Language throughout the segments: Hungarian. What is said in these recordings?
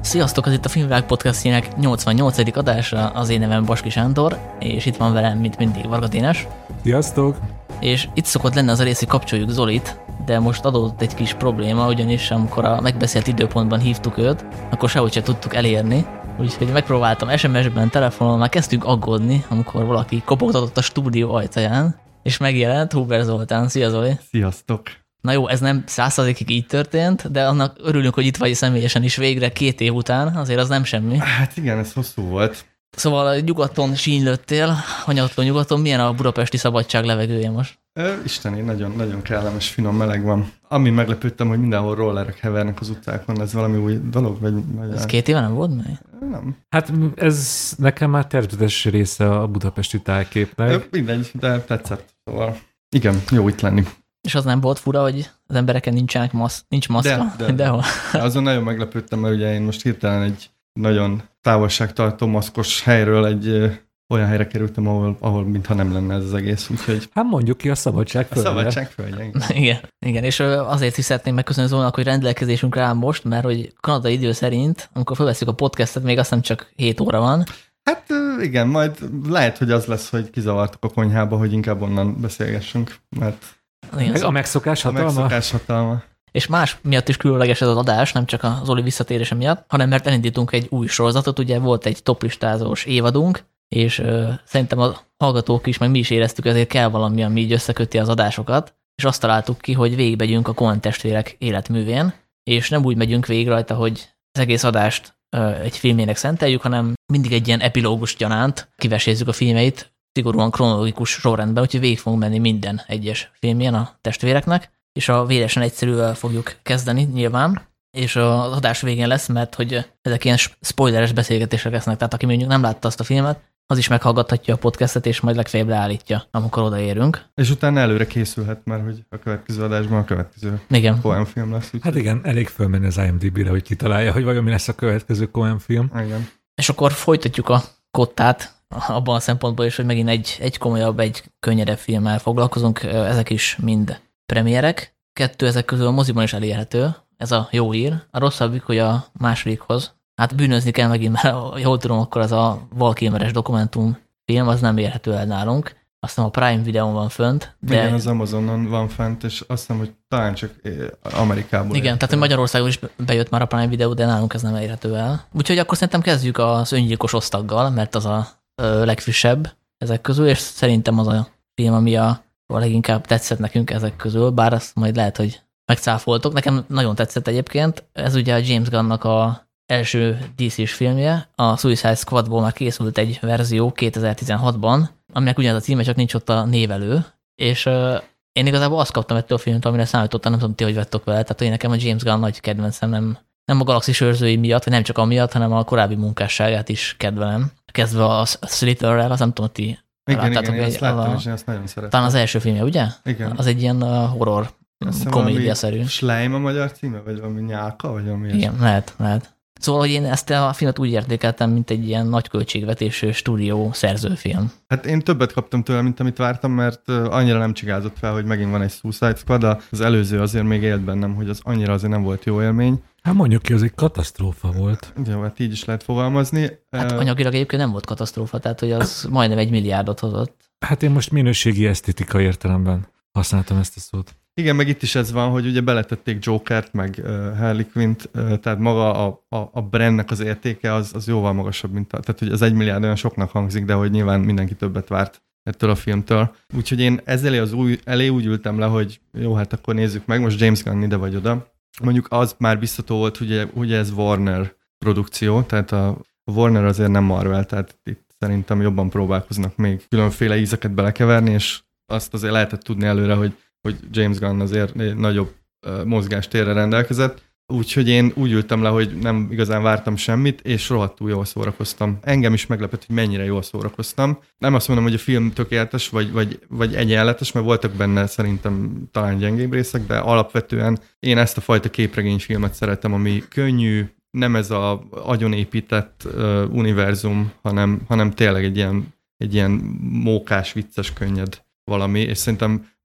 Sziasztok, ez itt a Filmvilág podcastjének 88. adása, az én nevem Baski Sándor, és itt van velem, mint mindig, Varga Dénes. Sziasztok! És itt szokott lenni az a rész, hogy kapcsoljuk Zolit, de most adódott egy kis probléma, ugyanis amikor a megbeszélt időpontban hívtuk őt, akkor sehogy se tudtuk elérni, úgyhogy megpróbáltam SMS-ben, telefonon, már kezdtünk aggódni, amikor valaki kopogtatott a stúdió ajtaján, és megjelent Huber Zoltán. Szia, Zoli! Sziasztok! Na jó, ez nem 100%-ig így történt, de annak örülünk, hogy itt vagy személyesen is végre 2 év után, azért az nem semmi. Hát igen, ez hosszú volt. Szóval nyugaton sínylöttél, hanyatló nyugaton, milyen a budapesti szabadság levegője most? Isteni, nagyon kellemes, finom, meleg van. Amin meglepődtem, hogy mindenhol rollerek hevernek az utcákon, ez valami új dolog? Vagy ez 2 éve nem volt még? Nem. Hát ez nekem már természetes része a budapesti tájképnek. Mindegy, de tetszett. Szóval igen, jó itt lenni. És az nem volt fura, hogy az embereken nincs maszka? De azon nagyon meglepődtem, mert ugye én most hirtelen egy nagyon távolságtartó maszkos helyről egy olyan helyre kerültem, ahol mintha nem lenne ez az egész, úgyhogy... Hát mondjuk ki a szabadság földje. A szabadság földje, igen, és azért is szeretném megköszönni Zónak, hogy rendelkezésünkre áll most, mert hogy kanadai idő szerint, amikor felveszünk a podcastet, még azt nem csak 7 óra van. Hát igen, majd lehet, hogy az lesz, hogy kizavartok a konyhába, hogy inkább onnan beszélgessünk, mert... A megszokás hatalma? A megszokás hatalma. És más miatt is különleges ez az adás, nem csak az Zoli visszatérése miatt, hanem mert elindítunk egy új sorozatot, ugye volt egy toplistázós évadunk, és szerintem a hallgatók is, meg mi is éreztük, ezért kell valami, ami így összeköti az adásokat, és azt találtuk ki, hogy végigmegyünk a Coen testvérek életművén, és nem úgy megyünk végig rajta, hogy az egész adást egy filmének szenteljük, hanem mindig egy ilyen epilógus gyanánt kivesézzük a filmeit, szigorúan kronológikus sorrendben, úgyhogy végig fogunk menni minden egyes filmjén a testvéreknek, és a véresen egyszerűvel fogjuk kezdeni nyilván, és az adás végén lesz, mert hogy ezek ilyen spoileres beszélgetések lesznek, tehát aki mondjuk nem látta azt a filmet, az is meghallgathatja a podcastet, és majd legfeljebb leállítja, amikor odaérünk. És utána előre készülhet már, hogy a következő adásban a következő Coen film lesz. Hát igen, elég fölmenni az IMDb-re, hogy kitalálja, hogy vajon mi lesz a következő Coen film. Igen. És akkor folytatjuk a kottát, abban a szempontból is, hogy megint egy komolyabb, egy könnyedebb filmmel foglalkozunk, ezek is mind premierek. 2 ezek közül a moziban is elérhető, ez a jó hír. A rosszabbik, hogy a másodikhoz. Hát bűnözni kell megint, mert jól tudom, akkor az a Val Kilmeres dokumentumfilm, az nem érhető el nálunk. Azt hiszem a Prime videón van fönt. De... Igen, az Amazonon van fent, és azt hiszem, hogy talán csak Amerikából. Igen, tehát hogy Magyarországon is bejött már a Prime videó, de nálunk ez nem érhető el. Úgyhogy akkor szerintem kezdjük az Öngyilkos osztaggal, mert az a legfrissebb ezek közül, és szerintem az a film, ami a leginkább tetszett nekünk ezek közül, bár azt majd lehet, hogy megcáfoltok. Nekem nagyon tetszett egyébként. Ez ugye a James Gunnnak a első DC-s filmje. A Suicide Squadból már készült egy verzió 2016-ban, aminek ugyanaz a címe, csak nincs ott a névelő. És én igazából azt kaptam ettől a filmtől, amire számítottam, nem tudom ti, hogy vettek vele. Tehát én nekem a James Gunn nagy kedvencem, nem a Galaxis őrzői miatt, vagy nem csak amiatt, hanem a korábbi munkásságát is kedvelem. Kezdve a Slitherrel, az nem tudom, ti láttátok. Igen, azt láttam, és én azt nagyon szeretem. Talán az első filmje, ugye? Igen. Az egy ilyen horror komédia-szerű. Schleim a magyar címe, vagy valami nyálka, vagy valami igen, lehet. Szóval, hogy én ezt a filmet úgy értékeltem, mint egy ilyen nagy költségvetésű stúdió szerzőfilm. Hát én többet kaptam tőle, mint amit vártam, mert annyira nem csigázott fel, hogy megint van egy Suicide Squad, az előző azért még élt bennem, hogy az annyira azért nem volt jó élmény. Hát mondjuk ki, az egy katasztrófa volt. Jó, hát így is lehet fogalmazni. Hát anyagilag egyébként nem volt katasztrófa, tehát hogy az majdnem 1 milliárdot hozott. Hát én most minőségi esztétikai értelemben használtam ezt a szót. Igen, meg itt is ez van, hogy ugye beletették Jokert, meg Harley Quint, tehát maga a brandnek az értéke az jóval magasabb, mint tehát hogy az 1 milliárd olyan soknak hangzik, de hogy nyilván mindenki többet várt ettől a filmtől. Úgyhogy én ezzel elé úgy ültem le, hogy jó, hát akkor nézzük meg, most James Gunn ide vagy oda. Mondjuk az már biztató volt, hogy ez Warner produkció, tehát a Warner azért nem Marvel, tehát itt szerintem jobban próbálkoznak még különféle ízeket belekeverni, és azt azért lehetett tudni előre, hogy James Gunn azért nagyobb mozgástérre rendelkezett. Úgyhogy én úgy ültem le, hogy nem igazán vártam semmit, és rohadtul jól szórakoztam. Engem is meglepett, hogy mennyire jól szórakoztam. Nem azt mondom, hogy a film tökéletes, vagy egyenletes, mert voltak benne szerintem talán gyengébb részek, de alapvetően én ezt a fajta képregényfilmet szeretem, ami könnyű, nem ez a agyonépített univerzum, hanem tényleg egy ilyen mókás, vicces, könnyed valami, és szerintem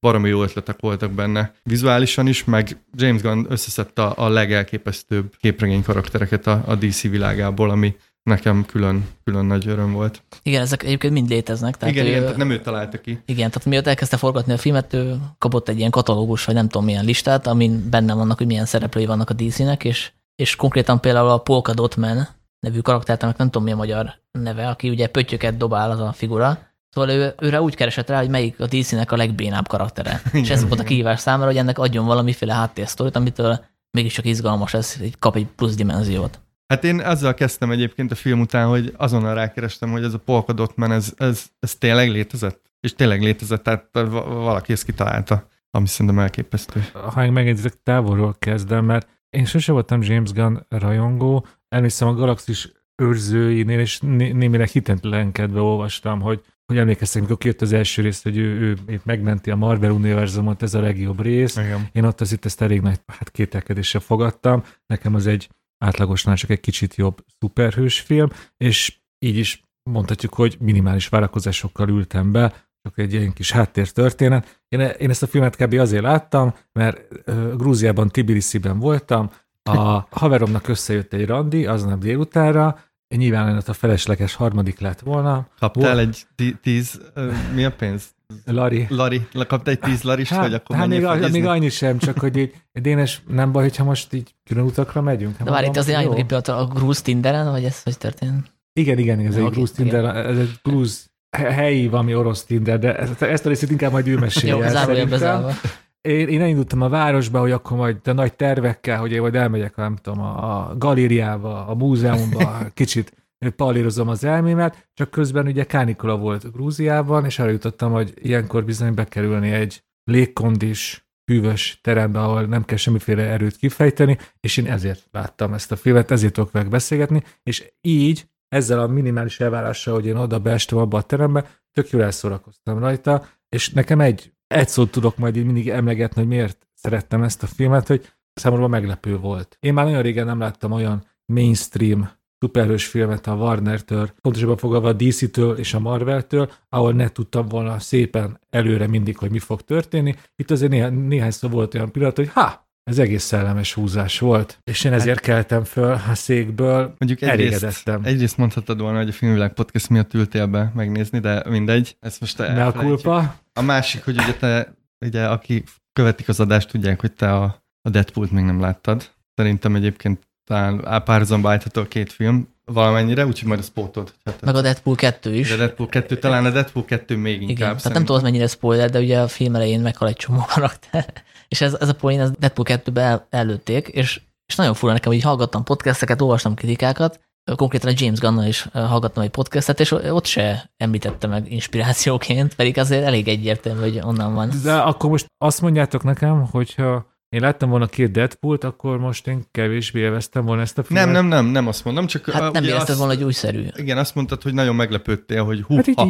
baromi jó ötletek voltak benne vizuálisan is, meg James Gunn összeszedte a legelképesztőbb képregény karaktereket a DC világából, ami nekem külön nagy öröm volt. Igen, ezek egyébként mind léteznek. Tehát tehát nem ő találta ki. Igen, tehát miatt elkezdte forgatni a filmet, ő kapott egy ilyen katalógus, vagy nem tudom milyen listát, amin benne vannak, hogy milyen szereplői vannak a DC-nek, és konkrétan például a Polka Dot Man nevű karaktert, nem tudom mi a magyar neve, aki ugye pöttyöket dobál az a figura. Szóval őre úgy keresett rá, hogy melyik a DC-nek a legbénább karaktere. És ez volt a kihívás számára, hogy ennek adjon valamiféle háttérsztorit, amitől mégiscsak izgalmas ez, hogy kap egy plusz dimenziót. Hát én azzal kezdtem egyébként a film után, hogy azonnal rákerestem, hogy ez a Polka Dot Man, ez tényleg létezett? És tényleg létezett, tehát valaki ezt kitalálta, ami szerintem elképesztő. Ha megengeditek, távolról kezdem, mert én sose voltam James Gunn rajongó, elmészem a Galaxis őrzőinél, és némileg hitetlenkedve olvastam, hogy emlékeztek, mikor kijött az első rész, hogy ő megmenti a Marvel univerzumot, ez a legjobb rész. Igen. Én ott azért ezt elég nagy kételkedéssel fogadtam. Nekem az egy átlagosnál csak egy kicsit jobb szuperhős film, és így is mondhatjuk, hogy minimális várakozásokkal ültem be, csak egy ilyen kis háttértörténet. Én ezt a filmet kb. Azért láttam, mert Grúziában, Tbilisiben voltam, a haveromnak összejött egy randi aznap délutánra, nyilván a felesleges harmadik lett volna. Kaptál egy 10, mi a pénz? Lari, kaptál egy 10 larist, hogy akkor még annyi sem, csak hogy így, Dénes, nem baj, hogyha most így külön utakra megyünk. De várj, itt azért álljuk egy pillanat a grúz Tinderen, vagy ez hogy történt? Igen, ez egy grúz Tinder, ez egy grúz helyi, valami orosz Tinder, de ezt a részét inkább majd ő mesélje. Jó, bezárva. Én elindultam a városba, hogy akkor majd a nagy tervekkel, hogy én majd elmegyek, nem tudom, a galériába, a múzeumba, kicsit palírozom az elmémet, csak közben ugye kánikula volt Grúziában, és arra jutottam, hogy ilyenkor bizony bekerülni egy légkondis, hűvös terembe, ahol nem kell semmiféle erőt kifejteni, és én ezért láttam ezt a filmet, ezért tudok velük beszélgetni, és így, ezzel a minimális elvárással, hogy én oda beestem abba a terembe, tök jól elszórakoztam rajta, és nekem egy szót tudok majd így mindig emlegetni, hogy miért szerettem ezt a filmet, hogy számomra meglepő volt. Én már nagyon régen nem láttam olyan mainstream szuperhős filmet a Warner-től, pontosabban fogalva a DC-től és a Marvel-től, ahol ne tudtam volna szépen előre mindig, hogy mi fog történni. Itt azért néhányszor volt olyan pillanat, hogy ez egész szellemes húzás volt, és én ezért keltem föl a székből, mondjuk elégedettem. Egyrészt mondhatod volna, hogy a Filmvilág Podcast miatt ültél be megnézni, de mindegy. Ezt most ne a kulpa. A másik, hogy ugye te, aki követik az adást, tudják, hogy te a Deadpoolt még nem láttad. Szerintem egyébként talán párhuzamba állítható a két film valamennyire, úgyhogy majd a spótolt. Meg a Deadpool 2 is. De a Deadpool 2, talán a Deadpool 2 még inkább. Igen, tehát nem tudom, mennyire spoiler, de ugye a film elején meghal egy csomó karakter. És ez a poén, az Deadpool 2-ben előtték, és nagyon fura nekem, hogy hallgattam podcasteket, olvastam kritikákat, konkrétan a James Gunn-nal is hallgattam egy podcastet, és ott se említette meg inspirációként, pedig azért elég egyértelmű, hogy onnan van. De akkor most azt mondjátok nekem, hogyha én láttam volna két Deadpoolt, akkor most én kevésbé élveztem volna ezt a filmet. Nem azt mondom, csak... Hát nem érezted volna, hogy újszerű. Igen, azt mondtad, hogy nagyon meglepődtél, hogy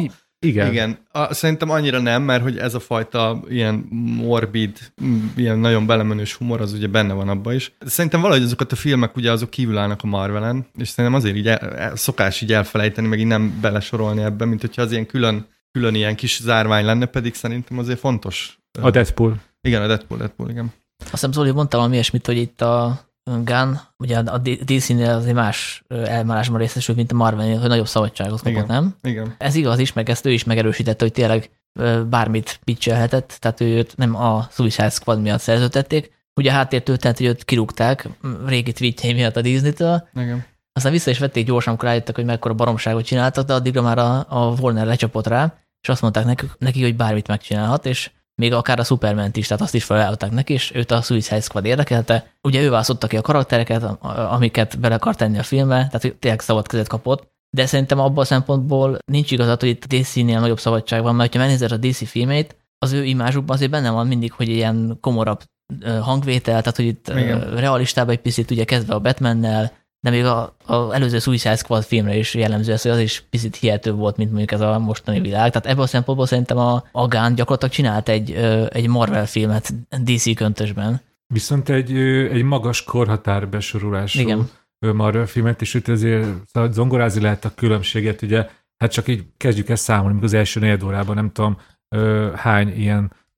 igen. Szerintem annyira nem, mert hogy ez a fajta ilyen morbid, ilyen nagyon belemenős humor, az ugye benne van abban is. Szerintem valahogy azokat a filmek ugye azok kívül állnak a Marvelen, és szerintem azért így szokás így elfelejteni, meg így nem belesorolni ebben, mint hogyha az ilyen külön ilyen kis zárvány lenne, pedig szerintem azért fontos. A Deadpool. Igen, a Deadpool, igen. Azt hiszem, Zoli, mondta valami ilyesmit, hogy itt a Gunn, ugye a DC-nél azért más elmárásban részesült, mint a Marvel-nél, hogy nagyobb szabadságot kapott, nem? Igen. Ez igaz is, meg ezt ő is megerősítette, hogy tényleg bármit pitchelhetett, tehát őt nem a Suicide Squad miatt szerződtették. Ugye a háttértől, tehát, hogy őt kirúgták régi tweetjei miatt a Disney-től. Igen. Aztán vissza is vették gyorsan, amikor rájöttek, hogy mekkora baromságot csináltak, de addigra már a Warner lecsapott rá, és azt mondták neki, hogy bármit megcsinálhat, és még akár a Superman-t is, tehát azt is felajánlották neki, és őt a Suicide Squad érdekelte. Ugye ő választotta ki a karaktereket, amiket bele akart tenni a filmbe, tehát hogy tényleg szabad kezet kapott, de szerintem abban a szempontból nincs igazat, hogy itt a DC-nél nagyobb szabadság van, mert ha megnézed a DC filmét, az ő imázsukban azért benne van mindig, hogy ilyen komorabb hangvétel, tehát hogy itt realistább egy picit, ugye kezdve a Batmannel, de még az előző Suicide Squad filmre is jellemző ez, hogy az is picit hihetőbb volt, mint mondjuk ez a mostani világ. Tehát ebből a szempontból szerintem a Gunn gyakorlatilag csinált egy Marvel filmet DC köntösben. Viszont egy magas korhatár besorolású Marvel filmet, és itt azért zongorázni lehet a különbséget, ugye, hát csak így kezdjük ezt számolni, amikor az első negyed órában nem tudom hány ilyen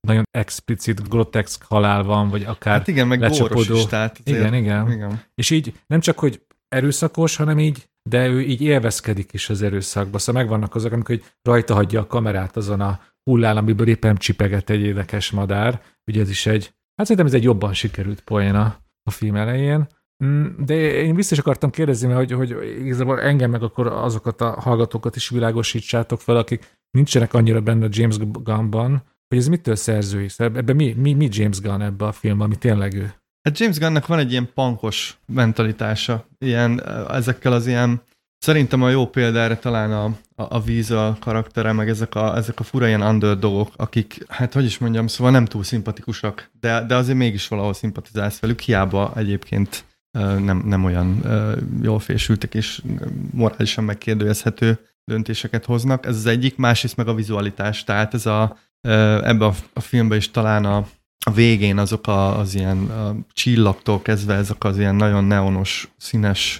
nagyon explicit, groteszk halál van, vagy akár hát igen, meg góros is, tehát igen. És így nem csak, hogy erőszakos, hanem így, de ő így élvezkedik is az erőszakba. Szóval megvannak azok, amikor rajta hagyja a kamerát azon a hullán, amiből éppen csipeget egy érdekes madár. Ugye ez is hát szerintem ez egy jobban sikerült poén a film elején. De én vissza is akartam kérdezni, hogy igazából engem meg akkor azokat a hallgatókat is világosítsátok fel, akik nincsenek annyira benne a James Gunnban, hogy ez mitől szerzői? Szóval ebben mi James Gunn ebben a filmben, ami tényleg ő? Hát James Gunnnak van egy ilyen punkos mentalitása, ezekkel az ilyen, szerintem a jó példa erre talán a Víza karaktere, meg ezek a fura ilyen underdogok, akik, hát hogy is mondjam, szóval nem túl szimpatikusak, de azért mégis valahol szimpatizálsz velük, hiába egyébként nem olyan jól fésültek és morálisan megkérdőjelezhető döntéseket hoznak. Ez az egyik, másrészt meg a vizualitás, tehát ez ebben a filmben is talán a végén azok az ilyen csillagtól kezdve ezek az ilyen nagyon neonos, színes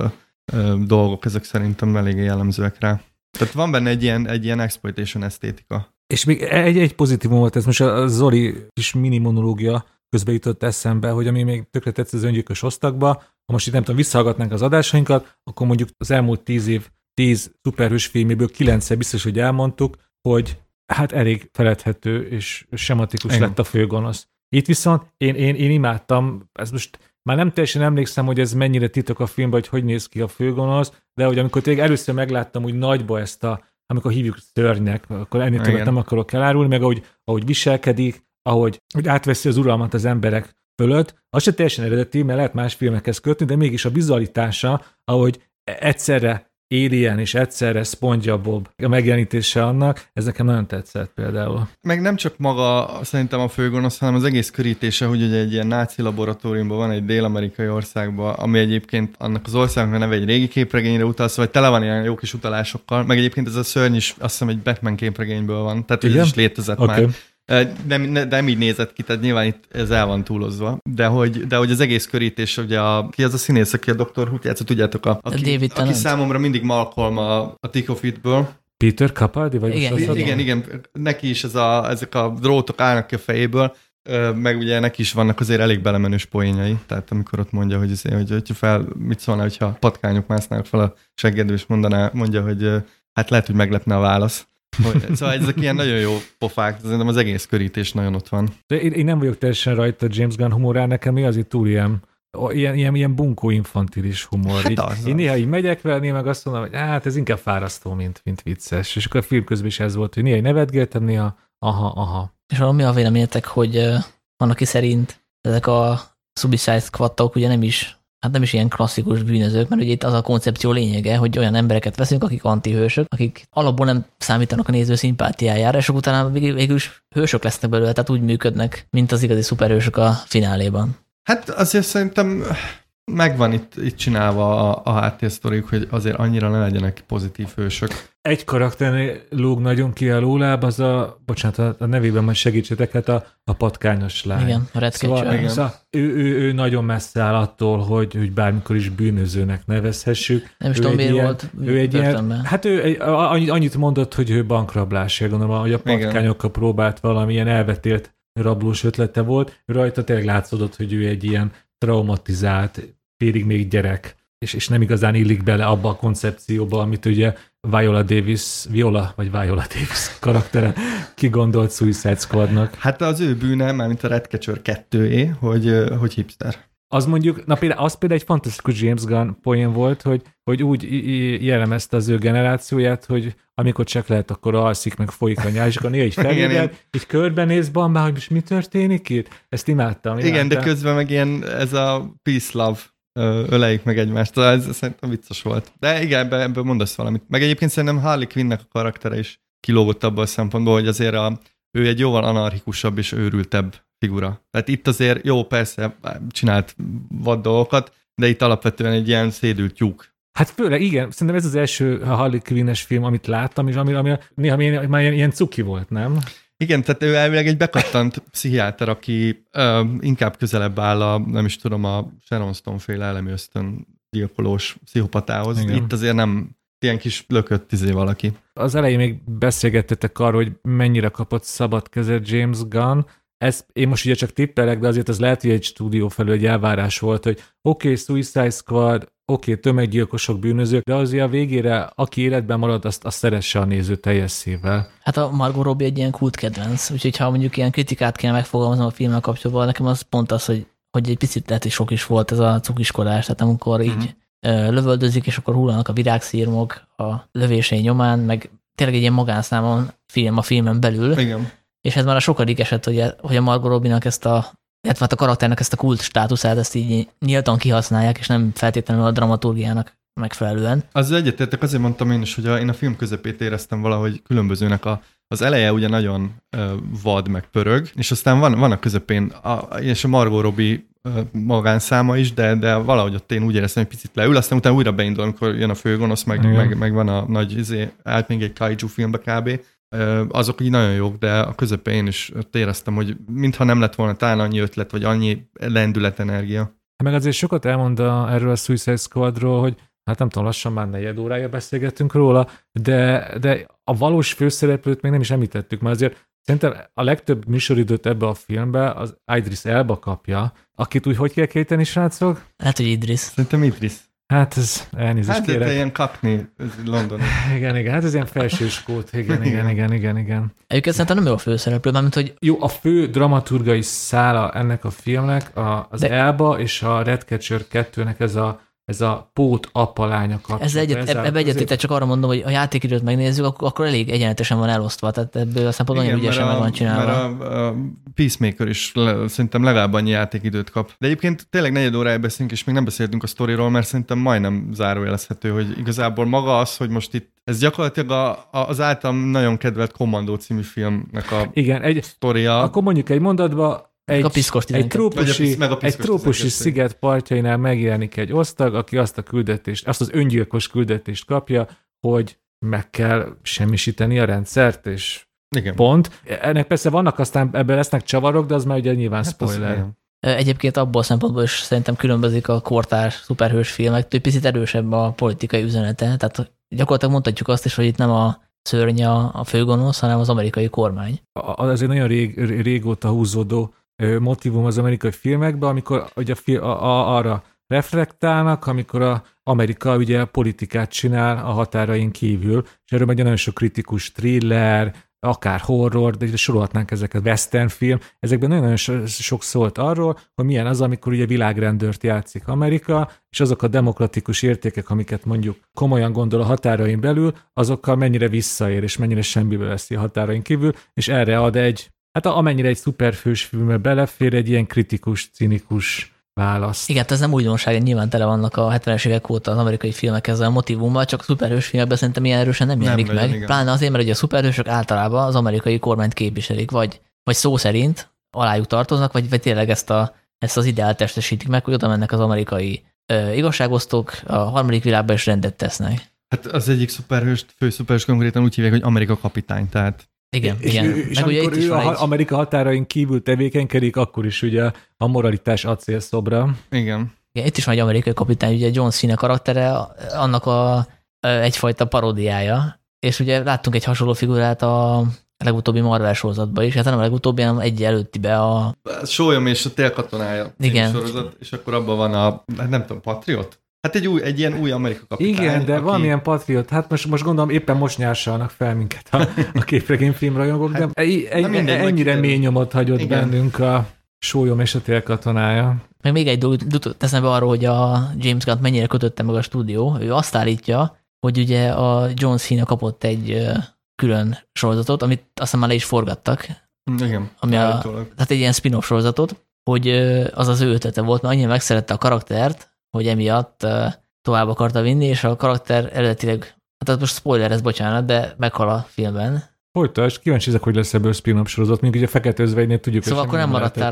dolgok, ezek szerintem eléggé jellemzőek rá. Tehát van benne egy ilyen exploitation esztétika. És még egy pozitívum volt, ez most a Zoli kis mini monológia közben jutott eszembe, hogy ami még tökre tetszett az Öngyilkos osztagba, ha most itt nem tudom, visszahallgatnánk az adásainkat, akkor mondjuk az elmúlt 10 év 10 szuperhős filméből 9-szer biztos, hogy elmondtuk, hogy hát elég feledhető és sematikus lett a főgonosz. Itt viszont én imádtam, ez most már nem teljesen emlékszem, hogy ez mennyire titok a filmben, hogy néz ki a főgonosz, de hogy amikor tényleg először megláttam úgy nagyba amikor hívjuk szörnynek, akkor ennél többet nem akarok elárulni, meg ahogy viselkedik, ahogy átveszi az uralmat az emberek fölött, az se teljesen eredeti, mert lehet más filmekhez kötni, de mégis a vizualitása, ahogy egyszerre Alien és egyszerre SpongeBob a megjelenítése annak, ez nekem nagyon tetszett például. Meg nem csak maga szerintem a főgonosz, hanem az egész körítése, hogy ugye egy ilyen náci laboratóriumban van egy dél-amerikai országban, ami egyébként annak az országnak a neve egy régi képregényre utal, szóval tele van ilyen jó kis utalásokkal, meg egyébként ez a szörny is azt hiszem egy Batman képregényből van, tehát ez is létezett már. De nem így nézett ki, tehát nyilván itt ez el van túlozva, de hogy az egész körítés, ugye ki az a színész, aki a Dr. Who-t játszott, tudjátok, aki számomra mindig Malcolm a Thick of It-ből. Peter Capaldi? Vagy igen, neki is ezek a drótok állnak ki a fejéből, meg ugye neki is vannak azért elég belemenős poénjai, tehát amikor ott mondja, hogy mit szólna, hogyha patkányok másznának fel a seggedbe, és mondja, hogy hát lehet, hogy meglepne a válasz. Szóval ezek ilyen nagyon jó pofák, szerintem az egész körítés nagyon ott van. De én nem vagyok teljesen rajta James Gunn humorán, nekem mi az itt túl ilyen bunkó infantilis humor. Hát én néha így megyek vele, néha meg azt mondom, hogy hát ez inkább fárasztó, mint vicces. És akkor a film közben is ez volt, hogy néha nevetgéltem, néha aha. És mi a véleményetek, hogy van, aki szerint ezek a Suicide Squad-ok ugye nem is ilyen klasszikus bűnözők, mert ugye itt az a koncepció lényege, hogy olyan embereket veszünk, akik antihősök, akik alapból nem számítanak a néző szimpátiájára, és utána végül is hősök lesznek belőle, tehát úgy működnek, mint az igazi szuperhősök a fináléban. Hát azért szerintem megvan itt csinálva a háttérsztoriuk, hogy azért annyira ne legyenek pozitív hősök. Egy karakter lóg nagyon ki a lóláb, az bocsánat, a nevében majd segítsetek, hát a patkányos lány. Igen, a Redcatcher. Szóval ő nagyon messze áll attól, hogy bármikor is bűnözőnek nevezhessük. Nem is tudom, miért volt hát ő annyit mondott, hogy ő bankrablásért, gondolom, hogy a patkányokkal próbált valamilyen elvetélt rablós ötlete volt. Rajta tényleg látszódott, hogy ő egy ilyen traumatizált, félig még gyerek, és nem igazán illik bele abba a koncepcióba, amit ugye Viola Davis karaktere kigondolt Suicide Squadnak. Hát az ő bűne, mármint a Redcatcher 2-é, hogy hipster. Az mondjuk, az például egy fantasztikus James Gunn poén volt, hogy úgy jellemezte az ő generációját, hogy amikor csak lehet, akkor alszik, meg folyik a nyár, és akkor néha így felébred, így körbenéz bambá, hogy most mi történik itt? Ezt imádtam. Igen, de közben meg ez a peace love öleik meg egymást, ez szerintem vicces volt. De igen, ebből mondasz valamit. Meg egyébként szerintem Harley Quinnnek a karaktere is kilógott abban a szempontból, hogy azért ő egy jóval anarchikusabb és őrültebb figura. Tehát itt azért jó, persze csinált vad dolgokat, de itt alapvetően egy ilyen szédült tyúk. Hát főleg igen, szerintem ez az első Harley Quinn-es film, amit láttam, és ami néha már ilyen cuki volt, nem? Igen, tehát ő elvileg egy bekattant pszichiáter, aki inkább közelebb áll a Sharon Stone-féle elemi ösztön gyilkolós pszichopatához. Igen. Itt azért nem ilyen kis lökött valaki. Az elején még beszélgettetek arról, hogy mennyire kapott szabad kezet James Gunn. Ezt én most ugye csak tippelek, de azért az lehet, hogy egy stúdió felül egy elvárás volt, hogy oké, Suicide Squad, oké, tömeggyilkosok, bűnözők, de azért a végére, aki életben marad, azt szeresse a néző teljes szívvel. Hát a Margot Robbie egy ilyen kult kedvenc, úgyhogy ha mondjuk ilyen kritikát kéne megfogalmaznom a filmmel kapcsolatban, nekem az pont az, hogy egy picit lehet, hogy sok is volt ez a cukiskodás, tehát amikor így lövöldözik, és akkor hullanak a virágszírmok a lövései nyomán, meg tényleg egy ilyen magánszámon a filmen belül. Igen. És ez már a sokadik eset, hogy a Margot Robbie-nak illetve a karakternek ezt a kult státuszát, ezt így nyíltan kihasználják, és nem feltétlenül a dramaturgiának megfelelően. Azzal egyetértek, azért mondtam én is, hogy én a film közepét éreztem valahogy különbözőnek. Az eleje ugye nagyon vad, meg pörög, és aztán van a közepén, és a Margot Robbie magánszáma is, de valahogy ott én úgy éreztem, hogy picit leül, aztán utána újra beindul, amikor jön a főgonosz, meg van a nagy, állt még egy kaiju filmbe kb. Azok így nagyon jók, de a közepén is éreztem, hogy mintha nem lett volna talán annyi ötlet, vagy annyi lendület, energia. Meg azért sokat elmond erről a Suicide Squadról, hogy hát nem tudom, lassan már 4 órája beszélgettünk róla, de a valós főszereplőt még nem is említettük, mert azért szerintem a legtöbb műsoridőt ebbe a filmbe az Idris Elba kapja, akit úgy hogy kell kéteni, srácok? Hát, hogy Idris. Szerintem Idris. Hát ez elnézést kérek. Hát, de ilyen kapni London. Igen, hát ez ilyen felsőskót. Igen. Egyébként szerintem nem jó a főszereplő, mármint, hogy... Jó, a fő dramaturgai szála ennek a filmnek az Elba és a Redcatcher 2-nek ez a pót apa-lánya kapcsolat. Ebbe egyetértek, csak arra mondom, hogy a játékidőt megnézzük, akkor elég egyenletesen van elosztva, tehát ebből a szempontból nagyon ügyesen meg van csinálva. Mert a Peacemaker is szerintem legalább annyi játékidőt kap. De egyébként tényleg 4 órája beszélünk, és még nem beszéltünk a sztoriról, mert szerintem majdnem zárójelezhető, hogy igazából maga az, hogy most itt ez gyakorlatilag az általam nagyon kedvelt Commando című filmnek a sztoria. Akkor mondjuk egy mondatba, egy trópusi sziget partjainál megjelenik egy osztag, aki azt az öngyilkos küldetést kapja, hogy meg kell semmisíteni a rendszert, és igen. Pont. Ennek persze vannak, aztán ebben lesznek csavarok, de az már ugye nyilván spoiler. Egyébként abból a szempontból is szerintem különbözik a kortárs szuperhős filmek, picit erősebb a politikai üzenete, tehát gyakorlatilag mondhatjuk azt is, hogy itt nem a szörny a főgonosz, hanem az amerikai kormány. Ez egy nagyon régóta húzódó motívum az amerikai filmekben, amikor ugye arra reflektálnak, amikor Amerika ugye politikát csinál a határain kívül, és erről megy nagyon sok kritikus thriller, akár horror, de sorolhatnánk ezeket, western film, ezekben nagyon sok szólt arról, hogy milyen az, amikor ugye világrendőrt játszik Amerika, és azok a demokratikus értékek, amiket mondjuk komolyan gondol a határain belül, azokkal mennyire visszaér, és mennyire semmibe veszi a határain kívül, és erre ad amennyire egy szuperfős filmbe belefér, egy ilyen kritikus, cinikus választ. Igen, ez nem újdonság, nyilván tele vannak a 70-es évek óta az amerikai filmek ezzel a motivummal, csak a szuperhős filmekben szerintem ilyen erősen nem jelenik meg. Igen. Pláne azért, mert ugye a szuperhősök általában az amerikai kormányt képviselik, vagy szó szerint alájuk tartoznak, vagy tényleg ezt az ideált testesítik meg, hogy oda mennek az amerikai igazságosztók, a harmadik világban is rendet tesznek. Hát az egyik fő szuperhős konkrétan úgy hívják, hogy Amerika kapitány, tehát Igen. És amikor ő Amerika határain kívül tevékenykedik, akkor is ugye a moralitás acélszobra. Igen. Itt is van egy amerikai kapitány, ugye John Cena karaktere, annak egyfajta paródiája, és ugye láttunk egy hasonló figurát a legutóbbi Marvel sorozatban is, hát nem a legutóbbi, hanem egy előttibe a Sólyom és a télkatonája sorozat, és akkor abban van nem tudom, Patriot? Hát egy ilyen új Amerika kapitány. Igen, de valamilyen patriot. Hát most gondolom éppen most nyársalnak fel minket a képregényfilm rajongók, de ennyire mély nyomot hagyott bennünk a Sólyom és a télkatonája. Meg még egy dolgot teszem be arról, hogy a James Gunn mennyire kötötte meg a stúdió. Ő azt állítja, hogy ugye a John Cena kapott egy külön sorozatot, amit aztán már le is forgattak. Igen, tehát egy ilyen spin-off sorozatot, hogy az ő ötlete volt, mert annyira megszerette a karaktert, hogy emiatt tovább akarta vinni, és a karakter eredetileg, hát most spoiler ez, bocsánat, de meghal a filmben. Folytasd, kíváncsi ezek, hogy lesz ebből spin-off sorozat, még ugye a Fekete Özvegynél tudjuk. Szóval akkor nem maradtál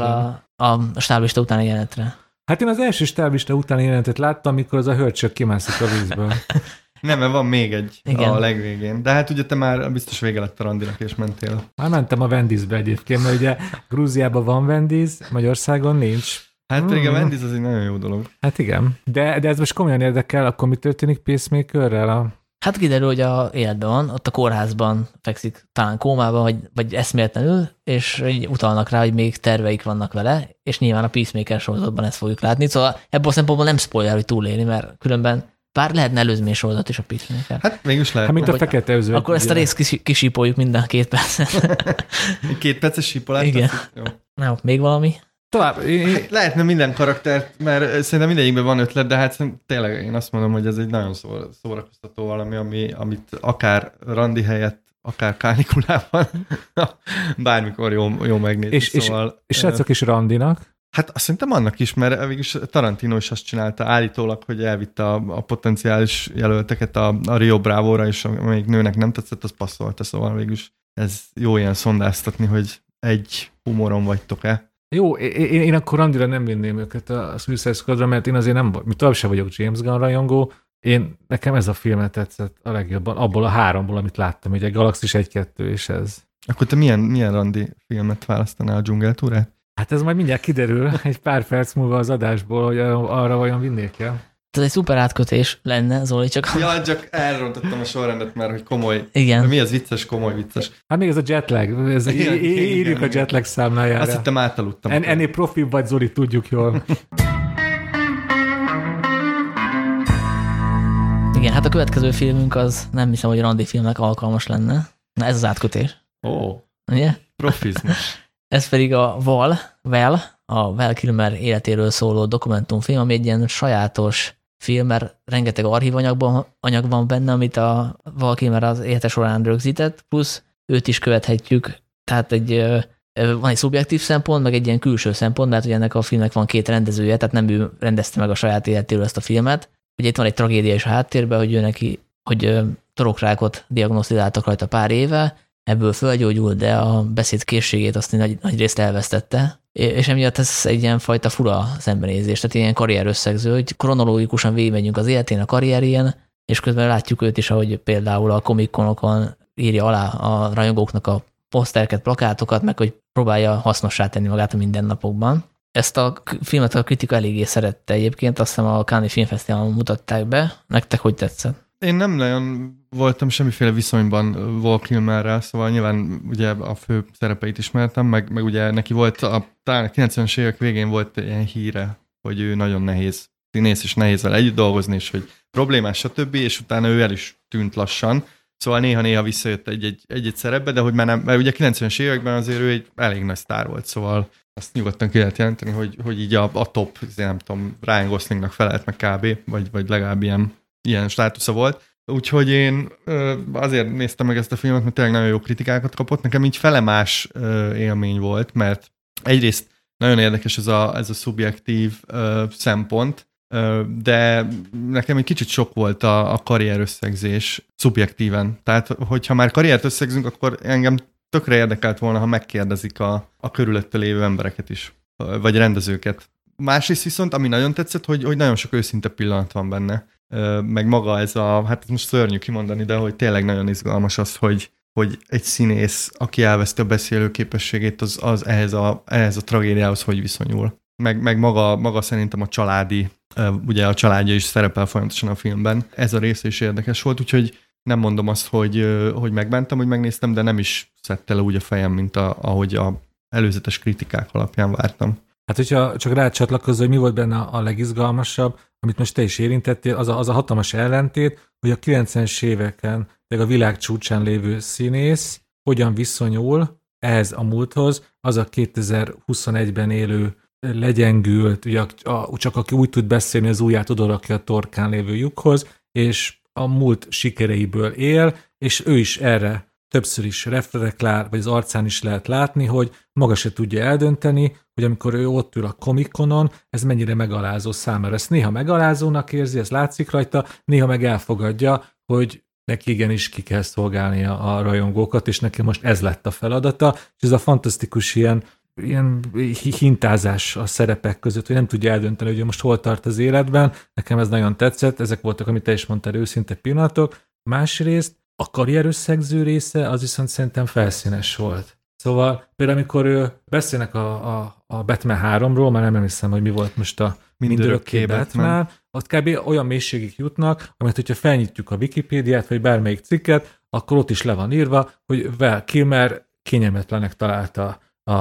a stáblista utáni jelenetre. Hát én az első stáblista utáni jelenetet láttam, amikor az a hölgy kimászik a vízből. Nem, mert van még egy a legvégén. De hát ugye te már biztos vége lett a randinak, és mentél. Már mentem a Wendy's-be egyébként, mert ugye Grúziában van Wendy's, Magyarországon nincs. Hát pedig a Wendy's az egy nagyon jó dolog. Hát igen. De ez most komolyan érdekel, akkor mi történik Pacemakerrel? Hát kiderül, hogy a életben van, ott a kórházban fekszik, talán kómában, vagy eszméletlenül, és így utalnak rá, hogy még terveik vannak vele, és nyilván a Peacemaker sorozatban ezt fogjuk látni. Szóval ebből a szempontból nem spoiler, hogy túlélni, mert különben bár lehetne előzmény sorozat is a Peacemaker. Hát mégis lehet. Hát mint a fekete özvegy. Akkor ezt a részt kisípoljuk minden 2 percet. 2 perces sípolás? Igen. Jó. Na, még valami? Tovább. Lehetne minden karaktert, mert szerintem mindegyikben van ötlet, de hát tényleg én azt mondom, hogy ez egy nagyon szórakoztató valami, amit akár randi helyett, akár kánikulában, bármikor jó megnézni. És srácok is randinak. Hát azt szerintem annak is, mert végülis Tarantino is azt csinálta állítólag, hogy elvitte a potenciális jelölteket a Rio Bravo-ra, és amelyik nőnek nem tetszett, az passzolta, szóval végülis ez jó ilyen szondáztatni, hogy egy humoron vagytok-e. Jó, én akkor randira nem vinném őket a Suicide Squadra, mert én azért nem, tovább sem vagyok James Gunn rajongó, nekem ez a filmet tetszett a legjobban, abból a 3-ból, amit láttam, ugye Galaxis 1-2 és ez. Akkor te milyen randi filmet választanál, a dzsungeltúrát? Hát ez majd mindjárt kiderül egy pár perc múlva az adásból, hogy arra vajon vinnék el. Ez egy szuper átkötés lenne, Zoli, csak... Ja, csak elrontottam a sorrendet, mert hogy komoly. Igen. Mi az vicces, komoly vicces? Hát még ez a jetlag, írjuk a jetlag számlájára. Azt hittem átaludtam. Ennél profibb vagy, Zoli, tudjuk jól. Igen, hát a következő filmünk az nem hiszem, hogy randi filmnek alkalmas lenne. Na ez az átkötés. Ó, ugye? Profizmus. Ez pedig a Val Kilmer életéről szóló dokumentumfilm, ami egy ilyen sajátos film, mert rengeteg archívanyag van benne, amit a Val Kilmer az élete során rögzített, plusz őt is követhetjük, tehát van egy szubjektív szempont, meg egy ilyen külső szempont, mert ugye ennek a filmnek van 2 rendezője, tehát nem ő rendezte meg a saját életéről ezt a filmet. Ugye itt van egy tragédia is a háttérben, hogy ő neki, hogy torokrákot diagnosztizáltak rajta pár éve, ebből fölgyógyult, de a beszédkészségét azt nagy részt elvesztette, és emiatt ez egy ilyen fajta fura szembenézés, tehát ilyen karrierösszegző, hogy kronológikusan végigmegyünk az életén, a karrierjén, és közben látjuk őt is, ahogy például a Comic-Conokon írja alá a rajongóknak a poszterket, plakátokat, meg hogy próbálja hasznossá tenni magát a mindennapokban. Ezt a filmet a kritika eléggé szerette egyébként, azt hiszem a Cannes Filmfesztiválon mutatták be. Nektek hogy tetszett? Én nem nagyon voltam semmiféle viszonyban Val Kilmerrel, szóval nyilván ugye a fő szerepeit ismertem, meg ugye neki volt, talán a 90-es évek végén volt ilyen híre, hogy ő nagyon nehéz színész, és nehéz vele együtt dolgozni, és hogy problémás, stb., és utána ő el is tűnt lassan. Szóval néha-néha visszajött egy-egy szerepbe, de hogy már nem, mert ugye 90-es években azért ő egy elég nagy sztár volt, szóval azt nyugodtan ki lehet jelenteni, hogy így a top, nem tudom, Ryan Goslingnak felelt meg kb., vagy legalább ilyen státusza volt. Úgyhogy én azért néztem meg ezt a filmet, mert tényleg nagyon jó kritikákat kapott. Nekem így felemás élmény volt, mert egyrészt nagyon érdekes ez a szubjektív szempont, de nekem egy kicsit sok volt a karrierösszegzés szubjektíven. Tehát, hogyha már karriert összegzünk, akkor engem tökre érdekelt volna, ha megkérdezik a körülötte lévő embereket is, vagy rendezőket. Másrészt viszont, ami nagyon tetszett, hogy nagyon sok őszinte pillanat van benne. Meg maga ez hát most szörnyű kimondani, de hogy tényleg nagyon izgalmas az, hogy egy színész, aki elveszti a beszélő képességét, az ehhez a tragédiához hogy viszonyul. Meg maga szerintem a családi, ugye a családja is szerepel folyamatosan a filmben. Ez a része is érdekes volt, úgyhogy nem mondom azt, hogy megbántam, hogy megnéztem, de nem is szedte le úgy a fejem, mint ahogy a előzetes kritikák alapján vártam. Hát, hogyha csak rácsatlakozol, hogy mi volt benne a legizgalmasabb, amit most te is érintettél, az a hatalmas ellentét, hogy a 90-es éveken a világ csúcsán lévő színész hogyan viszonyul ehhez a múlthoz, az a 2021-ben élő legyengült, ugye csak aki úgy tud beszélni, az ujját odarakja a torkán lévő lyukhoz, és a múlt sikereiből él, és ő is erre többször is reflektál, vagy az arcán is lehet látni, hogy maga se tudja eldönteni, hogy amikor ő ott ül a Comic-Conon, ez mennyire megalázó számára. Ezt néha megalázónak érzi, ez látszik rajta, néha meg elfogadja, hogy neki igenis ki kell szolgálnia a rajongókat, és neki most ez lett a feladata, és ez a fantasztikus ilyen hintázás a szerepek között, hogy nem tudja eldönteni, hogy most hol tart az életben. Nekem ez nagyon tetszett, ezek voltak, amit te is mondtál, őszinte pillanatok. Másrészt a karrierösszegző része, az viszont szerintem felszínes volt. Szóval például amikor beszélnek a Batman 3-ról, már nem emlékszem, hogy mi volt most a Mindörökké Batman, ott kb. Olyan mélységig jutnak, amit hogyha felnyitjuk a Wikipédiát, vagy bármelyik cikket, akkor ott is le van írva, hogy Val Kilmer kényelmetlenek találta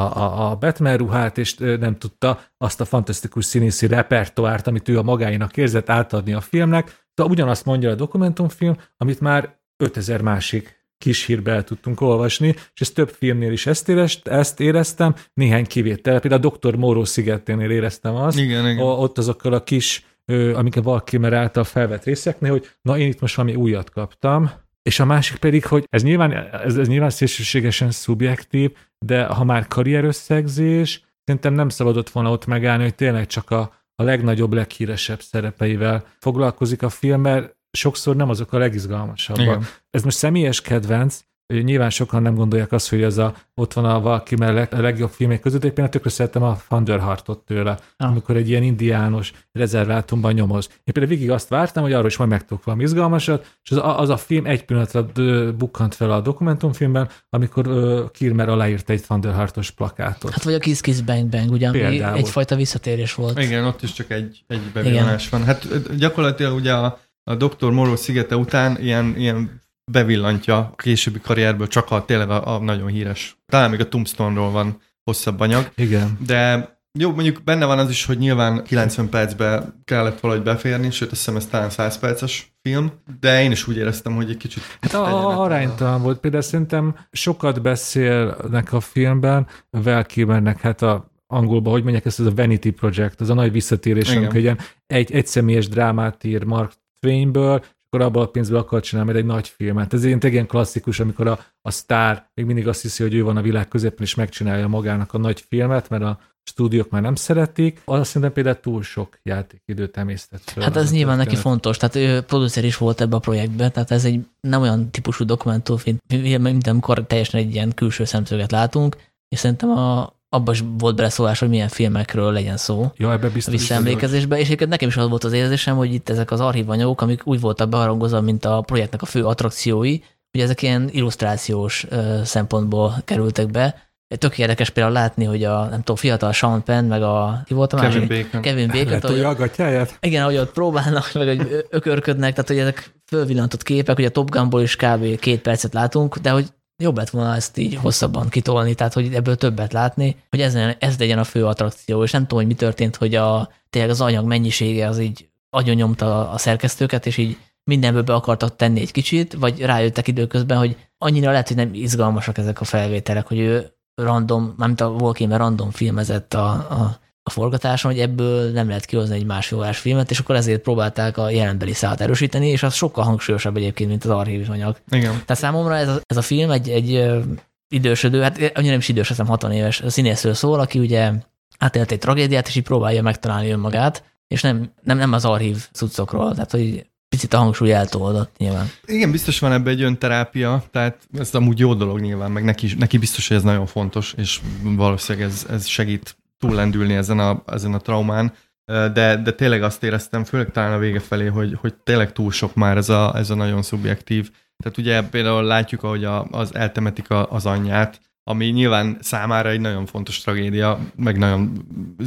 a Batman ruhát, és nem tudta azt a fantasztikus színészi repertoárt, amit ő a magáinak érzett, átadni a filmnek. De ugyanazt mondja a dokumentumfilm, amit már 5000 másik kis hírbe el tudtunk olvasni, és ez több filmnél is ezt éreztem, néhány kivétel. Például a Dr. Moreau szigeténél éreztem azt, igen. Ott azokkal a kis, amiket Val Kilmer által felvett részeknél, hogy na én itt most valami újat kaptam, és a másik pedig, hogy ez nyilván szélsőségesen szubjektív, de ha már karrierösszegzés, szerintem nem szabadott volna ott megállni, hogy tényleg csak a legnagyobb, leghíresebb szerepeivel foglalkozik a film, mert sokszor nem azok a legizgalmasabbak. Igen. Ez most személyes kedvenc, nyilván sokan nem gondolják azt, hogy ott van a Val Kilmer a legjobb filmek között, én tökre szerettem a Thunderheartot tőle, amikor egy ilyen indiános rezervátumban nyomoz. Én például végig azt vártam, hogy arról is majd megtudok valami izgalmasat, és az a film egy pillanatra bukkant fel a dokumentumfilmben, amikor Kilmer aláírt egy Thunderheartos plakátot. Hát vagy a Kiss Kiss Bang Bang, ugyan egyfajta visszatérés volt. Igen, ott is csak egy bevillanás van. Hát gyakorlatilag ugye a Dr. Moreau szigete után ilyen bevillantja a későbbi karrierből csak tényleg a nagyon híres. Talán még a Tombstone-ról van hosszabb anyag. Igen. De jó, mondjuk benne van az is, hogy nyilván 90 percbe kellett valahogy beférni, sőt azt hiszem ez talán 100 perces film, de én is úgy éreztem, hogy egy kicsit... Hát aránytalan volt. Például szerintem sokat beszélnek a filmben, Val Kilmernek hát angolban, hogy mondják ezt, ez a Vanity Project, az a nagy visszatérés, amikor egy egyszemélyes drámát ír Mark Twainből, akkor abban a pénzből akar csinálni majd egy nagy filmet. Ez egy ilyen klasszikus, amikor a sztár még mindig azt hiszi, hogy ő van a világ közepén, és megcsinálja magának a nagy filmet, mert a stúdiók már nem szeretik. Azt szerintem például túl sok játékidőt emésztett fel. Hát ez nyilván neki fontos, tehát ő producer is volt ebbe a projektben, tehát ez egy nem olyan típusú dokumentumfilm, mint amikor teljesen egy ilyen külső szemszöget látunk, és szerintem abban is volt beleszólás, hogy milyen filmekről legyen szó. Ja, ebbe biztos. Visszaemlékezésben, és nekem is az volt az érzésem, hogy itt ezek az archívanyagok, amik úgy voltak beharangozva, mint a projektnek a fő attrakciói, hogy ezek ilyen illusztrációs szempontból kerültek be. Tök érdekes például látni, hogy a fiatal Sean Penn, meg ki volt a másik? Kevin Bacon. Igen, ahogy ott próbálnak, meg hogy ökörködnek, tehát hogy ezek fölvillantott képek, hogy a Top Gunból is kb. 2 percet látunk, de hogy jobb lett volna ezt így hosszabban kitolni, tehát hogy ebből többet látni, hogy ez legyen a fő attrakció, és nem tudom, hogy mi történt, hogy tényleg az anyag mennyisége az így agyonnyomta a szerkesztőket, és így mindenből be akartak tenni egy kicsit, vagy rájöttek időközben, hogy annyira lehet, hogy nem izgalmasak ezek a felvételek, hogy ő mármint a Val Kilmer random filmezett a forgatáson, hogy ebből nem lehet kihozni egy másfél órás filmet, és akkor ezért próbálták a jelenbeli szállat erősíteni, és az sokkal hangsúlyosabb egyébként, mint az archívanyag. Igen. Tehát számomra ez a film egy idősödő, hát annyira nem is idős, azt hiszem 60 éves színészről szól, aki ugye átélt egy tragédiát, és így próbálja megtalálni önmagát, és nem az archív cuccokról, tehát hogy picit a hangsúly eltoldott nyilván. Igen, biztos van ebben egy önterápia, tehát ez amúgy jó dolog nyilván, meg neki biztos, hogy ez nagyon fontos, és valószínűleg ez segít túllendülni ezen a traumán, de tényleg azt éreztem, főleg talán a vége felé, hogy tényleg túl sok már ez a nagyon szubjektív. Tehát ugye például látjuk, ahogy az eltemetik az anyját, ami nyilván számára egy nagyon fontos tragédia, meg nagyon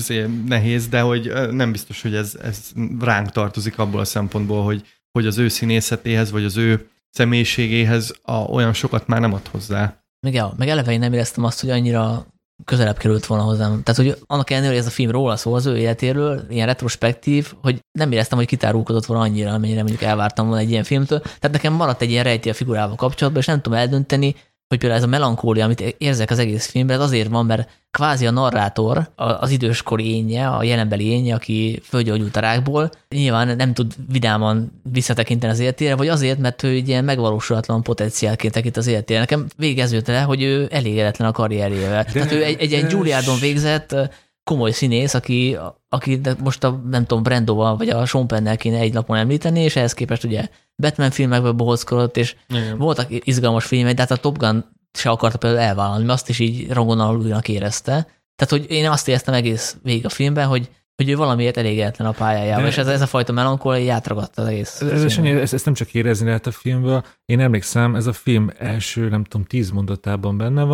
nehéz, de hogy nem biztos, hogy ez ránk tartozik abból a szempontból, hogy az ő színészetéhez, vagy az ő személyiségéhez olyan sokat már nem ad hozzá. Meg eleve én nem éreztem azt, hogy annyira közelebb került volna hozzám. Tehát, hogy annak ellenére, hogy ez a film róla szól, az ő életéről, ilyen retrospektív, hogy nem éreztem, hogy kitárulkodott volna annyira, amennyire mondjuk elvártam volna egy ilyen filmtől. Tehát nekem maradt egy ilyen rejtély a figurával kapcsolatban, és nem tudom eldönteni, hogy például ez a melankólia, amit érzek az egész filmben, ez azért van, mert kvázi a narrátor, az időskori énje, a jelenbeli énje, aki fölgyógyult a rákból, nyilván nem tud vidáman visszatekinteni az életére, vagy azért, mert ő egy ilyen megvalósulatlan potenciálként tekint az életére. Nekem végeződött le, hogy ő elégedetlen a karrierjével. Tehát ő egy Juilliardon végzett komoly színész, aki most nem tudom, Brandóval vagy a Sean Pennel kéne egy lapon említeni, és ehhez képest ugye Batman filmekben bohóckodott, és voltak izgalmas filmek, de hát a Top Gun se akarta például elvállalni, mert azt is így rangonalúnak érezte. Tehát, hogy én azt éreztem egész végig a filmben, hogy ő valamiért elégedetlen a pályájával, és ez a fajta melankólia átragadta az egész. Ezt nem csak érezni lehet a filmből. Én emlékszem, ez a film első, nem tudom, 10 mondatában benne van,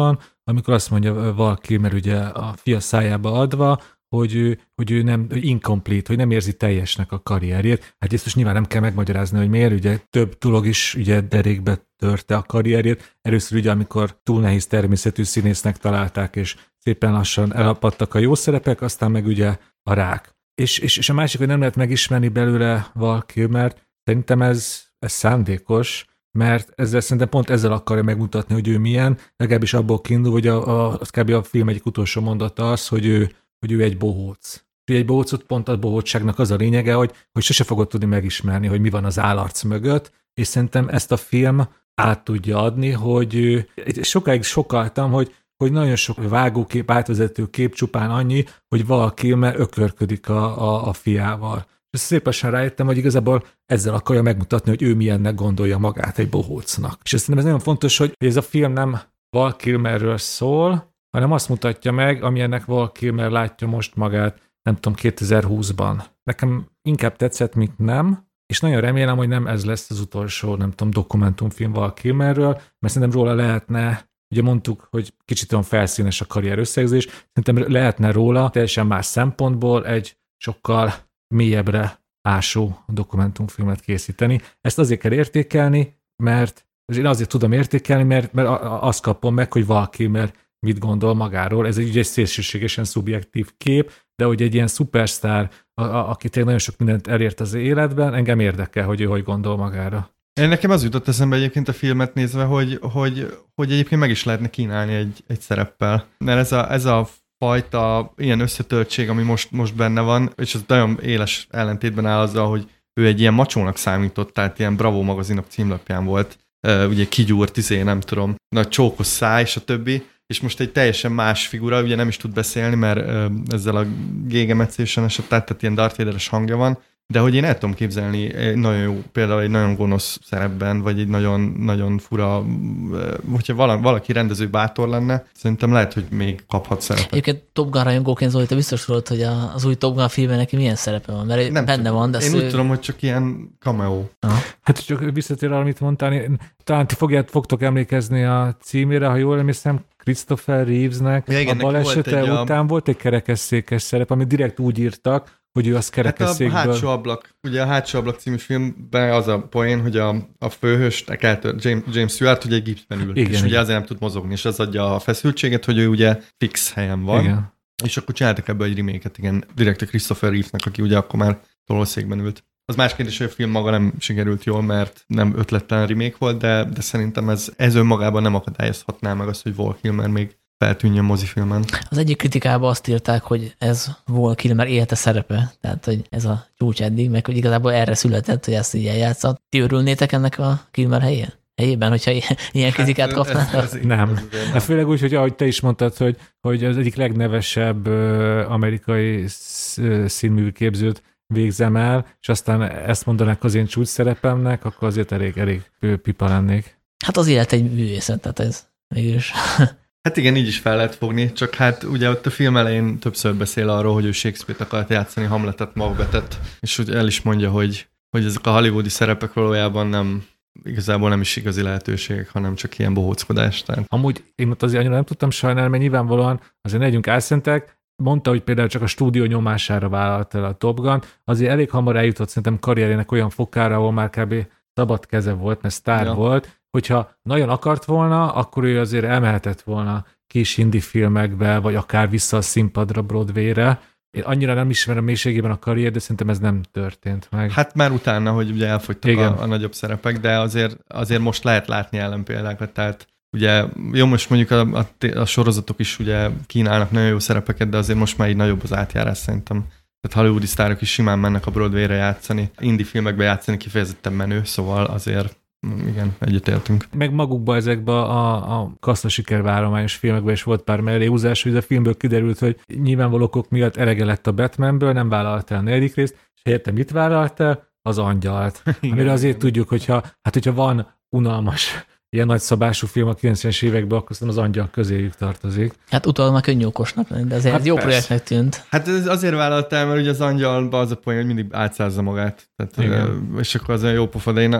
amikor azt mondja Val Kilmer ugye a fia szájába adva, hogy ő nem incomplete, hogy nem érzi teljesnek a karrierjét. Hát ezt most nyilván nem kell megmagyarázni, hogy miért, ugye több dolog is ugye derékbe törte a karrierjét. Először ugye, amikor túl nehéz természetű színésznek találták, és szépen lassan elapadtak a jó szerepek, aztán meg ugye a rák. És a másik, hogy nem lehet megismerni belőle Val Kilmert, szerintem ez szándékos, mert ezzel szerintem pont ezzel akarja megmutatni, hogy ő milyen, legalábbis abból kiindul, hogy az kb. A film egyik utolsó mondata az, hogy ő egy bohóc. Egy bohócot pont a bohócságnak az a lényege, hogy sose fogod tudni megismerni, hogy mi van az állarc mögött, és szerintem ezt a film át tudja adni, hogy sokáig sokaltam, hogy nagyon sok vágókép, átvezető kép csupán annyi, hogy Val Kilmer ökörködik a fiával. És szépen rájöttem, hogy igazából ezzel akarja megmutatni, hogy ő milyennek gondolja magát egy bohócnak. És szerintem ez nagyon fontos, hogy ez a film nem Val Kilmerről szól, hanem azt mutatja meg, amilyennek Val Kilmer látja most magát, nem tudom, 2020-ban. Nekem inkább tetszett, mint nem, és nagyon remélem, hogy nem ez lesz az utolsó, nem tudom, dokumentumfilm Val Kilmerről, mert szerintem róla lehetne, ugye mondtuk, hogy kicsit olyan felszínes a karrier összegzés, szerintem lehetne róla teljesen más szempontból egy sokkal mélyebbre ásó dokumentumfilmet készíteni. Ezt azért kell értékelni, mert én azért tudom értékelni, mert azt kapom meg, hogy Val Kilmer mit gondol magáról. Ez egy szélsőségesen szubjektív kép, de hogy egy ilyen szupersztár, aki tényleg nagyon sok mindent elért az életben, engem érdekel, hogy ő hogy gondol magára. Nekem az jutott eszembe egyébként a filmet nézve, hogy egyébként meg is lehetne kínálni egy szereppel. Mert ez a fajta ilyen összetöltség, ami most benne van, és az nagyon éles ellentétben áll azzal, hogy ő egy ilyen macsónak számított, tehát ilyen Bravo magazinok címlapján volt, ugye kigyúrt, nem tudom, nagy csókos száj, és a többi, és most egy teljesen más figura, ugye nem is tud beszélni, mert ezzel a gégemetszésen esett, tehát ilyen Darth Vader-es hangja van, de hogy én el tudom képzelni nagyon jó, például egy nagyon gonosz szerepben, vagy egy nagyon, nagyon fura, hogyha valaki rendező bátor lenne, szerintem lehet, hogy még kaphat szerepet. Egyébként Top Gun rajongóként Zoli, te biztos tudod, hogy az új Top Gun filmben neki milyen szerepe van, mert nem benne van, de én úgy tudom, hogy csak ilyen cameo. Hát csak visszatér arra, amit mondtál, talán ti fogtok emlékezni a címére, ha jól emlékszem, Christopher Reevesnek a balesete után volt egy kerekesszékes szerep, amit direkt úgy írtak, hogy ő az kerekesszékből... Hát a hátsó ablak, ugye a hátsó ablak című filmben az a poén, hogy a főhős, James Stewart, ugye egy gipszben ül, igen, és igen. Ugye azért nem tud mozogni, és az adja a feszültséget, hogy ő ugye fix helyen van. Igen. És akkor csináltak ebből egy remake-et, igen, direkt a Christopher Reevesnek, aki ugye akkor már tolószékben ült. Az más kérdés, hogy a film maga nem sikerült jól, mert nem ötlettelen remake volt, de szerintem ez önmagában nem akadályozhatná meg azt, hogy Val Kilmer még feltűnjön mozifilmen. Az egyik kritikában azt írták, hogy ez Val Kilmer élete szerepe, tehát hogy ez a csúcs eddig, meg hogy igazából erre született, hogy ezt így eljátszott. Ti örülnétek ennek a Kilmer helyében, hogyha ilyen kritikát kapnátok? Nem. Hát főleg úgy, hogy ahogy te is mondtad, hogy az egyik legnevesebb amerikai színműképzőt végzem el, és aztán ezt mondanák az én csúcs szerepemnek, akkor azért elég pipa lennék. Hát az élet egy művészet, tehát ez mégis... Hát igen, így is fel lehet fogni, csak hát ugye ott a film elején többször beszél arról, hogy ő Shakespeare-t akart játszani, Hamletet, Macbethet, és úgy el is mondja, hogy ezek a hollywoodi szerepek valójában igazából nem is igazi lehetőségek, hanem csak ilyen bohóckodás. Tehát. Amúgy én ott azért annyira nem tudtam sajnálni, mert nyilvánvalóan azért legyünk álszentek, mondta, hogy például csak a stúdió nyomására vállalt el a Top Gun, azért elég hamar eljutott szerintem karrierének olyan fokára, ahol már kb. Szabad keze volt, mert sztár volt, hogyha nagyon akart volna, akkor ő azért elmehetett volna kis indie filmekbe, vagy akár vissza a színpadra, Broadway-re. Én annyira nem ismerem mélységében a karrier, de szerintem ez nem történt meg. Hát már utána, hogy ugye elfogytak a nagyobb szerepek, de azért most lehet látni ellenpéldákat, tehát ugye jó, most mondjuk a sorozatok is ugye kínálnak nagyon jó szerepeket, de azért most már így nagyobb az átjárás szerintem. Tehát hollywoodi sztárok is simán mennek a Broadway-re játszani, indie filmekbe játszani kifejezetten menő, szóval azért igen, egyetértünk. Meg magukban ezekben a kassza sikervárományos filmekben is volt pár melléhúzás, hogy a filmből kiderült, hogy nyilvánvaló okok miatt elege lett a Batmanből, nem vállalt el a negyedik részt, és helyette mit vállalt el? Az Angyalt. Amire azért tudjuk, hogyha van unalmas ilyen nagyszabású film a 90-es években, akkor az Angyal közéjük tartozik. Hát utólag már könnyű okosnak lenni, de azért jó projektnek tűnt. Hát ez azért vállaltál, mert ugye az Angyalban az a poén, hogy mindig átszázza magát. Tehát, és akkor az olyan jó pofa, de én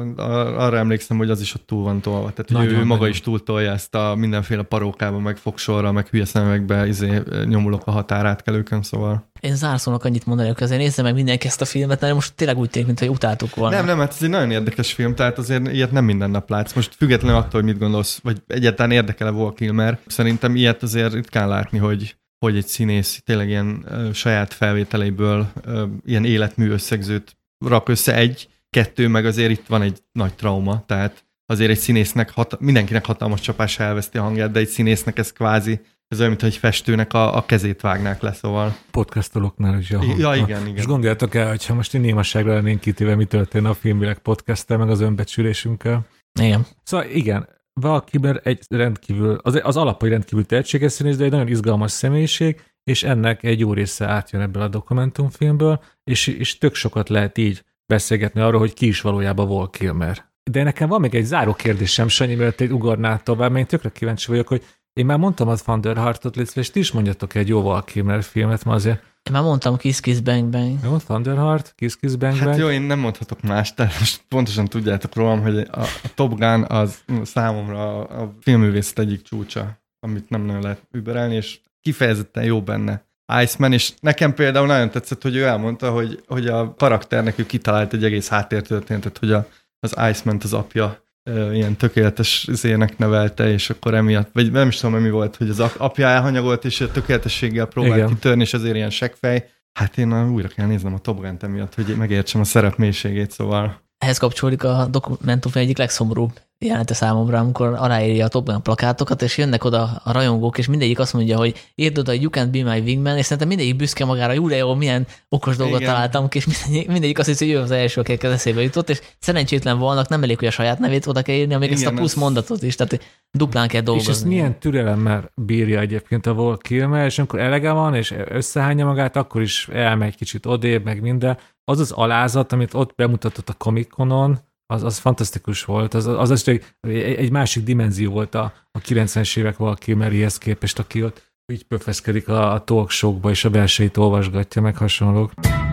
arra emlékszem, hogy az is ott túl van tolva. Tehát ő maga is túltolja ezt a mindenféle parókába, meg fogsorra, meg hülye szemekbe nyomulok a határátkelőkön, szóval. Én zárszónak annyit mondani, hogy azért nézze meg mindenki ezt a filmet, mert most tényleg úgy tűnik, mintha utáltuk volna. Nem, hát ez egy nagyon érdekes film, tehát azért ilyet nem minden nap látsz. Most függetlenül attól, hogy mit gondolsz, vagy egyáltalán érdekel-e Val Kilmer, szerintem ilyet azért ritkán látni, hogy egy színész tényleg ilyen saját felvételeiből ilyen életmű összegzőt rak össze egy-kettő, meg azért itt van egy nagy trauma, tehát azért egy színésznek, mindenkinek hatalmas csapás elveszti a hangját, de egy színésznek ez kvázi, ez olyan, mintha egy festőnek a kezét vágnák le, szóval. Podcastolóknál is. Ja, igen. És gondoljátok el, hogyha most én némasságra lennénk kitéve, mi történne a Filmvilág podcasttel, meg az önbecsülésünkkel. Igen. Szóval igen, Val Kilmer egy rendkívül, az alapai rendkívül tehetséges színész, de egy nagyon izgalmas személyiség, és ennek egy jó része átjön ebből a dokumentumfilmből, és tök sokat lehet így beszélgetni arról, hogy ki is valójában Val Kilmer. De nekem van még egy záró kérdésem, Sanyi, mert egy ugornál tovább, mert én tökre kíváncsi vagyok, hogy én már mondtam a Thunderheartot, és ti is mondjatok egy jó Val Kilmer filmet ma azért. Én már mondtam Kiss Kiss Bang Bang. Jó, Thunderheart, Kiss Kiss Bang Bang. Hát jó, én nem mondhatok más, tehát most pontosan tudjátok rólam, hogy a Top Gun az számomra a filmművészet egyik csúcsa, amit nem nagyon lehet überelni, és kifejezetten jó benne Iceman, és nekem például nagyon tetszett, hogy ő elmondta, hogy a karakternek ő kitalált egy egész háttértörténetet, hogy az Iceman az apja ilyen tökéletes zének nevelte, és akkor emiatt, vagy nem is tudom, mi volt, hogy az apja elhanyagolt, és a tökéletességgel próbált kitörni, és azért ilyen seggfej. Hát én újra kell néznem a Top Gun-t emiatt, hogy megértsem a szerep mélységét, szóval. Ehhez kapcsolódik a dokumentumfilm egyik legszomorúbb jelenete számomra, amikor aláírja a Top Gun plakátokat, és jönnek oda a rajongók, és mindegyik azt mondja, hogy írd oda, you can't be my wingman, és szerintem mindegyik büszke magára, jó, milyen okos dolgot találtam ki, és mindegyik azt hiszi, hogy ő az első, akik az eszébe jutott, és szerencsétlen volnak, nem elég, hogy a saját nevét oda kell írni, még ezt a plusz mondatot is, tehát duplán kell dolgozni. És ezt milyen türelemmel bírja egyébként a Val Kilmer, és amikor elege van, és összehányja magát, akkor is elmegy kicsit odébb, meg minden. Az az alázat, amit ott bemutatott a Comic-Conon, az fantasztikus volt. Az egy másik dimenzió volt a 90-es évek Val Kilmerihez képest, aki ott így pöfeszkedik a talk show-ba, és a verseit olvasgatja, meg hasonlók.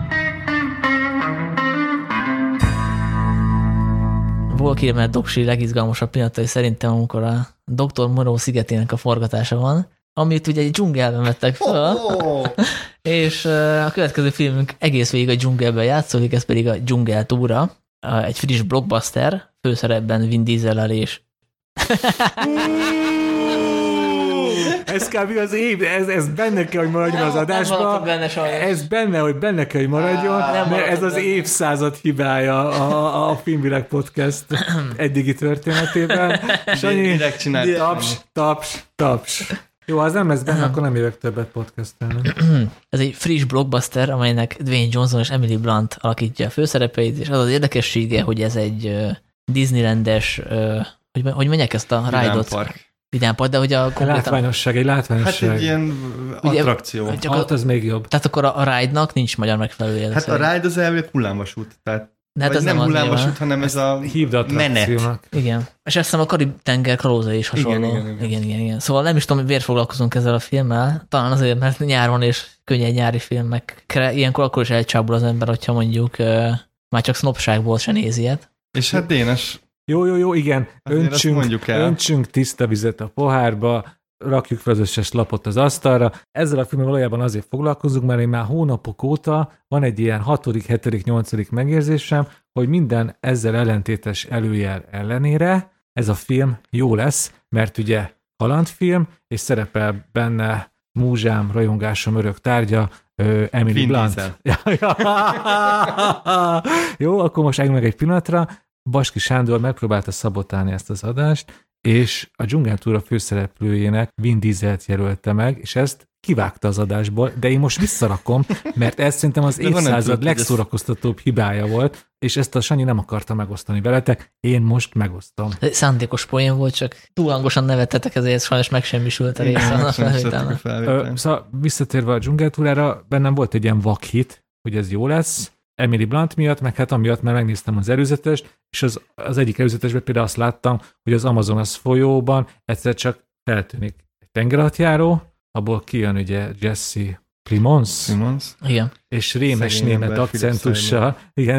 Val Kilmer doksi legizgalmasabb pillanatai szerintem, amikor a Dr. Moreau szigetének a forgatása van, amit ugye egy dzsungelben vettek fel, és a következő filmünk egész végig a dzsungelben játszódik, ez pedig a Dzsungel túra, egy friss blockbuster, főszerepben Vin Diesel-el és... Ez kb. Az év, ez benne kell, hogy maradjon az adásban. Ez benne, hogy benne kell, hogy maradjon, mert ez az évszázad hibája a Filmvilág podcast eddigi történetében. Sanyi, taps. Jó, az nem lesz benne, akkor nem évek többet podcastelni. Ez egy friss blockbuster, amelynek Dwayne Johnson és Emily Blunt alakítja a főszerepeit, és az érdekessége, hogy ez egy Disneylandes, hogy mondják ezt a ride-ot? Vidámpark, de hogy a konkrétan... Egy látványosság. Hát egy ilyen attrakció. Hát az még jobb. Tehát akkor a ride-nak nincs magyar megfelelője. Hát a ride az elvileg hullámvasút, tehát hát nem hullámvasút, hanem ez a menet. Igen. És azt hiszem a Karib-tenger kalózai is hasonló. Igen. Szóval nem is tudom, hogy miért foglalkozunk ezzel a filmmel. Talán azért, mert nyár van, és könnyű egy nyári filmekre. Ilyenkor akkor is elcsábul az ember, hogyha mondjuk már csak sznopságból se néz ilyet. És hát Dénes. Jó, igen. Öntsünk tiszta vizet a pohárba, rakjuk fel az összes lapot az asztalra. Ezzel a filmmel valójában azért foglalkozunk, mert én már hónapok óta van egy ilyen 6., 7., 8. megérzésem, hogy minden ezzel ellentétes előjel ellenére ez a film jó lesz, mert ugye kalandfilm, és szerepel benne múzsám, rajongásom örök tárgya, Emily Blunt. Jó, akkor most meg egy pillanatra. Baski Sándor megpróbálta szabotálni ezt az adást, és a Dzsungel túra főszereplőjének Vin Dieselt jelölte meg, és ezt kivágta az adásból, de én most visszarakom, mert ez szerintem az évszázad legszórakoztatóbb hibája volt, és ezt a Sanyi nem akarta megosztani veletek, én most megosztom. Szándékos poén volt, csak túl hangosan nevettetek, ezért sajnos megsemmisült a része a felvételnek. Szóval visszatérve a Dzsungel túrára, bennem volt egy ilyen vakhit, hogy ez jó lesz, Emily Blunt miatt, meg hát amiatt, mert megnéztem az előzetest, és az egyik előzetesben például azt láttam, hogy az Amazonas folyóban egyszer csak feltűnik egy tengeralattjáró, abból kijön ugye Jesse Plimons. Igen. És rémes német akcentussal, igen,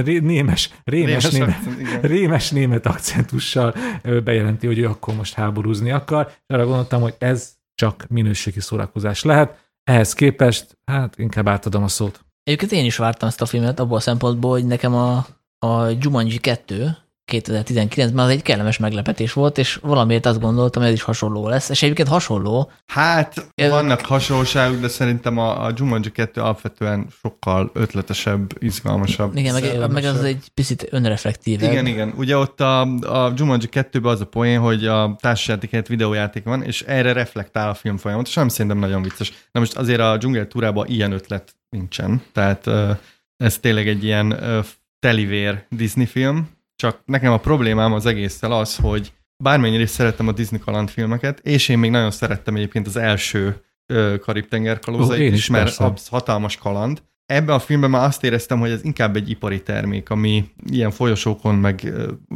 rémes német akcentussal bejelenti, hogy ő akkor most háborúzni akar, és arra gondoltam, hogy ez csak minőségi szórakozás lehet. Ehhez képest, hát inkább átadom a szót. Egyébként én is vártam ezt a filmet abból a szempontból, hogy nekem a Jumanji 2 2019-ben az egy kellemes meglepetés volt, és valamiért azt gondoltam, hogy ez is hasonló lesz, és egyébként hasonló. Hát, vannak hasonlóságok, de szerintem a Jumanji 2 alapvetően sokkal ötletesebb, izgalmasabb. Igen, meg az egy picit önreflektívebb. Igen. Ugye ott a Jumanji 2-ben az a poén, hogy a társasjáték helyett videójáték van, és erre reflektál a film folyamatosan, ami szerintem nagyon vicces. Na most azért a Dzsungel túrában ilyen ötlet nincsen, tehát ez tényleg egy ilyen telivér Disney film, csak nekem a problémám az egésszel az, hogy bármennyire is szerettem a Disney kalandfilmeket, és én még nagyon szerettem egyébként az első Karib-tenger kalózait is, mert az hatalmas kaland. Ebben a filmben már azt éreztem, hogy ez inkább egy ipari termék, ami ilyen folyosókon meg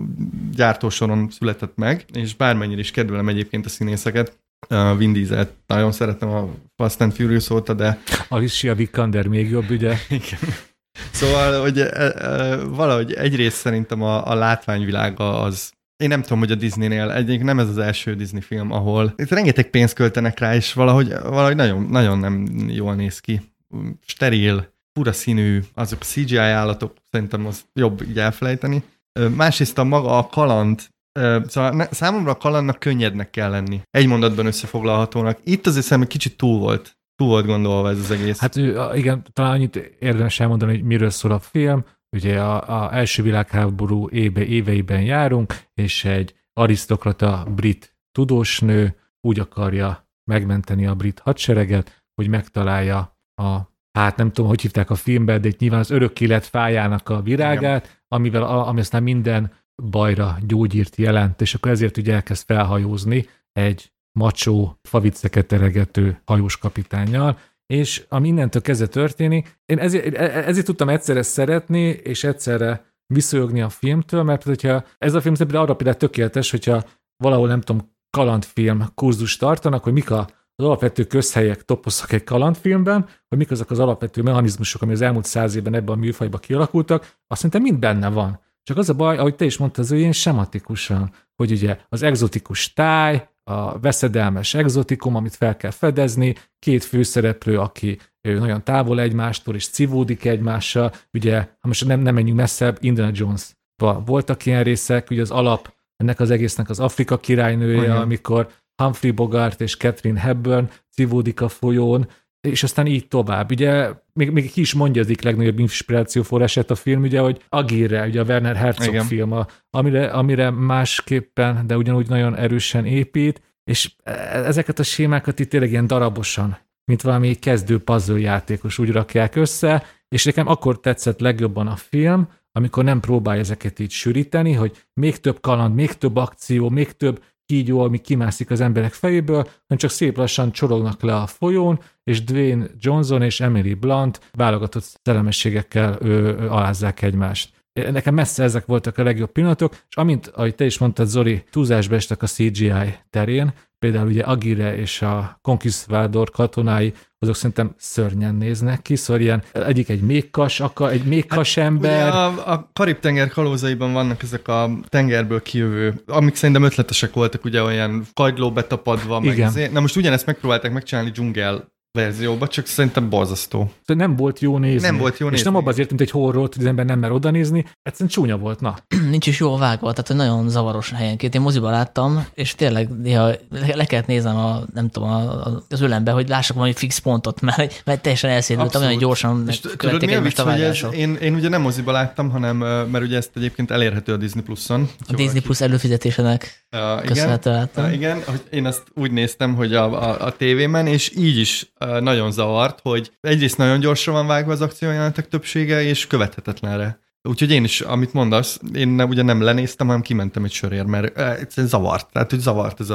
gyártósoron született meg, és bármennyire is kedvelem egyébként a színészeket. Vin Dieselt nagyon szeretem a Fast and Furious óta, de... Alicia Vikander még jobb, ugye? Igen. Szóval, hogy valahogy egyrészt szerintem a látványvilága az, én nem tudom, hogy a Disneynél egyébként nem ez az első Disney film, ahol itt rengeteg pénzt költenek rá, és valahogy nagyon, nagyon nem jól néz ki. Steril, fura színű, azok CGI állatok, szerintem az jobb így elfelejteni. Másrészt a maga a kaland, szóval számomra a kalandnak könnyednek kell lenni. Egy mondatban összefoglalhatónak. Itt azért szerintem kicsit túl volt gondolva ez az egész. Hát igen, talán annyit érdemes elmondani, hogy miről szól a film. Ugye a első világháború éveiben járunk, és egy arisztokrata brit tudósnő úgy akarja megmenteni a brit hadsereget, hogy megtalálja hát nem tudom, hogy hívták a filmben, de itt nyilván az örök élet fájának a virágát, ami aztán minden bajra gyógyírt jelent, és akkor ezért ugye elkezd felhajózni egy macsó, favicceket teregető hajós kapitánnyal, és ami innentől kezdve történik, én ezért tudtam egyszerre szeretni, és egyszerre visszajogni a filmtől, mert hogyha ez a film arra például tökéletes, hogyha valahol nem tudom, kalandfilm kurzust tartanak, hogy mik az alapvető közhelyek, toposzak egy kalandfilmben, hogy mik azok az alapvető mechanizmusok, ami az elmúlt 100 évben ebben a műfajban kialakultak, azt szerintem mind benne van. Csak az a baj, ahogy te is mondtad, az ilyen sematikusan, hogy ugye az egzotikus táj, a veszedelmes egzotikum, amit fel kell fedezni, két főszereplő, aki nagyon távol egymástól, és civódik egymással. Ugye, ha most nem menjünk messzebb, Indiana Jones-ban voltak ilyen részek, ugye az alap ennek az egésznek az Afrika királynője, amikor Humphrey Bogart és Catherine Hepburn civódik a folyón, és aztán így tovább. Ugye még ki is mondja az egyik legnagyobb inspirációforrását a film, ugye, hogy Aguirre, ugye a Werner Herzog film, amire másképpen, de ugyanúgy nagyon erősen épít, és ezeket a sémákat itt tényleg ilyen darabosan, mint valami kezdő puzzle játékos úgy rakják össze, és nekem akkor tetszett legjobban a film, amikor nem próbálja ezeket így sűríteni, hogy még több kaland, még több akció, még több kígyó, ami kimászik az emberek fejéből, hanem csak szép lassan csorognak le a folyón, és Dwayne Johnson és Emily Blunt válogatott szellemességekkel alázzák egymást. Nekem messze ezek voltak a legjobb pillanatok, és ahogy te is mondtad, Zoli, túlzásba estek a CGI terén, például ugye Aguirre és a Conquistador katonái, azok szerintem szörnyen néznek ki, szóval ilyen, egyik egy méhkas, egy méhkas ember. Ugye a Karib-tenger kalózaiban vannak ezek a tengerből kijövő, amik szerintem ötletesek voltak, ugye olyan kagyló betapadva, meg na most ugyanezt megpróbálták megcsinálni dzsungel verzióba, csak szerintem borzasztó. Nem volt jó nézni. Nem volt jó nézni. És nem abban azért, mint egy horror, hogy az ember nem mer oda nézni, egyszerűen csúnya volt, na. Nincs is jól vágva, tehát nagyon zavaros helyenként. Én moziban láttam, és tényleg néha le kellett néznem az ölembe, hogy lássak valami fix pontot, mert teljesen elszédültem, olyan gyorsan követték egymást a vágások. Én ugye nem moziban láttam, hanem mert ugye ezt egyébként elérhető a Disney Plus-on. A Disney Plus előfizetésének köszönhető láttam. Igen, hogy én azt úgy néztem, hogy a tévében, és így is nagyon zavart, hogy egyrészt nagyon gyorsan van vágva az akciójelenetek többsége, és követhetetlenre. Úgyhogy én is, amit mondasz, én ugye nem lenéztem, hanem kimentem egy sörért, mert egyszerűen zavart. Tehát, hogy zavart ez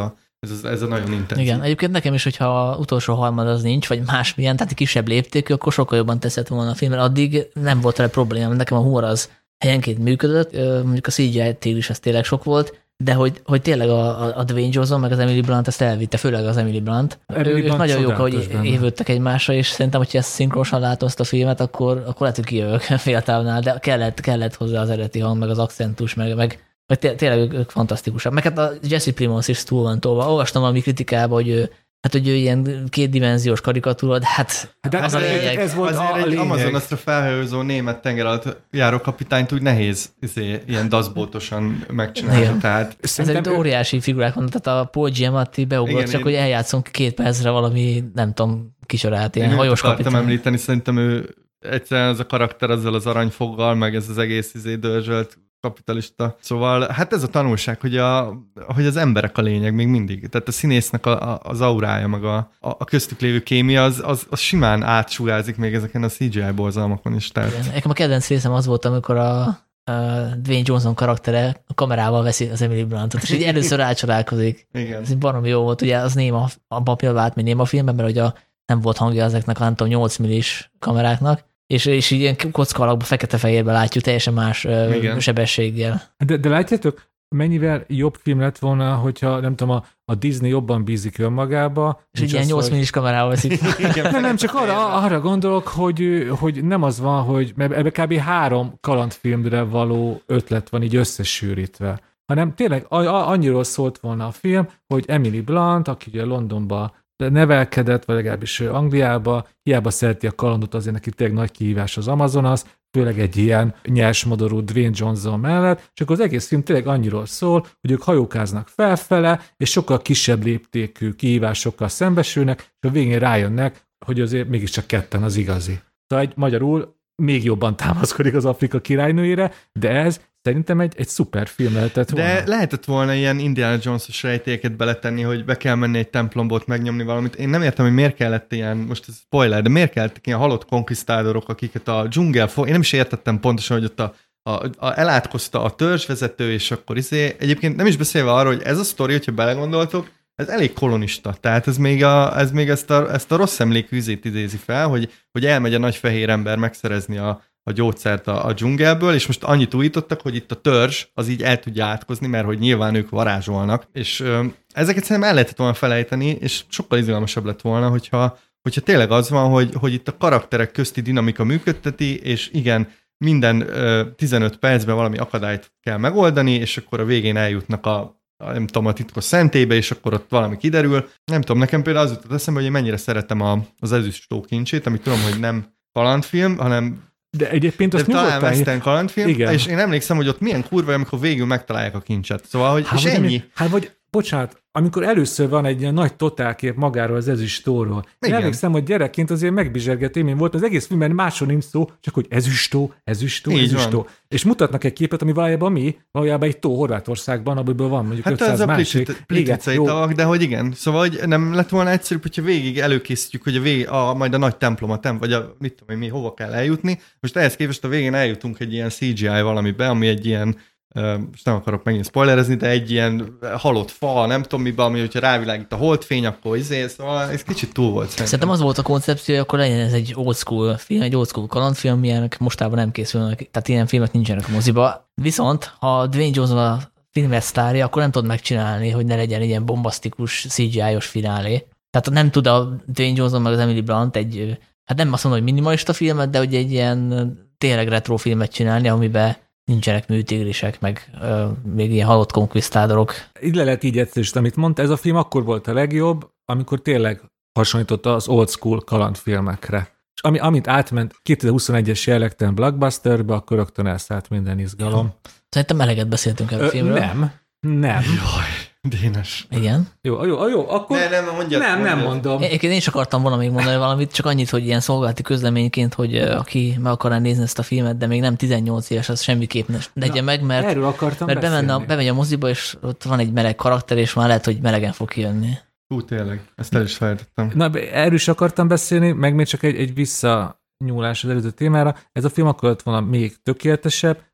Ez a nagyon intenzív. Igen, egyébként nekem is, hogyha az utolsó harmad az nincs, vagy másmilyen, tehát egy kisebb léptékű, akkor sokkal jobban teszett volna a film, mert addig nem volt vele probléma. Nekem a humor az helyenként működött, mondjuk a CGI-tél is ez tényleg sok volt, de hogy tényleg a Dwayne Johnson meg az Emily Blunt ezt elvitte, főleg az Emily Blunt. Ők nagyon jók, hogy évődtek egymásra, és szerintem, hogyha ezt szinkronosan látom azt a filmet, akkor lehet, hogy kijövök féltávnál, de kellett hozzá az eredeti hang, meg az akcentus, meg tényleg ők fantasztikusak. Meg hát a Jesse Plimons is túl van tolva. Olvastam valami kritikába, hogy ő ilyen kétdimenziós karikatúra, de hát az a lényeg. Ez volt azért egy Amazonasra felhőző német tenger alatt járó kapitányt úgy nehéz ilyen daszboltosan megcsinálni. Tehát ezért óriási figurák vannak, tehát a Paul Giamatti beugrott, csak hogy eljátszunk 2 percre valami, nem tudom, kisorát, ilyen hajós kapitány. Akartam említeni, szerintem ő egyszerűen az a karakter ezzel az aranyfoggal, meg ez az egész dörzsölt kapitalista. Szóval hát ez a tanulság, hogy az emberek a lényeg még mindig. Tehát a színésznek az aurája, meg a köztük lévő kémia, az simán átsugázik még ezeken a CGI borzalmakon is. Tehát. Nekem a kedvenc részem az volt, amikor a Dwayne Johnson karaktere a kamerával veszi az Emily Bluntot, és így először rácsodálkozik. Igen. Ez baromi jó volt, ugye az néma, abban például átmegy néma filmben, mert ugye nem volt hangja ezeknek a nem tudom, 8 millis kameráknak, és így ilyen kocka alakban, fekete-fehérben látjuk teljesen más sebességgel. De látjátok, mennyivel jobb film lett volna, hogyha nem tudom, a Disney jobban bízik önmagába. És így ilyen 8 millis kamerával veszik. Nem, csak arra gondolok, hogy nem az van, hogy mert ebbe kb. 3 kalandfilmre való ötlet van így összesűrítve, hanem tényleg annyiról szólt volna a film, hogy Emily Blunt, aki ugye Londonba nevelkedett, vagy legalábbis Angliába, hiába szereti a kalandot, azért neki tényleg nagy kihívás az Amazonas, főleg egy ilyen nyersmodorú Dwayne Johnson mellett, csak az egész film tényleg annyiról szól, hogy ők hajókáznak felfele, és sokkal kisebb léptékű kihívásokkal szembesülnek, és a végén rájönnek, hogy azért mégiscsak ketten az igazi. Szóval magyarul még jobban támaszkodik az Afrika királynőjére, de ez szerintem egy szuper film lehetett volna. De lehetett volna ilyen Indiana Jones-os rejtélyeket beletenni, hogy be kell menni egy templomból megnyomni valamit. Én nem értem, hogy miért kellett ilyen, most ez spoiler, de miért kellettek ilyen halott konkisztádorok, akiket a dzsungel, én nem is értettem pontosan, hogy ott elátkozta a törzsvezető, és akkor egyébként nem is beszélve arról, hogy ez a sztori, hogyha belegondoltok, ez elég kolonista. Tehát ez még ezt a rossz emlékű üzét idézi fel, hogy elmegy a nagy fehér ember megszerezni a gyógyszert a dzsungelből, és most annyit újítottak, hogy itt a törzs az így el tudja átkozni, mert hogy nyilván ők varázsolnak, és ezeket szerintem el lehetett volna felejteni, és sokkal izgalmasabb lett volna, hogyha tényleg az van, hogy itt a karakterek közti dinamika működteti, és igen, minden 15 percben valami akadályt kell megoldani, és akkor a végén eljutnak nem tudom, a titkos szentélybe, és akkor ott valami kiderül. Nem tudom, nekem például az jutott eszembe, hogy én mennyire szeretem az Ezüst tó kincsét, amit tudom, hogy nem kalandfilm, hanem de egyébként azt talán western kalandfilm, igen. És én emlékszem, hogy ott milyen kurva, amikor végül megtalálják a kincset. Szóval, hogy és ennyi. Bocsánat, amikor először van egy ilyen nagy totálkép magáról az Ezüst tóról. Én emlékszem, hogy gyerekként azért megbizsergett élmény volt az egész filmben, másról nincs szó, csak hogy ezüst tó. És mutatnak egy képet, ami valójában egy tó Horvátországban, abból van mondjuk 500 másik. Plitvicei tavak, de hogy igen. Szóval, hogy nem lett volna egyszerűbb, hogyha végig előkészítjük, hogy majd a nagy templomat, vagy mit tudom én, hova kell eljutni. Most ehhez képest a végén eljutunk egy ilyen CGI valamibe, ami egy ilyen most nem akarok megint spoilerezni, de egy ilyen halott fa, nem tudom miben, ami hogyha rávilágít a holdfény, akkor szóval ez kicsit túl volt Szerintem az volt a koncepció, hogy akkor legyen ez egy old school film, egy old school kalandfilm, milyenek mostában nem készülnek, tehát ilyen filmek nincsenek a moziba. Viszont, ha Dwayne Johnson a filmet sztárja, akkor nem tud megcsinálni, hogy ne legyen ilyen bombasztikus CGI-os finálé. Tehát nem tud a Dwayne Johnson meg az Emily Blunt hát nem azt mondom, hogy minimalista filmet, de hogy egy ilyen tényleg retro filmet csinálni, amiben nincsenek műtigrisek, meg még ilyen halott konkvisztádorok. Így le lehet így egyszerűsíteni, amit mondta, ez a film akkor volt a legjobb, amikor tényleg hasonlította az old school kalandfilmekre. És amit átment 2021-es jellegtelen blockbusterbe, akkor rögtön elszállt minden izgalom. Szerintem eleget beszéltünk erről a filmről. Nem. Jaj, Dénes. Igen. Jó, akkor... Nem mondom. Én is akartam volna még mondani valamit, csak annyit, hogy ilyen szolgálati közleményként, hogy aki meg akarná nézni ezt a filmet, de még nem 18 éves, az semmiképp ne legyen meg, mert, erről akartam mert bemegy a moziba, és ott van egy meleg karakter, és már lehet, hogy melegen fog kijönni. Tényleg, ezt el is felejtettem. Na, erről is akartam beszélni, meg még csak egy visszanyúlás az előző témára. Ez a film akkor lett volna még tökéletesebb,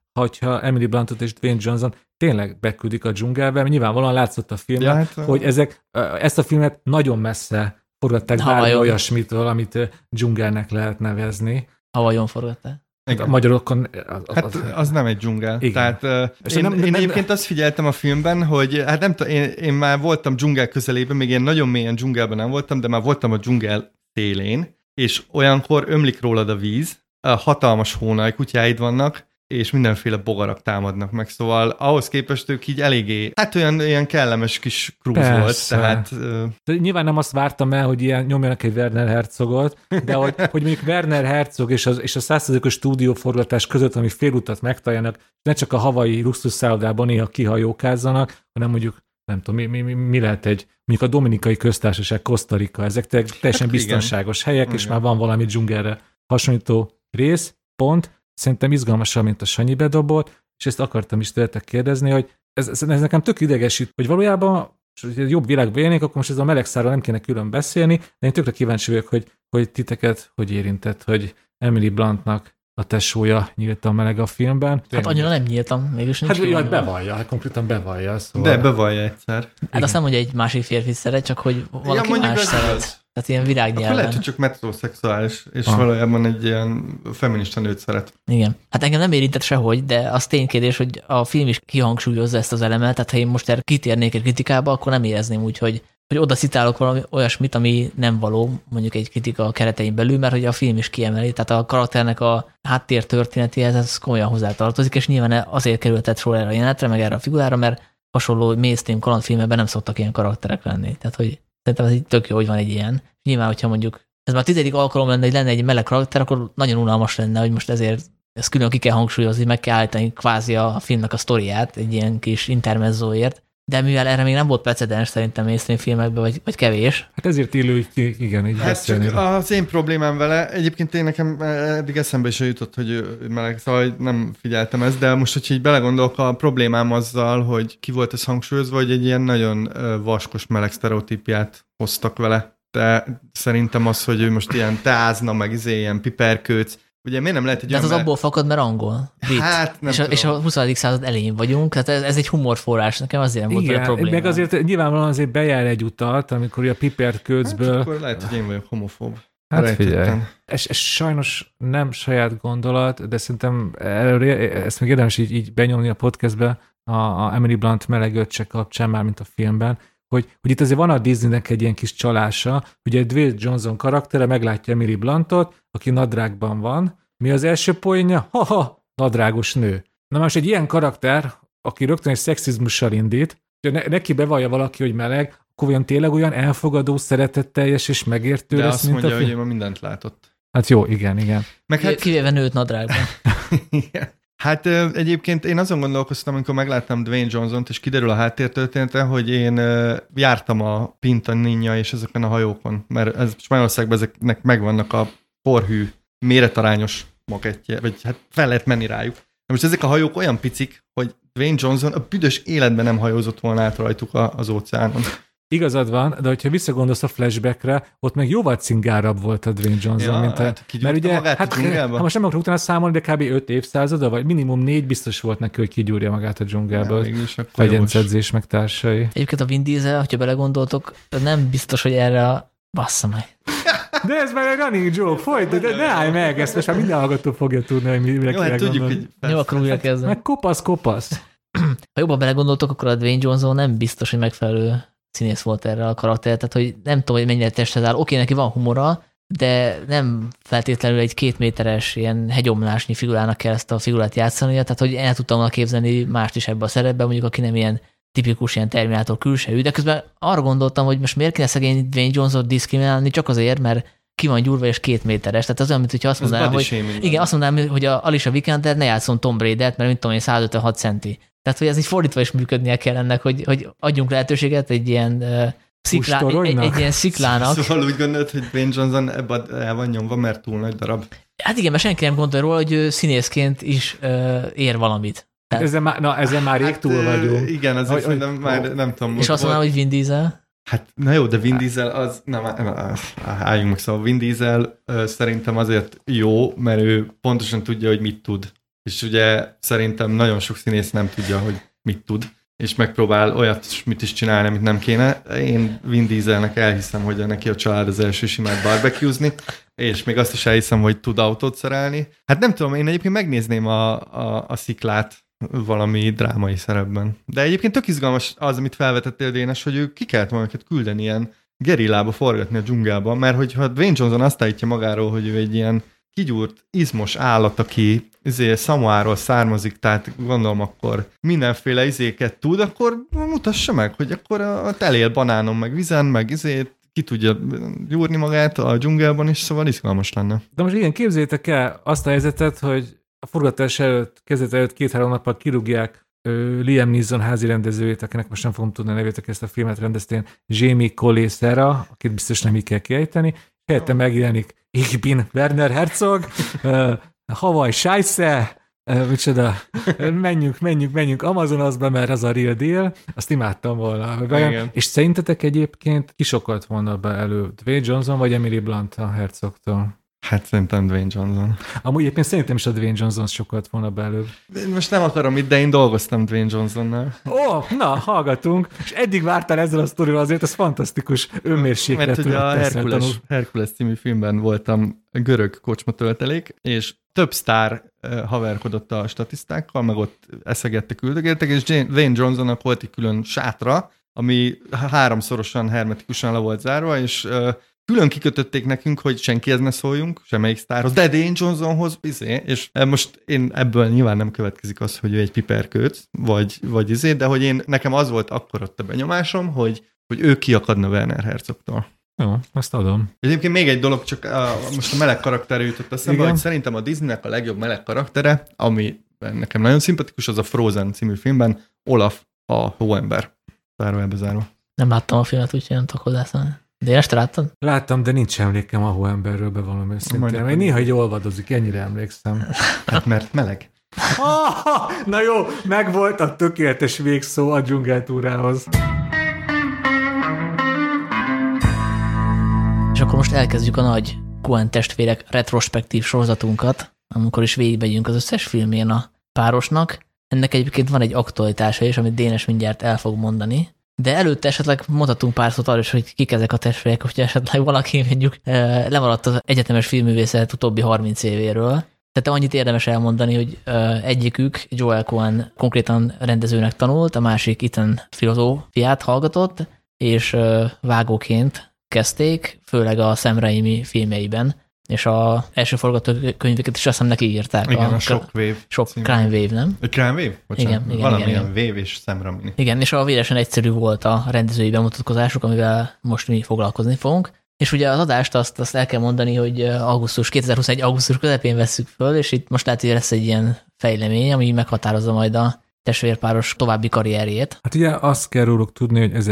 hogyha Emily Bluntot és Dwayne Johnson tényleg beküldik a dzsungelbe, mert nyilvánvalóan látszott a filmben, hogy ezt a filmet nagyon messze forgatták bármi olyasmitől, amit dzsungelnek lehet nevezni. Havajon forgatták? A magyarokon... Az nem egy dzsungel. Tehát én egyébként azt figyeltem a filmben, hogy hát nem tudom, én már voltam dzsungel közelében, még én nagyon mélyen dzsungelben nem voltam, de már voltam a dzsungel szélén, és olyankor ömlik rólad a víz, hatalmas hónaj kutyáid vannak, és mindenféle bogarak támadnak meg, szóval ahhoz képest ők így eléggé, hát olyan kellemes kis cruise volt, tehát... De nyilván nem azt vártam el, hogy ilyen nyomjanak egy Werner Herzogot, de hogy mondjuk Werner Herzog és a 100%-os stúdióforgatás között, ami félutat megtaláljanak, ne csak a havai luxusszállodában néha kihajókázzanak, hanem mondjuk nem tudom, mi lehet mondjuk a Dominikai Köztársaság, Costa Rica, ezek teljesen hát biztonságos helyek, igen. És már van valami dzsungelre hasonlító rész, pont. Szerintem izgalmasabb, mint a Sanyi bedobott, és ezt akartam is tőletek kérdezni, hogy ez nekem tök idegesít, hogy valójában jobb világban élnék, akkor most ez a melegszárral nem kéne külön beszélni, de én tökre kíváncsi vagyok, hogy titeket hogy érintett, hogy Emily Bluntnak a tesója nyíltan meleg a filmben. Hát annyira nem nyíltam, mégis nincs. Hát bevallja, konkrétan bevallja. Szóval... De bevallja egyszer. Hát azt nem, hogy egy másik férfi szeret, csak hogy valaki más szeret. Tehát ilyen virágnyelven. Akkor lehet, hogy csak metrosexuális, és valójában egy ilyen feminista nőt szeret. Igen. Hát engem nem érintett sehogy, de az ténykérdés, hogy a film is kihangsúlyozza ezt az elemet, tehát ha én most erre kitérnék egy kritikába, akkor nem érezném úgy, hogy oda citálok valami olyasmit, ami nem való, mondjuk egy kritika keretein belül, mert hogy a film is kiemeli, tehát a karakternek a háttér történetéhez ez komolyan hozzátartozik, és nyilván azért kerültett sor erre a jelenetre, meg erre a figurára, mert hasonló mainstream kalandfilmekben nem szoktak ilyen karakterek lenni. Tehát, hogy szerintem ez így tök jó, hogy van egy ilyen. Nyilván, hogyha mondjuk ez már a 10. alkalom lenne, hogy lenne egy meleg karakter, akkor nagyon unalmas lenne, hogy most ezért ezt külön ki kell hangsúlyozni, meg kell állítani kvázi a filmnek a sztoriát egy ilyen kis intermezzóért. De mivel erre még nem volt precedens szerintem mainstream filmekben, vagy kevés. Hát ezért illő, igen, így beszélni. Az én problémám vele, egyébként én nekem eddig eszembe is jutott, hogy meleg, szóval nem figyeltem ezt, de most, hogyha így belegondolok, a problémám azzal, hogy ki volt ez hangsúlyozva, hogy egy ilyen nagyon vaskos meleg sztereotípiát hoztak vele. De szerintem az, hogy ő most ilyen teázna, meg ilyen piperkőc, ugye miért nem lehet egy de az abból fakad, mert angol. Hát, nem és a 20. század elején vagyunk, tehát ez egy humorforrás, nekem azért nem volt a probléma. Meg azért nyilvánvalóan azért bejár egy utat, amikor a piperkőcből... Hát, akkor lehet, hogy én vagyok homofób. Hát figyelj. Ez sajnos nem saját gondolat, de szerintem ezt még érdemes így benyomni a podcastbe a Emily Blunt meleg öccse kapcsán, már mint a filmben, hogy itt azért van a Disneynek egy ilyen kis csalása, ugye Dwayne Johnson karaktere meglátja Emily Bluntot, aki nadrágban van. Mi az első poénja? Nadrágos nő. Na most egy ilyen karakter, aki rögtön egy szexizmussal indít, hogy neki bevallja valaki, hogy meleg, akkor olyan tényleg olyan elfogadó, szeretetteljes és megértő de lesz, azt mint mondja, a film? hogy ő mindent látott. Hát jó, igen. Meg hát... Kivéve nőt nadrágban. Hát egyébként én azon gondolkoztam, amikor megláttam Dwayne Johnson-t, és kiderül a háttértörténete, hogy én jártam a Pinta Ninja és ezeken a hajókon, mert Spanyolországban ezeknek megvannak a porhű, méretarányos makettje, vagy hát fel lehet menni rájuk. De most ezek a hajók olyan picik, hogy Dwayne Johnson a büdös életben nem hajózott volna át rajtuk az óceánon. Igazad van, de hogyha visszagondolsz a flashbackre, ott meg jóval cingárabb volt a Dwayne Johnson, mint a... Mert ugye, hát most nem akarok utána számolni, de kb. 5 évszázada, vagy minimum 4 biztos volt neki, hogy kigyúrja magát a dzsungelből. Fegyencedzés meg társai. Egyébként a Vin Diesel, hogyha belegondoltok, nem biztos, hogy erre a... Bassza meg. De ez már egy running joke, folyt, de ne állj meg, ezt most már minden hallgató fogja tudni, hogy mire kell gondolni. Jó, akkor újra kezdem. Meg kopasz. Ha jobban belegondoltok, akkor a Dwayne Johnson nem biztos, hogy megfelelő színész volt erre a karakter, tehát hogy nem tudom, hogy mennyire testhez áll. Oké, neki van humora, de nem feltétlenül egy 2 méteres ilyen hegyomlásnyi figurának kell ezt a figurát játszania, tehát hogy el tudtam volna képzelni mást is ebbe a szerepben, mondjuk aki nem ilyen tipikus ilyen Terminátor külsejű, de közben arra gondoltam, hogy most miért kéne szegény Dwayne Johnson diszkriminálni, csak azért, mert ki van gyúrva és 2 méteres. Tehát az olyan, mint hogyha azt mondanám, hogy igen, azt mondanám, hogy a Alicia Vikander ne játszon Tom Brady-et, mert mint tudom én 156 centi. Tehát, hogy ez így fordítva is működnie kell ennek, hogy adjunk lehetőséget egy ilyen ilyen sziklának. Szóval úgy gondolod, hogy Dwayne Johnson ebben el van nyomva, mert túl nagy darab. Hát igen, mert senki nem gondolja róla, hogy színészként is ér valamit. Tehát... Ezen már rég túl vagyunk. Igen, azért szerintem már nem tudom. És azt mondanám, hogy Vin Diesel? Hát, na jó, de Vin Diesel az, álljunk meg, szóval Vin Diesel szerintem azért jó, mert ő pontosan tudja, hogy mit tud. és ugye szerintem nagyon sok színész nem tudja, hogy mit tud, és megpróbál olyat mit is csinálni, amit nem kéne. Én Vin Dieselnek elhiszem, hogy neki a család az első simált barbecuezni, és még azt is elhiszem, hogy tud autót szerelni. Hát nem tudom, én egyébként megnézném a sziklát valami drámai szerepben. De egyébként tök izgalmas az, amit felvetettél, Dénes, hogy ő ki kellett volna őket küldeni ilyen gerillába forgatni a dzsungelba, mert hogyha Dwayne Johnson azt állítja magáról, hogy ő egy ilyen kigyúrt, izmos állat, aki Samoáról származik, tehát gondolom akkor mindenféle izéket tud, akkor mutassa meg, hogy akkor elél banánon, meg vizen, meg ki tudja gyúrni magát a dzsungelban is, szóval izgalmas lenne. De most igen, képzeljétek el azt a helyzetet, hogy a forgatás előtt, kezdet előtt 2-3 nappal kirúgják Liam Neeson házi rendezőjét, akinek most nem fogom tudni a nevét, ezt a filmet rendeztén, Jamie Collet Serra, akit biztos nem így kell kiejteni, helyette megjelenik Ich bin Werner Herzog, Hawaii Scheisse, micsoda, menjünk Amazonasba, mert az a real deal, azt imádtam volna. És szerintetek egyébként ki sokat volna be előbb, Dwayne Johnson vagy Emily Blunt a Herzogtól? Hát szerintem Dwayne Johnson. Amúgy éppen szerintem is a Dwayne Johnson sokat volna be előbb. Én most nem akarom itt, de én dolgoztam Dwayne Johnsonnal. Na, hallgatunk, és eddig vártál ezzel a sztorival, azért ez fantasztikus önmérséklet. Mert ugye a Herkules című filmben voltam görög kocsmatöltelék, és több sztár haverkodott a statisztákkal, meg ott eszegettek, üldögéltek, és Dwayne Johnsonnak volt egy külön sátra, ami 3-szorosan hermetikusan le volt zárva, és külön kikötötték nekünk, hogy senkihez ne szóljunk, semmelyik sztárhoz, de Dwayne Johnsonhoz, és most én ebből nyilván nem következik az, hogy ő egy piperkőc, vagy de hogy nekem az volt akkor ott a benyomásom, hogy ő kiakadna Werner Herzogtól. Jó, azt adom. Egyébként még egy dolog, csak most a meleg karaktere jutott eszembe, hogy szerintem a Disneynek a legjobb meleg karaktere, ami nekem nagyon szimpatikus, az a Frozen című filmben Olaf a hóember. Zárójelbe. Nem láttam a filmet, úgyhogy nem tudok hozzászólni. De ezt láttad? Láttam, de nincs emlékem a hóemberről, bevallom őszintén. Én néha így olvadozik, ennyire emlékszem. Hát mert meleg. Na jó, megvolt a tökéletes végszó a dzsungeltúrához. És akkor most elkezdjük a nagy Coen testvérek retrospektív sorozatunkat, amikor is végigmegyünk az összes filmjén a párosnak. Ennek egyébként van egy aktualitása is, amit Dénes mindjárt el fog mondani. De előtte esetleg mondhatunk pár szót arra is, hogy kik ezek a testvérek, hogyha esetleg valaki mondjuk lemaradt az egyetemes filmművészet utóbbi 30 évéről. Tehát annyit érdemes elmondani, hogy egyikük, Joel Coen konkrétan rendezőnek tanult, a másik Ethan filozófiát hallgatott, és vágóként kezdték, főleg a Sam Raimi filmjeiben, és az első forgatókönyveket is azt hiszem neki írták. Igen, a Shockwave. Crime Wave, nem? A Crime Wave? Igen. Valamilyen Wave és Sam Raimi. Igen, és a véresen egyszerű volt a rendezői bemutatkozásuk, amivel most mi foglalkozni fogunk. És ugye az adást azt el kell mondani, hogy 2021. augusztus közepén vesszük föl, és itt most lehet, hogy lesz egy ilyen fejlemény, ami meghatározza majd a testvérpáros további karrierjét. Hát ugye azt kell róluk tudni, hogy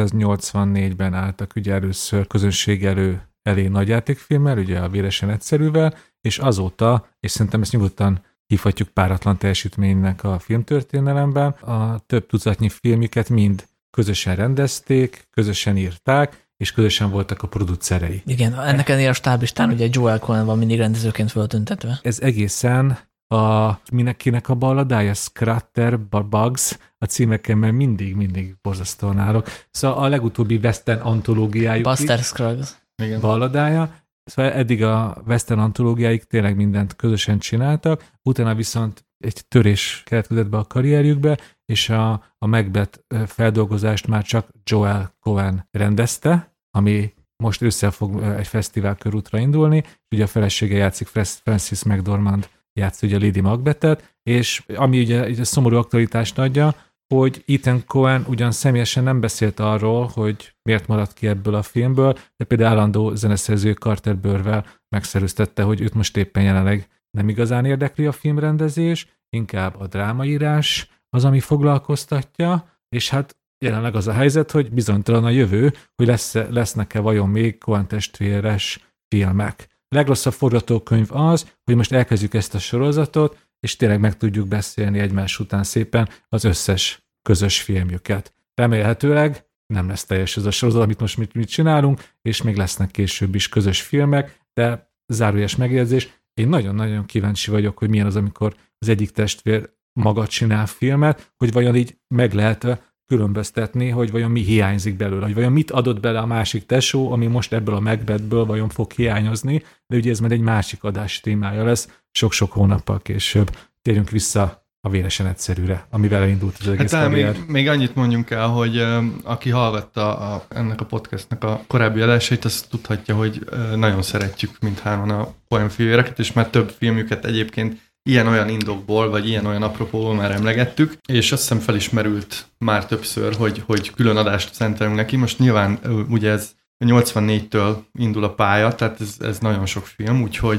1984-ben álltak ugye először közönség elé nagyjátékfilmmel, ugye a véresen egyszerűvel, és azóta, és szerintem ezt nyugodtan hívhatjuk páratlan teljesítménynek a filmtörténelemben, a több tucatnyi filmjüket mind közösen rendezték, közösen írták, és közösen voltak a producerei. Igen, ennek ennél a stáblistán ugye Joel Coen van mindig rendezőként föltüntetve. Ez egészen mindenkinek a balladája, Scratter, Bugs, a címeken, mert mindig borzasztóan állok. Szóval a legutóbbi western antológiájuk Buster Scruggs balladája, szóval eddig a western antológiáik tényleg mindent közösen csináltak, utána viszont egy törés keletkezett be a karrierjükbe, és a Macbeth feldolgozást már csak Joel Coen rendezte, ami most ősszel fog egy fesztivál körútra indulni, ugye a felesége játszik, Frances McDormand játszik ugye Lady Macbethet, és ami ugye a szomorú aktualitást adja, hogy Ethan Coen ugyan személyesen nem beszélt arról, hogy miért maradt ki ebből a filmből, de például állandó zeneszerző Carter Burwell megszerűztette, hogy őt most éppen jelenleg nem igazán érdekli a filmrendezés, inkább a drámaírás az, ami foglalkoztatja, és hát jelenleg az a helyzet, hogy bizonytalan a jövő, hogy lesznek-e vajon még Coen testvéres filmek. A legrosszabb forgatókönyv az, hogy most elkezdjük ezt a sorozatot, és tényleg meg tudjuk beszélni egymás után szépen az összes közös filmjüket. Remélhetőleg nem lesz teljes ez a sorozat, amit most mit csinálunk, és még lesznek később is közös filmek, de zárójeles megjegyzés, én nagyon-nagyon kíváncsi vagyok, hogy milyen az, amikor az egyik testvér maga csinál filmet, hogy vajon így meg lehet különböztetni, hogy vajon mi hiányzik belőle, hogy vajon mit adott bele a másik tesó, ami most ebből a Macbethből vajon fog hiányozni, de ugye ez majd egy másik adás témája lesz, sok-sok hónappal később. Térjünk vissza a Véresen egyszerűre, amivel elindult az egész karrier. Még annyit mondjunk el, hogy aki hallgatta ennek a podcastnak a korábbi adásait, azt tudhatja, hogy nagyon szeretjük mindhárman a poénfivéreket, és már több filmjüket egyébként ilyen-olyan indokból, vagy ilyen-olyan apropóból már emlegettük, és azt hiszem felismerült már többször, hogy külön adást szentelünk neki. Most nyilván ugye ez 84-től indul a pálya, tehát ez nagyon sok film, úgyhogy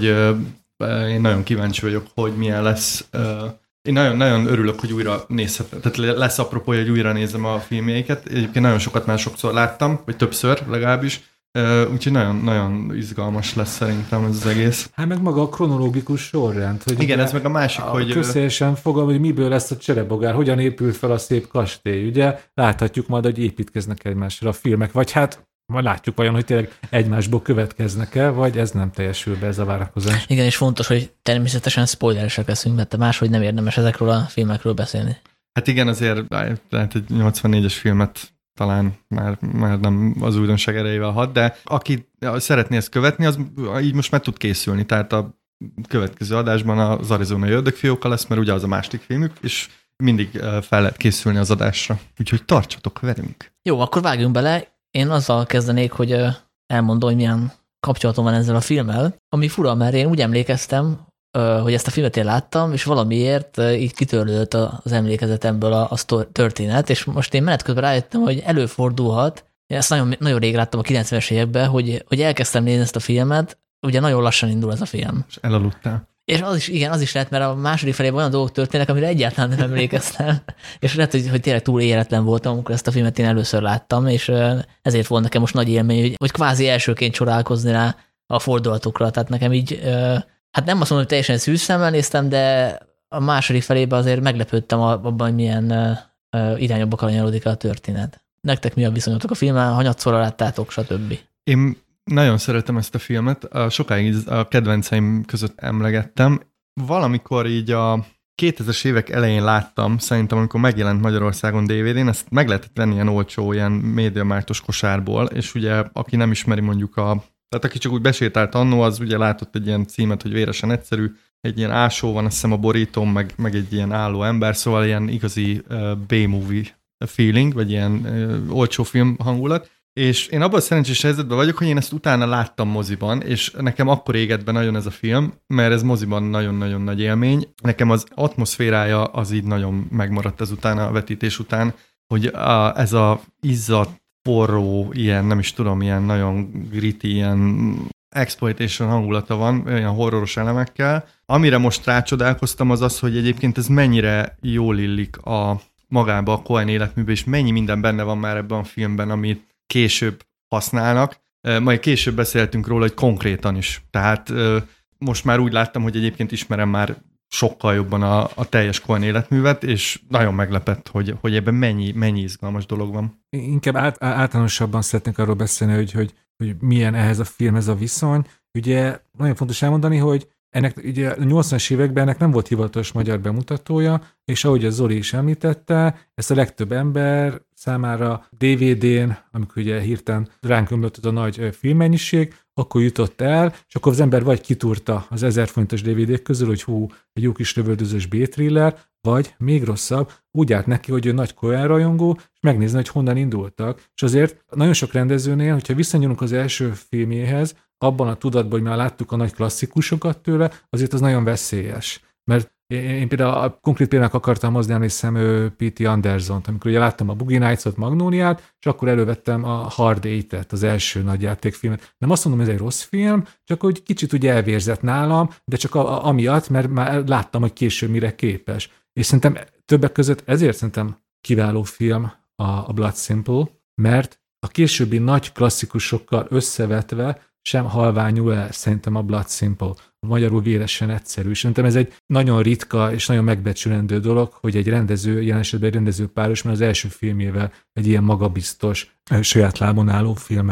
én nagyon kíváncsi vagyok, hogy milyen lesz. Én nagyon örülök, hogy újra nézhetem, tehát lesz apropója, hogy újra nézem a filmjeiket. Egyébként nagyon sokat már sokszor láttam, vagy többször legalábbis. Úgyhogy nagyon izgalmas lesz szerintem ez az egész. Hát meg maga a kronológikus sorrend. Hogy igen, ez meg a másik, hogy... Közszerűen fogalom, hogy miből lesz a cserebogár, hogyan épült fel a szép kastély. Ugye láthatjuk majd, hogy építkeznek egymásra a filmek, vagy hát majd látjuk vajon, hogy tényleg egymásból következnek-e, vagy ez nem teljesül be ez a várakozás. Igen, és fontos, hogy természetesen spoileresek leszünk, mert máshogy nem érdemes ezekről a filmekről beszélni. Hát igen, azért lehet egy 84-es filmet talán már nem az újdonság erejével hat, de aki szeretné ezt követni, az így most már tud készülni. Tehát a következő adásban az Arizonai Ördögfióka lesz, mert ugye az a másik filmük, és mindig fel lehet készülni az adásra. Úgyhogy tartsatok velünk! Jó, akkor vágjunk bele. Én azzal kezdenék, hogy elmondom, hogy milyen kapcsolatom van ezzel a filmmel, ami fura, mert én úgy emlékeztem, hogy ezt a filmet én láttam, és valamiért így kitörlődött az emlékezetemből a történet, és most én menet közben rájöttem, hogy előfordulhat, ezt nagyon rég láttam a 90-es években, hogy elkezdtem nézni ezt a filmet, ugye nagyon lassan indul ez a film. És elaludtál. És az is lehet, mert a második felében olyan dolgok történnek, amire egyáltalán nem emlékeztem, és lehet, hogy tényleg túl éretlen voltam, amikor ezt a filmet én először láttam, és ezért volt nekem most nagy élmény, hogy kvázi elsőként csodálkozni rá a fordulatokra, tehát nekem így, hát nem azt mondom, hogy teljesen szűz szemmel néztem, de a második felében azért meglepődtem abban, hogy milyen irányokba kanyarodik a történet. Nektek mi a viszonyotok a filmmel, hanyatszorra láttátok, stb. Én nagyon szeretem ezt a filmet, sokáig a kedvenceim között emlegettem. Valamikor így a 2000-es évek elején láttam, szerintem amikor megjelent Magyarországon DVD-n, ezt meg lehetett venni ilyen olcsó, ilyen médiamártos kosárból, és ugye aki nem ismeri mondjuk tehát aki csak úgy besétált annó, az ugye látott egy ilyen címet, hogy Véresen egyszerű, egy ilyen ásó van, azt hiszem a borítón, meg egy ilyen álló ember, szóval ilyen igazi B-movie feeling, vagy ilyen olcsó film hangulat. És én abban a szerencsés helyzetben vagyok, hogy én ezt utána láttam moziban, és nekem akkor égett be nagyon ez a film, mert ez moziban nagyon-nagyon nagy élmény. Nekem az atmoszférája az így nagyon megmaradt ezután a vetítés után, hogy ez a izzadt, forró, ilyen, nem is tudom, ilyen nagyon gritty, ilyen exploitation hangulata van, olyan horroros elemekkel. Amire most rácsodálkoztam az az, hogy egyébként ez mennyire jól illik magába a Coen életműbe, és mennyi minden benne van már ebben a filmben, amit később használnak. Majd később beszéltünk róla, hogy konkrétan is. Tehát most már úgy láttam, hogy egyébként ismerem már sokkal jobban a teljes Coen életművet, és nagyon meglepett, hogy ebben mennyi izgalmas dolog van. Inkább általánosabban szeretnék arról beszélni, hogy milyen ehhez a filmhez a viszony. Ugye nagyon fontos elmondani, hogy ennek ugye a 80-as években ennek nem volt hivatalos magyar bemutatója, és ahogy a Zoli is említette, ezt a legtöbb ember számára DVD-n, amikor ugye hirtelen ránk ömlött a nagy filmmennyiség, akkor jutott el, és akkor az ember vagy kitúrta az 1000 forintos DVD-k közül, hogy egy jó kis lövöldözős B-thriller, vagy még rosszabb, úgy állt neki, hogy ő nagy Coen rajongó, és megnézni, hogy honnan indultak. És azért nagyon sok rendezőnél, hogyha visszanyúlunk az első filmjéhez, abban a tudatban, hogy már láttuk a nagy klasszikusokat tőle, azért az nagyon veszélyes. Mert én például a konkrét példának akartam hozni, emlékszem P.T. Andersont, amikor ugye láttam a Boogie Nights-ot, Magnóliát, és akkor elővettem a Hard Eight-et, az első nagy játékfilmet. Nem azt mondom, hogy ez egy rossz film, csak hogy kicsit ugye elvérzett nálam, de csak amiatt, mert már láttam, hogy később mire képes. És szerintem többek között ezért szerintem kiváló film a Blood Simple, mert a későbbi nagy klasszikusokkal összevetve sem halványul el szerintem a Blood Simple. Magyarul Véresen egyszerű. És szerintem ez egy nagyon ritka és nagyon megbecsülendő dolog, hogy egy rendező, jelen esetben egy rendezőpáros, mert az első filmjével egy ilyen magabiztos, saját lábon álló filmet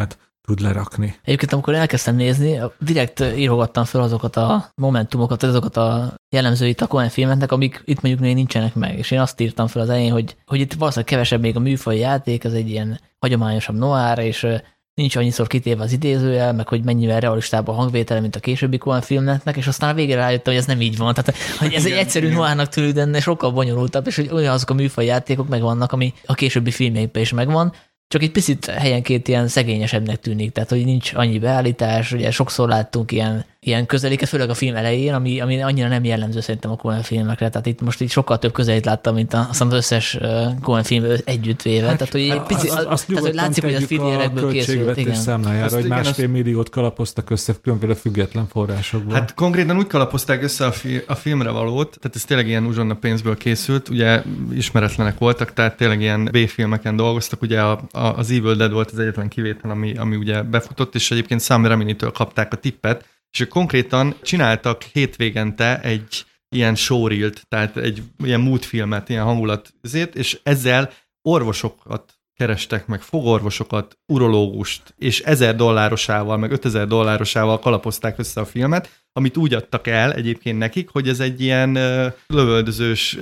tud lerakni. Egyébként amikor elkezdtem nézni, direkt írogattam fel azokat a momentumokat, azokat a jellemzőit a Coen filmeknek, amik itt mondjuk még nincsenek meg. És én azt írtam fel az elején, hogy itt valószínűleg kevesebb még a műfaj játék, ez egy ilyen hagyományosabb noir, és nincs annyiszor kitéve az idézőjel, meg hogy mennyivel realistább a hangvétele, mint a későbbi Coen filmeknek, és aztán a végére rájöttem, hogy ez nem így van. Tehát, hogy ez egy egyszerű noárnak tűnik, de ennél sokkal bonyolultabb, és hogy olyan azok a műfaj játékok megvannak, ami a későbbi filmjeikben is megvan, csak egy picit helyenként ilyen szegényesebbnek tűnik, tehát hogy nincs annyi beállítás, ugye sokszor láttunk ilyen közeléket, főleg a film elején, ami annyira nem jellemző szerintem a Coen filmekre, tehát itt most így sokkal több közelét láttam, mint az összes Coen film együttvéve, tehát hogy egy picit, azt tehát, hogy látszik, hogy ez filmjerekből készült. Igen. Számlájára, hogy másfél milliót kalapoztak össze különböző független forrásokból. Hát konkrétan úgy kalapozták össze a filmre valót, tehát ez tényleg ilyen uzsonna pénzből készült, ugye ismeretlenek voltak, tehát tényleg ilyen B-filmeken dolgoztak, ugye az Evil Dead volt az egyetlen kivétel, ami ugye befutott, és egyébként Sam Raimi-től kapták a tippet, és konkrétan csináltak hétvégente egy ilyen showreelt, tehát egy ilyen moodfilmet, ilyen hangulatozét, és ezzel orvosokat kerestek meg, fogorvosokat, urológust, és $1000 meg $5000 kalapozták össze a filmet, amit úgy adtak el egyébként nekik, hogy ez egy ilyen lövöldözős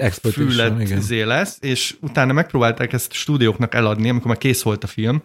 fűlet lesz, és utána megpróbálták ezt a stúdióknak eladni, amikor már kész volt a film,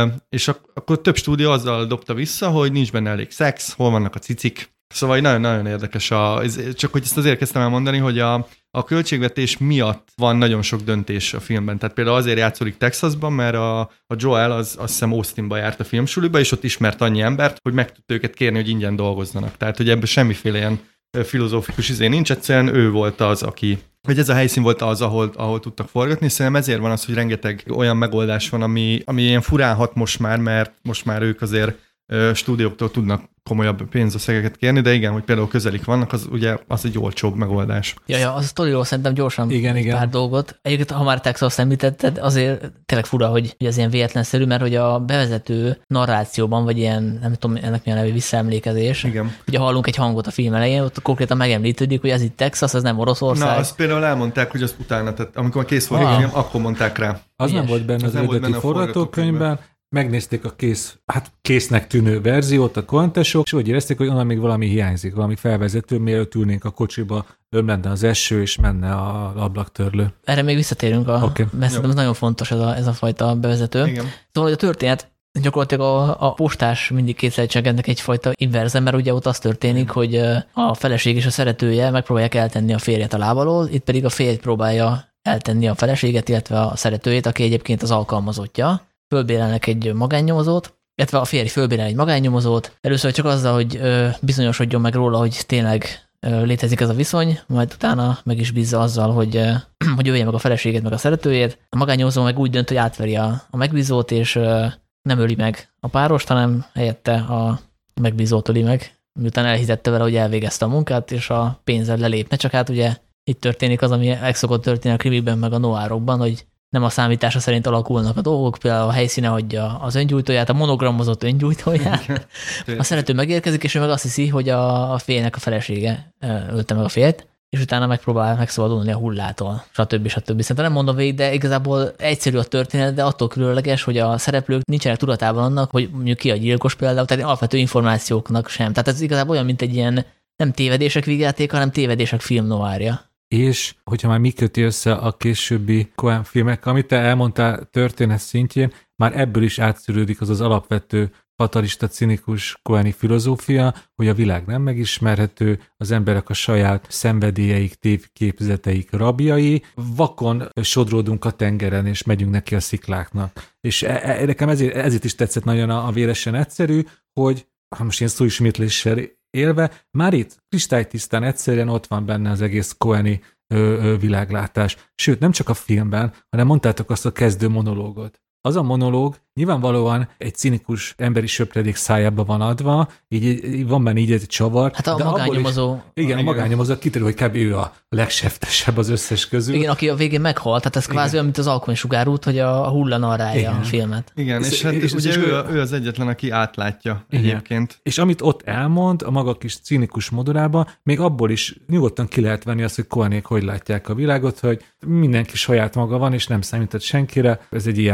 és akkor több stúdió azzal dobta vissza, hogy nincs benne elég szex, hol vannak a cicik. Szóval nagyon-nagyon érdekes. Csak hogy ezt azért kezdtem el mondani, hogy a költségvetés miatt van nagyon sok döntés a filmben. Tehát például azért játszódik Texasban, mert a Joel azt hiszem Austinba járt a filmsuliba, és ott ismert annyi embert, hogy meg tudta őket kérni, hogy ingyen dolgozzanak. Tehát, hogy ebben semmiféle ilyen filozófikus nincs, egyszerűen ő volt az, vagy ez a helyszín volt az, ahol tudtak forgatni, szerintem ezért van az, hogy rengeteg olyan megoldás van, ami ilyen furán hat most már, mert most már ők azért stúdióktól tudnak komolyabb pénzösszegeket kérni, de igen, hogy például közelik vannak, az egy olcsóbb megoldás. Ja, az a sztoriról szerintem gyorsan pár dolgot. Egyébként, ha már Texas említetted, azért tényleg fura, hogy ez ilyen véletlenszerű, mert hogy a bevezető narrációban, vagy ilyen, nem tudom, ennek milyen nevű visszaemlékezés, igen. Ugye hallunk egy hangot a film elején, ott konkrétan megemlítődik, hogy ez itt Texas, ez nem Oroszország. Na, azt például elmondták, hogy azt utána, tehát amikor kész volt a film, akkor mondták rá. Az nem volt benne az eredeti forgatókönyvben. Megnézték a késznek tűnő verziót a kontesok, és úgy érezték, hogy onnan még valami hiányzik, valami felvezető, mielőtt ülnénk a kocsiba, ömlenne az eső, és menne a ablaktörlő. Erre még visszatérünk, mert szerintem ez nagyon fontos ez a fajta bevezető. Igen. Szóval, hogy a történet gyakorlatilag a postás mindig készítségednek egyfajta inverze, mert ugye ott az történik, hogy a feleség és a szeretője megpróbálják eltenni a férjet a láb alól, itt pedig a férj próbálja eltenni a feleséget, illetve a szeretőjét, aki egyébként az alkalmazottja. Fölbérelnek egy magánnyomozót, illetve a férj fölbérel egy magánnyomozót. Először csak azzal, hogy bizonyosodjon meg róla, hogy tényleg létezik ez a viszony, majd utána meg is bízza azzal, hogy ölje meg a feleségét, meg a szeretőjét. A magánnyomozó meg úgy dönt, hogy átveri a megbízót, és nem öli meg a párost, hanem helyette a megbízót öli meg, miután elhitette vele, hogy elvégezte a munkát, és a pénzzel lelépne. Csak hát ugye itt történik az, ami megszokott történni a krimikben, meg a noárokban, hogy nem a számítása szerint alakulnak a dolgok, például a helyszíne hagyja az öngyújtóját, a monogramozott öngyújtóját. A szerető megérkezik, és ő meg azt hiszi, hogy a férjnek a felesége ölte meg a férjt, és utána megpróbál megszabadulni a hullától, stb. Szerintem nem mondom végig, de igazából egyszerű a történet, de attól különleges, hogy a szereplők nincsenek tudatában annak, hogy mondjuk ki a gyilkos például, tehát alapvető információknak sem. Tehát ez igazából olyan, mint egy ilyen nem tévedések vígjátéka, hanem tévedések filmnoárja. És hogyha már mi köti össze a későbbi Coen filmek, amit te elmondtál történet szintjén, már ebből is átszűrődik az alapvető fatalista, cinikus Coeni filozófia, hogy a világ nem megismerhető, az emberek a saját szenvedélyeik, tévképzeteik rabjai, vakon sodródunk a tengeren, és megyünk neki a szikláknak. És nekem ezért is tetszett nagyon a véresen egyszerű, hogy most ilyen szóismétléssel élve, már itt kristálytisztán egyszerűen ott van benne az egész Coeni világlátás. Sőt, nem csak a filmben, hanem mondtátok azt a kezdő monológot. Az a monológ nyilvánvalóan egy cinikus emberi söpredék szájába van adva, így van benne így egy csavar. Hát a magánnyomozó. Igen, a magánnyomozó kiderül, hogy kb. Ő a legseftesebb az összes közül. Igen, aki a végén meghalt, tehát ez kvázi olyan, mint az Alkonysugárút, hogy a hulla narrálja a filmet. Igen, és hát ugye ő az egyetlen, aki átlátja egyébként. És amit ott elmond, a maga kis cinikus modorában, még abból is nyugodtan ki lehet venni azt, hogy Coenék hogy látják a világot, hogy mindenki saját maga van, és nem számított senkire. Ez egy ilyen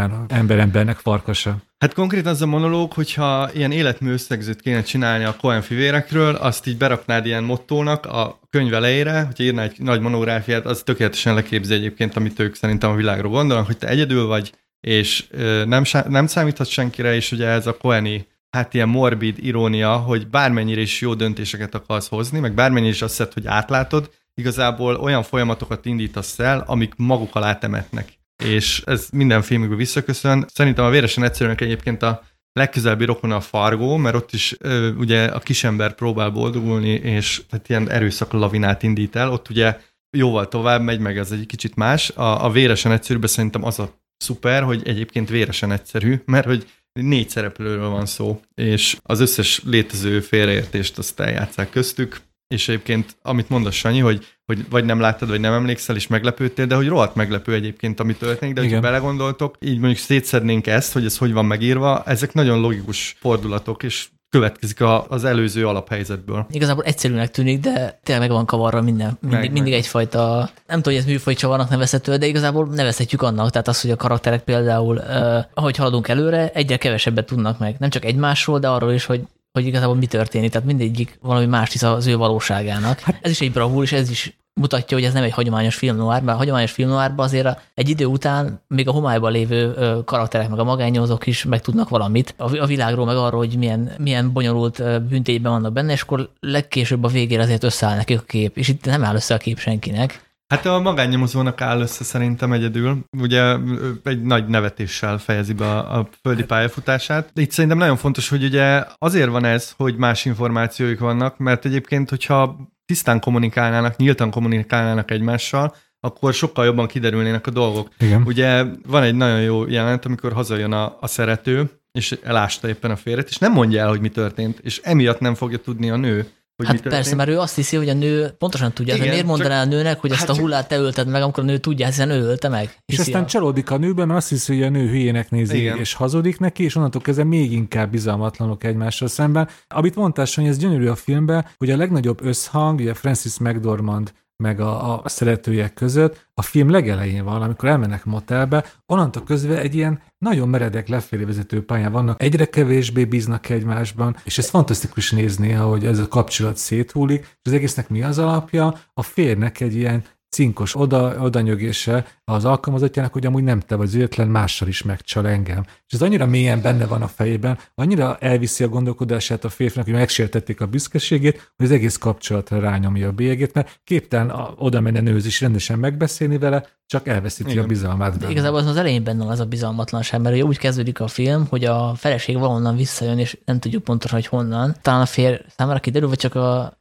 embernek farkasa. Hát konkrétan az a monológ, hogyha ilyen életmű összegzőt kéne csinálni a Coen fivérekről, azt így beraknád ilyen mottónak a könyv elejére, hogyha írná egy nagy monográfiát, az tökéletesen leképzi egyébként, amit ők szerintem a világról gondolnak, hogy te egyedül vagy, és nem számíthatsz senkire, és ugye ez a Coeni hát ilyen morbid irónia, hogy bármennyire is jó döntéseket akarsz hozni, meg bármennyire is azt hiszed, hogy átlátod, igazából olyan folyamatokat indítasz el, amik maguk alá temetnek. És ez minden filmükből visszaköszön. Szerintem a Véresen egyszerűnek egyébként a legközelebbi rokona a Fargo, mert ott is ugye a kisember próbál boldogulni, és tehát ilyen erőszak lavinát indít el. Ott ugye jóval tovább megy, meg ez egy kicsit más. A Véresen egyszerűben szerintem az a szuper, hogy egyébként véresen egyszerű, mert hogy 4 szereplőről van szó, és az összes létező félreértést azt eljátsszák köztük, és egyébként, amit mondasz, Sanyi, hogy vagy nem láttad, vagy nem emlékszel, és meglepődtél, de hogy rohadt meglepő egyébként, ami történik, de hogyha belegondoltok, így mondjuk szétszednénk ezt, hogy ez hogy van megírva, ezek nagyon logikus fordulatok, és következik az előző alaphelyzetből. Igazából egyszerűnek tűnik, de tényleg meg van kavarra mindig egyfajta, nem tudom, hogy ez műfaj csavarnak nevezhető, de igazából nevezhetjük annak, tehát az, hogy a karakterek például, ahogy haladunk előre, egyre kevesebbet tudnak meg, nem csak egymásról, de arról is, hogy igazából mi történik, tehát mindegyik valami más hisz az ő valóságának. Hát ez is egy bravúr, és ez is mutatja, hogy ez nem egy hagyományos film noir, mert a hagyományos film noirban azért egy idő után még a homályban lévő karakterek, meg a magányozók is megtudnak valamit a világról, meg arról, hogy milyen bonyolult bűntétben vannak benne, és akkor legkésőbb a végére azért összeáll nekik a kép, és itt nem áll össze a kép senkinek. Hát a magánnyomozónak áll össze szerintem egyedül. Ugye egy nagy nevetéssel fejezi be a földi pályafutását. De itt szerintem nagyon fontos, hogy ugye azért van ez, hogy más információik vannak, mert egyébként, hogyha tisztán kommunikálnának, nyíltan kommunikálnának egymással, akkor sokkal jobban kiderülnének a dolgok. Igen. Ugye van egy nagyon jó jelenet, amikor hazajön a szerető, és elásta éppen a férjet, és nem mondja el, hogy mi történt, és emiatt nem fogja tudni a nő, hogy hát persze, mert ő azt hiszi, hogy a nő pontosan tudja. Igen, miért mondaná a nőnek, hogy ezt a hullát te ölted meg, amikor a nő tudja, hiszen ő ölte meg? És aztán csalódik a nőben, mert azt hiszi, hogy a nő hülyének nézi, igen, és hazudik neki, és onnantól kezdve még inkább bizalmatlanok egymással szemben. Amit mondtál, hogy ez gyönyörű a filmben, hogy a legnagyobb összhang, ugye Frances McDormand meg a szeretőjek között a film legelején van, amikor elmennek motelbe, onnantól közben egy ilyen nagyon meredek lefelé vezető pályán vannak, egyre kevésbé bíznak egymásban, és ez fantasztikus nézni, ahogy ez a kapcsolat széthullik, és az egésznek mi az alapja? A férnek egy ilyen cinkos odanyögése az alkalmazottjának, hogy amúgy nem te vagy zöldetlen, mással is megcsal engem. És ez annyira mélyen benne van a fejében, annyira elviszi a gondolkodását a férfinak, hogy megsértették a büszkeségét, hogy az egész kapcsolatra rányomja a bélyegét, mert képtelen oda menni a nőhöz is rendesen megbeszélni vele, csak elveszíti, igen, a bizalmát benne. Igazából az elején benne van az a bizalmatlanság, mert ugye úgy kezdődik a film, hogy a feleség valahonnan visszajön, és nem tudjuk pontosan, hogy honnan. Talán a férj számára kiderül, vagy csak a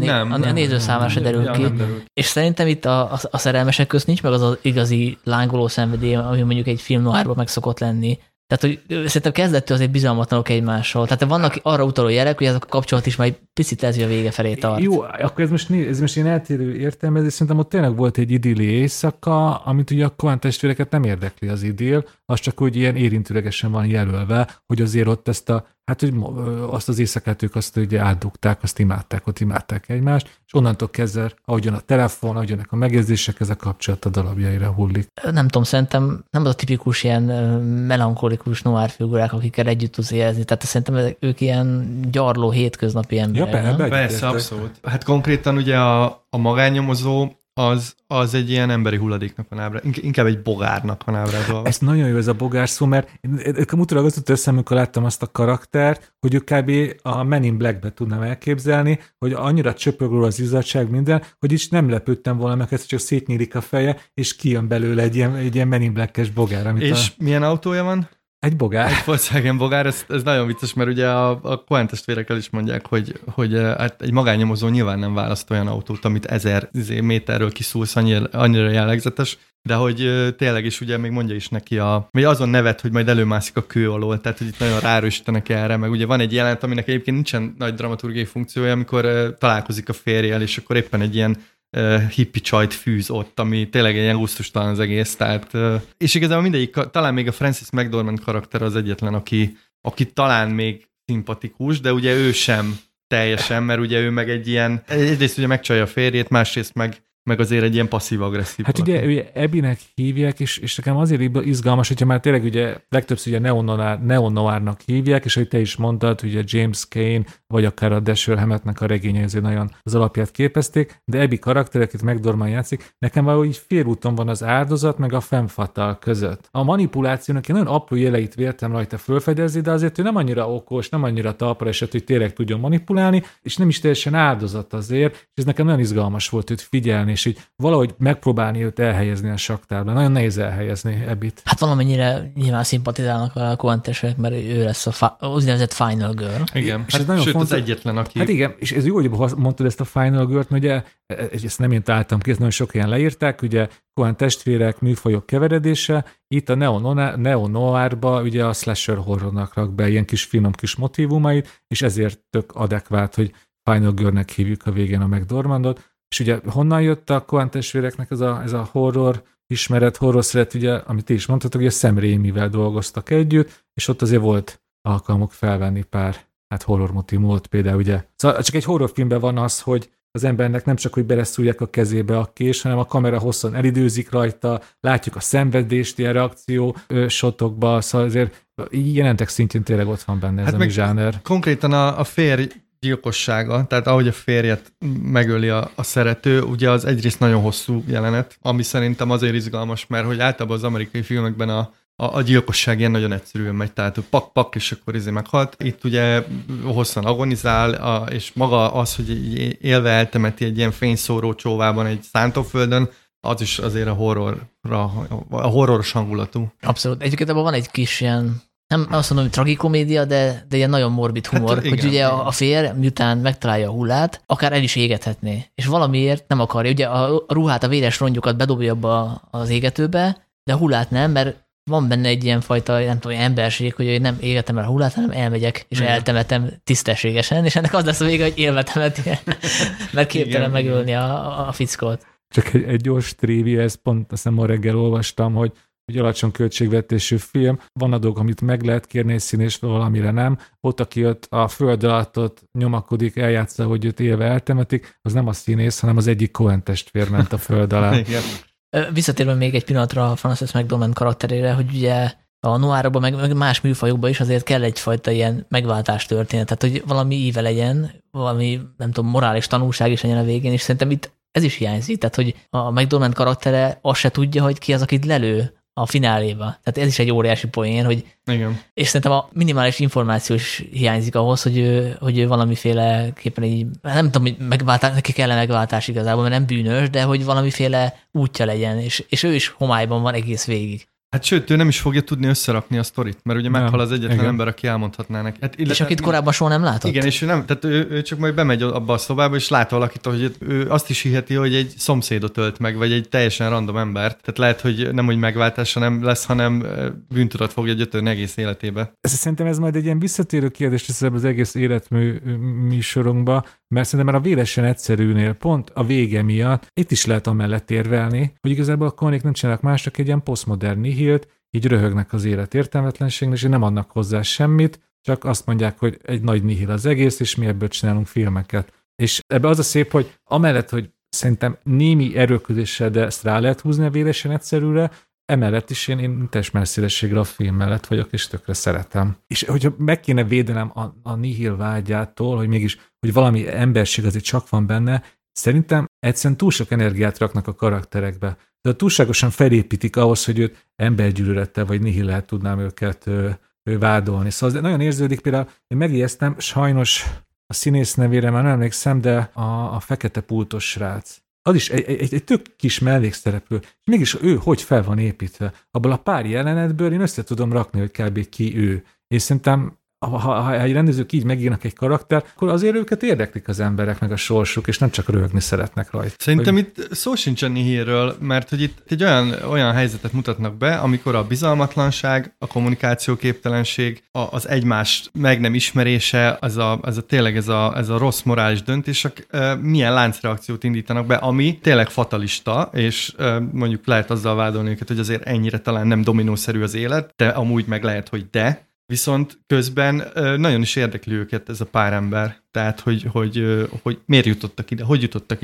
néző számára se derül ki. És szerintem itt a szerelmesek közt nincs meg az igazi lángoló szenvedély, ami mondjuk egy film noirban meg szokott lenni. Tehát, hogy szerintem kezdettől azért bizalmatlanok egymással. Tehát vannak arra utaló jelek, hogy ez a kapcsolat is már egy picit ez a vége felé tart. Jó, akkor ez most ilyen eltérő értelmezés, szerintem ott tényleg volt egy idilli éjszaka, amit ugye a Coen testvéreket nem érdekli az idill, az csak úgy ilyen érintőlegesen van jelölve, hogy azért ott ezt hogy azt az éjszakát ők azt ugye átdugták, azt imádták egymást, és onnantól kezdve, ahogy jön a telefon, ahogy jönnek a megjegyzések, ez a kapcsolat a darabjaira hullik. Nem tudom, szerintem nem az a tipikus ilyen melankolikus noir figurák, akikkel együtt tudsz érezni, tehát szerintem ők ilyen gyarló hétköznapi emberek. Ja, persze, abszolút. Hát konkrétan ugye a magánnyomozó az egy ilyen emberi hulladéknak van ábrázolva, inkább egy bogárnak van ábrázolva. Ez nagyon jó ez a bogár szó, mert utólag az jutott eszembe, amikor láttam azt a karaktert, hogy ő kb. A Men in Black-be tudnám elképzelni, hogy annyira csöpög róla az izzadság minden, hogy is nem lepődtem volna meg, hogy csak szétnyílik a feje, és kijön belőle egy ilyen Men in Black-es bogár. És milyen autója van? Egy bogár. Egy Volkswagen bogár, ez nagyon vicces, mert ugye a Coen testvérekkel is mondják, hogy hát egy magánnyomozó nyilván nem választ olyan autót, amit 1000 méterről kiszúrsz, annyira jellegzetes, de hogy tényleg is ugye még mondja is neki vagy azon nevet, hogy majd előmászik a kő alól, tehát hogy itt nagyon ráerősítenek erre, meg ugye van egy jelent, aminek egyébként nincsen nagy dramaturgiai funkciója, amikor találkozik a férjel, és akkor éppen egy ilyen hippi csajt fűz ott, ami tényleg ilyen gusztustalan az egész, tehát, és igazából mindegyik, talán még a Frances McDormand karakter az egyetlen, aki talán még szimpatikus, de ugye ő sem teljesen, mert ugye ő meg egy ilyen, egyrészt ugye megcsalja a férjét, másrészt meg meg azért egy ilyen passzív-agresszív. Hát ugye Abbynek hívják, és nekem azért izgalmas, hogyha már tényleg ugye legtöbbször ugye Neo-Noirnak hívják, és hogy te is mondtad, ugye James Cain, vagy akár a Dashiell Hammettnek a regényei azért nagyon az alapját képezték, de Abby karakter, akit McDormand játszik, nekem valahogy félúton van az áldozat, meg a femme fatale között. A manipulációnak én nagyon apró jeleit véltem rajta fölfedezni, de azért ő nem annyira okos, nem annyira talpra esett, hogy tényleg tudjon manipulálni, és nem is teljesen áldozat azért, és ez nekem nagyon izgalmas volt őt figyelni, és így valahogy megpróbálni őt elhelyezni a saktáblán. Nagyon nehéz elhelyezni Abbyt. Hát valamennyire nyilván szimpatizálnak a Coen-testvérek, mert ő lesz az úgynevezett Final Girl. Igen, és ez nagyon sőt fontos, az egyetlen, aki... Hát igen, és ez jó, hogy mondtad ezt a Final Girl-t, mert ugye ezt nem én találtam ki, ezt nagyon sok ilyen leírták, ugye Coen-testvérek, műfajok keveredése, itt a neo-noirba ugye a slasher horrornak rak be ilyen kis finom kis motívumait, és ezért tök adekvát, hogy Final Girl-nek hívjuk a végén a McDormandot. És ugye honnan jött a Coen-testvéreknek ez a horror ismeret, horror szeret, ugye, amit ti is mondtatok, hogy a Sam Raimivel dolgoztak együtt, és ott azért volt alkalmuk felvenni pár horror motívumot például, ugye. Szóval csak egy horrorfilmben van az, hogy az embernek nem csak, hogy beleszúrják a kezébe a kés, hanem a kamera hosszan elidőzik rajta, látjuk a szenvedést ilyen reakció shotokba, szóval azért jelentek szintjén tényleg ott van benne ez a zsáner. Konkrétan a férj gyilkossága, tehát ahogy a férjet megöli a szerető, ugye az egyrészt nagyon hosszú jelenet, ami szerintem azért izgalmas, mert hogy általában az amerikai filmekben a gyilkosság ilyen nagyon egyszerűen megy, tehát pak, és akkor meghalt. Itt ugye hosszan agonizál, és maga az, hogy élve eltemeti egy ilyen fényszóró csóvában egy szántóföldön, az is azért a horroros hangulatú. Abszolút. Egyébként abban van egy kis ilyen, nem azt mondom, hogy tragikomédia, de ilyen nagyon morbid humor, hát, igen, hogy ugye a férj, miután megtalálja a hullát, akár el is égethetné. És valamiért nem akarja. Ugye a ruhát, a véres rongyokat bedobja abba az égetőbe, de a hullát nem, mert van benne egy ilyen fajta, nem tudom, emberség, hogy nem égetem el a hullát, hanem elmegyek, és eltemetem tisztességesen, és ennek az lesz a vége, hogy élve temeti, mert képtelen megölni a fickót. Csak egy gyors trivia, ezt pont azt hiszem ma reggel olvastam, hogy alacsony költségvetésű film, van a dolog, amit meg lehet kérni egy színészt, valamire nem. Ott, aki ott a föld alatt ott nyomakodik, eljátsza, hogy őt élve eltemetik, az nem a színész, hanem az egyik Coen-testvér ment a föld alá. Visszatérve még egy pillanatra a Frances McDormand karakterére, hogy ugye a noirban, meg más műfajokban is azért kell egyfajta ilyen megváltás történet, tehát hogy valami íve legyen, valami, nem tudom, morális tanulság is legyen a végén, és szerintem itt ez is hiányzik, tehát hogy a McDormand karaktere azt se tudja, hogy ki az, akit lelő a fináléba. Tehát ez is egy óriási poén, hogy... Igen. És szerintem a minimális információ is hiányzik ahhoz, hogy ő valamiféleképpen így, nem tudom, hogy neki kell megváltás igazából, mert nem bűnös, de hogy valamiféle útja legyen, és ő is homályban van egész végig. Hát sőt, ő nem is fogja tudni összerakni a sztorit, mert ugye meghal az egyetlen ember, aki elmondhatná neki. Hát, és akit korábban soha nem látott? Igen, és ő csak majd bemegy abba a szobába, és lát valakit, hogy ő azt is hiheti, hogy egy szomszédot ölt meg, vagy egy teljesen random embert. Tehát lehet, hogy nem úgy megváltása nem lesz, hanem bűntudat fogja gyötörni egész életébe. Szerintem ez majd egy ilyen visszatérő kérdés lesz az egész életműsorunkba, mert szerintem már a véresen egyszerűnél pont a vége miatt itt is lehet amellett érvelni, hogy igazából a Coenék nem csinálnak más, csak egy ilyen posztmodern nihilt, így röhögnek az élet értelmetlenségnek, és nem adnak hozzá semmit, csak azt mondják, hogy egy nagy nihil az egész, és mi ebből csinálunk filmeket. És ebbe az a szép, hogy amellett, hogy szerintem némi erőködéssel, de ezt rá lehet húzni a véresen egyszerűre, emellett is én teljes messzélességre a film mellett vagyok, és tökre szeretem. És hogyha meg kéne védenem a nihil vágyától, hogy mégis, hogy valami emberség azért csak van benne, szerintem egyszerűen túl sok energiát raknak a karakterekbe. De túlságosan felépítik ahhoz, hogy őt embergyűlölettel vagy nihillel tudnám őket vádolni. Szóval nagyon érződik, például én megijesztem, sajnos a színész nevére már nem emlékszem, de a fekete pultos srác. Az is egy tök kis mellékszereplő. És mégis ő hogy fel van építve. Abból a pár jelenetből én össze tudom rakni, hogy kb. Ki ő. És szerintem ha egy rendezők így megírnak egy karakter, akkor azért őket érdeklik az emberek, meg a sorsuk, és nem csak röhögni szeretnek rajta. Szerintem itt szó sincsen nihilről, mert hogy itt egy olyan helyzetet mutatnak be, amikor a bizalmatlanság, a kommunikációképtelenség, az egymást meg nem ismerése, tényleg ez a rossz morális döntések milyen láncreakciót indítanak be, ami tényleg fatalista, és mondjuk lehet azzal vádolni őket, hogy azért ennyire talán nem dominószerű az élet, de amúgy meg lehet, hogy viszont közben nagyon is érdekli őket ez a pár ember. Tehát, hogy miért jutottak ide, hogy jutottak ide.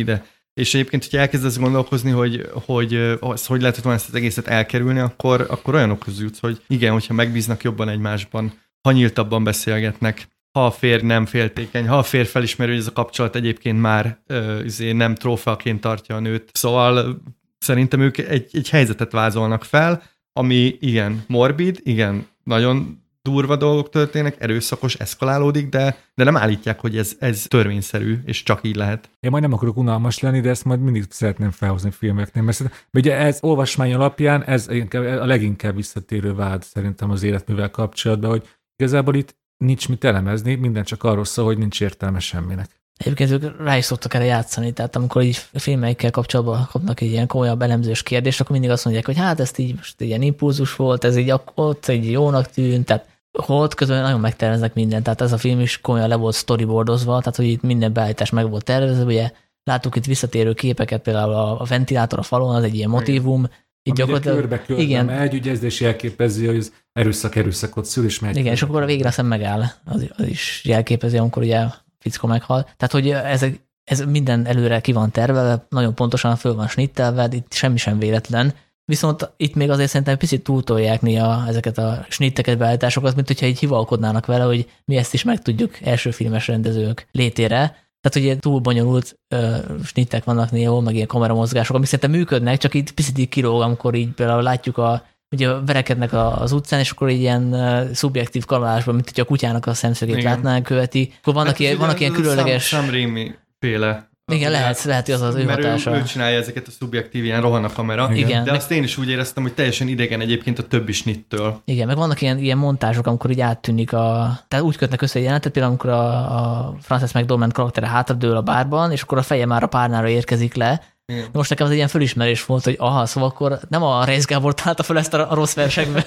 És egyébként, hogyha elkezdesz gondolkozni, hogy lehetett volna ezt az egészet elkerülni, akkor olyanokhoz jutsz, hogy igen, hogyha megbíznak jobban egymásban, ha nyíltabban beszélgetnek, ha a férj nem féltékeny, ha a férj felismeri, hogy ez a kapcsolat egyébként már nem trófeaként tartja a nőt. Szóval szerintem ők egy helyzetet vázolnak fel, ami igen morbid, igen nagyon durva dolgok történnek, erőszakos, eszkalálódik, de nem állítják, hogy ez törvényszerű, és csak így lehet. Én majd nem akarok unalmas lenni, de ezt majd mindig szeretném felhozni filmeknél, mert ugye ez olvasmány alapján ez a leginkább visszatérő vád szerintem az életművel kapcsolatban, hogy igazából itt nincs mit elemezni, minden csak arról szól, hogy nincs értelme semminek. Egyébként ők rá is szoktak erre játszani, tehát amikor így filmeikkel kapcsolatban kapnak egy ilyen komolyabb elemzős kérdést, akkor mindig azt mondják, hogy hát ezt így most ilyen impulzus volt, ez így ott egy jónak tűnt, tehát ott közben nagyon megterveznek mindent, tehát ez a film is komolyan le volt storyboardozva, tehát hogy itt minden beállítás meg volt tervezve, ugye láttuk itt visszatérő képeket, például a ventilátor a falon, az egy ilyen motívum. Így gyakorlatilag körbe megy, ugye ez is jelképezi, hogy az erőszakot szül, és megy. Igen, és akkor a végre aztán megáll, az is jelképezi, amikor ugye fickó meghal. Tehát, hogy ez minden előre ki van tervelve, nagyon pontosan föl van snittelve, itt semmi sem véletlen. Viszont itt még azért szerintem picit túltolják néha ezeket a snitteket, beállításokat, mint hogyha így hivalkodnának vele, hogy mi ezt is meg tudjuk első filmes rendezők létére. Tehát, hogy túl bonyolult snittek vannak néha, meg ilyen kameramozgások, amik szerintem működnek, csak itt picit így kilóg, amikor így például látjuk ugye verekednek az utcán, és akkor így ilyen szubjektív kamerásban, mint hogyha a kutyának a szemszögét látnánk, követi. Akkor vannak ilyen különleges... Sam Raimi féle. Igen, lehet, hogy az ő hatása. Mert ő csinálja ezeket a szubjektív, ilyen rohan a kamera. Igen. De azt én is úgy éreztem, hogy teljesen idegen egyébként a többi snittől. Igen, meg vannak ilyen montázsok, amikor így áttűnik tehát úgy kötnek össze egy jelenetet, például amikor a Frances McDormand karaktere hátradől a bárban, és akkor a feje már a párnára érkezik le. Igen. Most nekem az egy ilyen fölismerés volt, hogy szóval akkor nem a Reis Gábor találta fel ezt a rossz versekbe,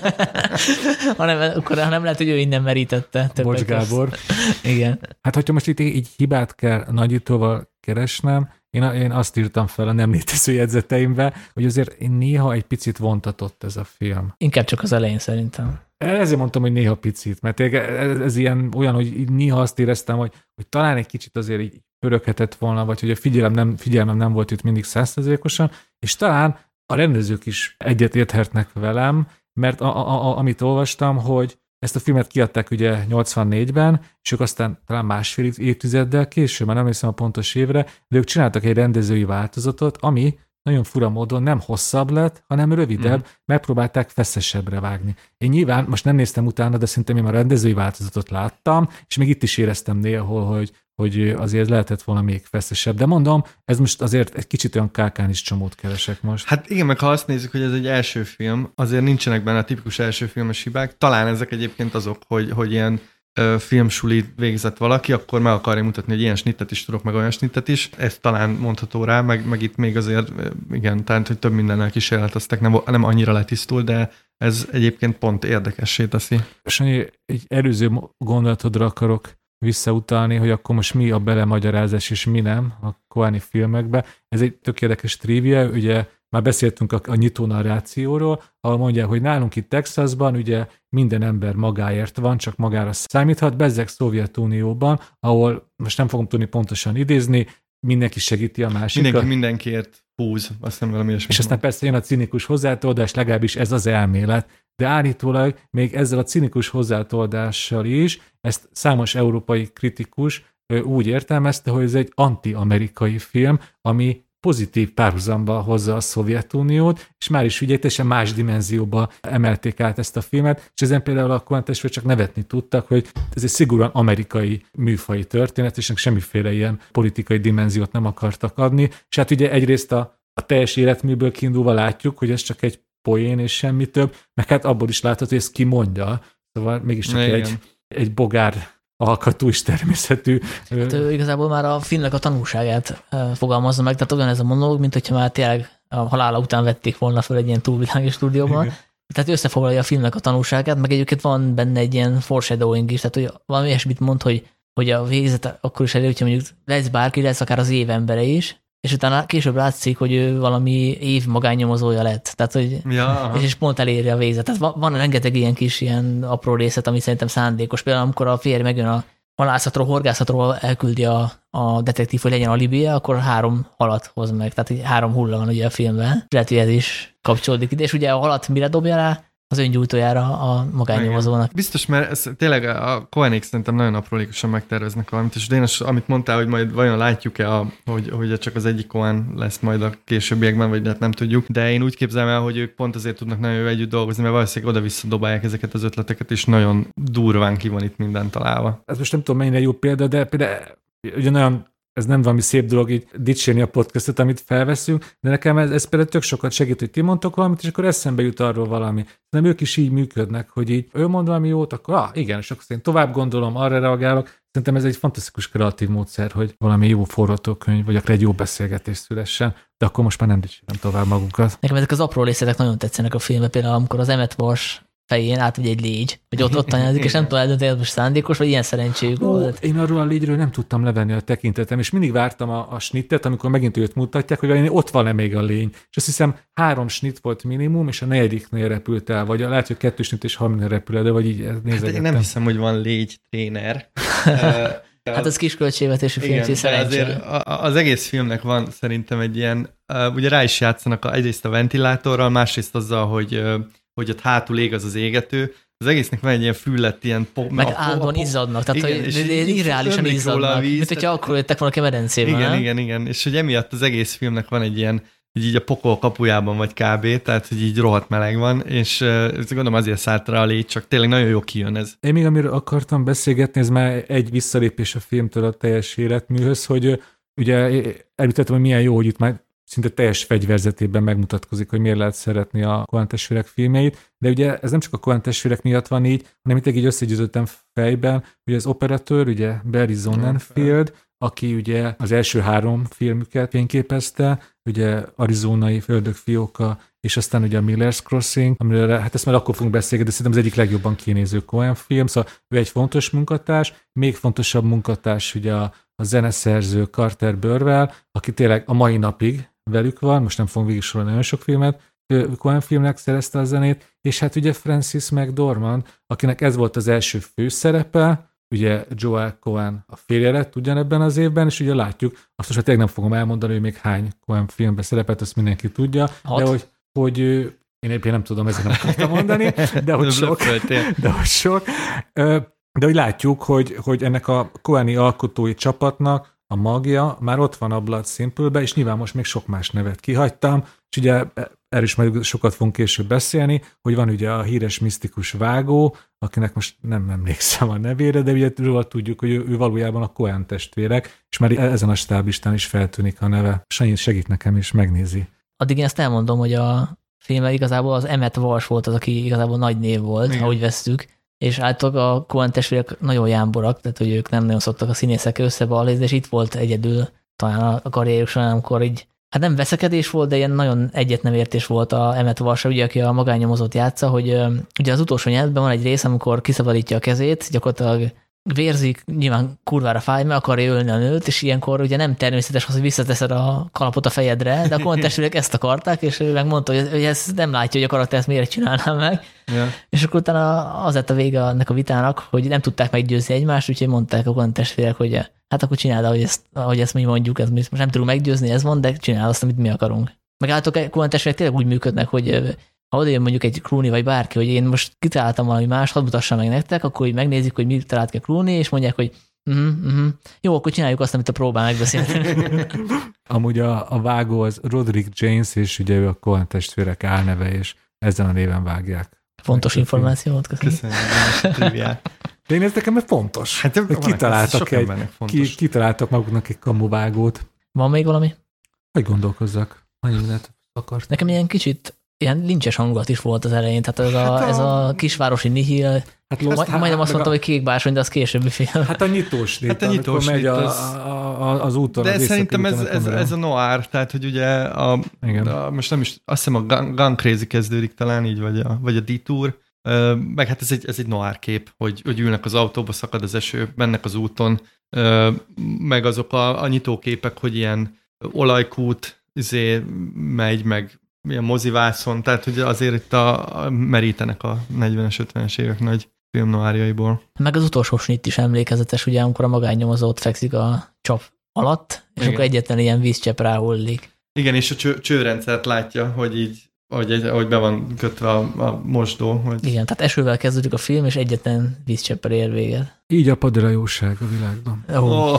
hanem lehet, hogy ő innen merítette. Bocs, Gábor. Igen. Hát, hogyha most itt így hibát kell nagyítóval keresnem, én azt írtam fel a nem létező jegyzeteimbe, hogy azért néha egy picit vontatott ez a film. Inkább csak az elején szerintem. Ezért mondtam, hogy néha picit, mert ez ilyen olyan, hogy néha azt éreztem, hogy talán egy kicsit azért így pöröghetett volna, vagy hogy a figyelmem nem volt itt mindig 100%-osan, és talán a rendezők is egyet érthetnek velem, mert amit olvastam, hogy ezt a filmet kiadták ugye 84-ben, és ők aztán talán másfél évtizeddel később, már nem hiszem a pontos évre, de ők csináltak egy rendezői változatot, ami nagyon fura módon nem hosszabb lett, hanem rövidebb, megpróbálták feszesebbre vágni. Én nyilván most nem néztem utána, de szerintem én már rendezői változatot láttam, és még itt is éreztem néhol, hogy azért lehetett volna még feszesebb. De mondom, ez most azért egy kicsit olyan kákán is csomót keresek most. Hát igen, meg ha azt nézzük, hogy ez egy első film, azért nincsenek benne a tipikus első filmes hibák. Talán ezek egyébként azok, hogy ilyen filmsulit végzett valaki, akkor meg akarja mutatni, hogy ilyen snittet is tudok, meg olyan snittet is. Ez talán mondható rá, meg itt még azért, igen, tehát, hogy több mindennel kísérleteztek, nem annyira letisztul, de ez egyébként pont érdekessé teszi. Sanyi, egy előző gondolatodra akarok visszautalni, hogy akkor most mi a belemagyarázás és mi nem a Coeni filmekbe. Ez egy tök érdekes trivia, ugye már beszéltünk a nyitó narrációról, ahol mondják, hogy nálunk itt Texasban ugye minden ember magáért van, csak magára számíthat, bezzeg Szovjetunióban, ahol most nem fogom tudni pontosan idézni, mindenki segíti a másikat. Mindenkiért húz, azt hiszem valami ilyesmi. És aztán persze jön a cinikus hozzátoldás, legalábbis ez az elmélet. De állítólag még ezzel a cinikus hozzátoldással is, ezt számos európai kritikus úgy értelmezte, hogy ez egy anti-amerikai film, ami pozitív párhuzamba hozza a Szovjetuniót, és már is ugye teljesen más dimenzióba emelték át ezt a filmet, és ezen például a Coen-testvér csak nevetni tudtak, hogy ez egy szigorúan amerikai műfaji történet, és semmiféle ilyen politikai dimenziót nem akartak adni, és hát ugye egyrészt a teljes életműből kiindulva látjuk, hogy ez csak egy poén és semmi több, meg hát abból is látható, hogy ezt ki mondja, szóval mégiscsak egy bogár alkatú és természetű. Hát igazából már a filmnek a tanulságát fogalmazza meg, tehát olyan ez a monológ, mint hogyha már tényleg a halála után vették volna föl egy ilyen túlvilági stúdióban. Tehát összefoglalja a filmnek a tanulságát, meg egyébként van benne egy ilyen foreshadowing is, tehát hogy valami ilyesmit mond, hogy a végzet akkor is elő, hogyha mondjuk lesz bárki, lesz akár az év embere is, és utána később látszik, hogy ő valami év magánnyomozója lett. Tehát, hogy és pont eléri a végzet. Tehát van rengeteg ilyen kis ilyen apró részlet, ami szerintem szándékos. Például amikor a férj megjön a halászatról, horgászatról elküldi a detektív, hogy legyen alibije, akkor 3 halat hoz meg. Tehát 3 hulla van ugye a filmben. Lehet, hogy ez is kapcsolódik ide. És ugye a halat mire dobja rá? Az öngyújtójára a magánnyomozónak. Biztos, mert ez tényleg a Coenék szerintem nagyon aprólékosan megterveznek valamit, és Dénes, amit mondtál, hogy majd vajon látjuk-e, hogy csak az egyik Coen lesz majd a későbbiekben, vagy hát nem tudjuk, de én úgy képzelem el, hogy ők pont azért tudnak nagyon jó együtt dolgozni, mert valószínűleg oda-vissza dobálják ezeket az ötleteket, és nagyon durván ki van itt minden találva. Ez most nem tudom mennyire jó példa, de például ugye nagyon ez nem valami szép dolog így dicsérni a podcastot, amit felveszünk, de nekem ez például tök sokat segít, hogy ti mondtok valamit, és akkor eszembe jut arról valami. Nem ők is így működnek, hogy így ő mond valami jót, akkor igen, és akkor én tovább gondolom, arra reagálok. Szerintem ez egy fantasztikus kreatív módszer, hogy valami jó forgatókönyv, vagy akár egy jó beszélgetés szülessen, de akkor most már nem dicsérem tovább magunkat. Nekem ezek az apró részletek nagyon tetszenek a filmben, például amikor az Emmett Walsh fején átmegy egy légy, vagy ott anyázik, és nem tudom eldönteni, hogy most szándékos, vagy ilyen szerencséjük volt. Én arról a légyről nem tudtam levenni a tekintetem, és mindig vártam a snittet, amikor megint őt mutatják, hogy ott van-e még a lény. És azt hiszem 3 snitt volt minimum, és a 4-nél repült el, vagy lehet, hogy 2 snitt és 3-nél repül el, de vagy így nézegettem. Hát én nem hiszem, hogy van légy tréner. Hát az kis költségvetésű film, azért az egész filmnek van szerintem egy ilyen, ugye rá is játszanak egyrészt a ventilátorral, másrészt azzal, hogy ott hátul ég az égető. Az egésznek van egy ilyen füllett, ilyen... Meg állandóan izzadnak, tehát igen, hogy irreálisan izzadnak, mint hogyha akkor jöttek volna a kemedencében. Igen, és hogy emiatt az egész filmnek van egy ilyen, hogy így a pokol kapujában vagy kb, tehát hogy így rohadt meleg van, és gondolom azért szállt rá a légy, csak tényleg nagyon jó kijön ez. Én még amiről akartam beszélgetni, ez már egy visszalépés a filmtől a teljes életműhöz, hogy ugye említettem, hogy milyen jó, hogy itt már szinte teljes fegyverzetében megmutatkozik, hogy miért lehet szeretni a Coen testvérek filmjeit, de ugye ez nem csak a Coen testvérek miatt van így, hanem itt így összegyűjtöttem fejben, hogy az operatőr, ugye Barry Sonnenfeld, aki ugye az első 3 filmüket fényképezte, ugye Arizonai Földök fióka, és aztán ugye a Miller's Crossing, amiről hát ezt már akkor fogunk beszélni, de szerintem az egyik legjobban kinéző Coen film, szóval ő egy fontos munkatárs, még fontosabb munkatárs ugye a zeneszerző Carter Burwell, aki tényleg a mai napig velük van, most nem fogom végigsorolni nagyon sok filmet, Coen filmnek szerezte a zenét, és hát ugye Francis McDormand, akinek ez volt az első főszerepe, ugye Joel Coen a férje lett ugyanebben az évben, és ugye látjuk, azt most tényleg nem fogom elmondani, hogy még hány Coen filmben szerepelt, azt mindenki tudja, 6. de hogy én éppen nem tudom, ezért nem akartam mondani, de hogy sok. De hogy látjuk, hogy ennek a Coeni alkotói csapatnak a magja már ott van a Blood Simple-be, és nyilván most még sok más nevet kihagytam, és ugye erről is majd sokat fogunk később beszélni, hogy van ugye a híres misztikus vágó, akinek most nem emlékszem a nevére, de ugye róla tudjuk, hogy ő valójában a Coen testvérek, és már ezen a stáblistán is feltűnik a neve. Sanyi segít nekem, és megnézi. Addig én ezt elmondom, hogy a filmben igazából az Emmett Walsh volt az, aki igazából nagy név volt, ahogy vesszük, és általában a Coen testvérek nagyon jámborak, tehát hogy ők nem nagyon szoktak a színészekkel összeballézni, és itt volt egyedül talán a karrierjük során, amikor így, hát nem veszekedés volt, de ilyen nagyon egyet nem értés volt a Emmett Walsh, ugye, aki a magánnyomozót játsza, hogy ugye az utolsó nyelvben van egy rész, amikor kiszabadítja a kezét, gyakorlatilag vérzik, nyilván kurvára fáj, mert akarja ölni a nőt, és ilyenkor ugye nem természetes az, hogy visszateszed a kalapot a fejedre, de a Coen testvérek ezt akarták, és ő megmondta, hogy ezt nem látja, hogy a karakter ezt miért csinálná meg. Yeah. És akkor utána az lett a vége ennek a vitának, hogy nem tudták meggyőzni egymást, úgyhogy mondták a Coen testvérek, hogy hát akkor csináld, ahogy ezt mi mondjuk, ez most nem tudunk meggyőzni, ez van, de csináld azt, amit mi akarunk. Meg általában a Coen testvérek tényleg úgy működnek, hogy ha odajön mondjuk egy Clooney vagy bárki, hogy én most kitaláltam valami más, hadd mutassam meg nektek, akkor így megnézik, hogy mit talált ki a Clooney, és mondják, hogy jó, akkor csináljuk azt, amit a próbán megbeszéltünk. Amúgy a vágó az Roderick James, és ugye ő a Coen testvérek álneve, és ezen a néven vágják. Fontos információt, köszönöm. De én ez nekem fontos. Hát kitaláltak maguknak egy kamuvágót. Van még valami? Hogy gondolkozzak? Annyi mindent akart. Nekem ilyen kicsit ilyen lincses hangulat is volt az elején, tehát ez a kisvárosi nihil, majdnem azt mondtam, hogy Kék bársony, de az későbbi film. Hát a nyitós nit, hát a nyitós megy az úton. De szerintem ez a noir, tehát hogy ugye most nem is, azt hiszem a Gun Crazy kezdődik talán így, vagy a Detour, meg hát ez egy noir kép, hogy ülnek az autóba, szakad az eső, mennek az úton, meg azok a nyitóképek, hogy ilyen olajkút megy, meg ilyen mozivászon, tehát hogy azért itt merítenek a 40-es, 50-es évek nagy film noárjaiból. Meg az utolsó snitt is emlékezetes, ugye, amikor a magánnyomozó ott fekszik a csap alatt, és akkor egyetlen ilyen vízcsepp ráhullik. Igen, és a csőrendszert látja, hogy így, ahogy be van kötve a mosdó. Hogy... Igen, tehát esővel kezdődik a film, és egyetlen vízcseppel ér véget. Így apad a jóság a világban. Oh.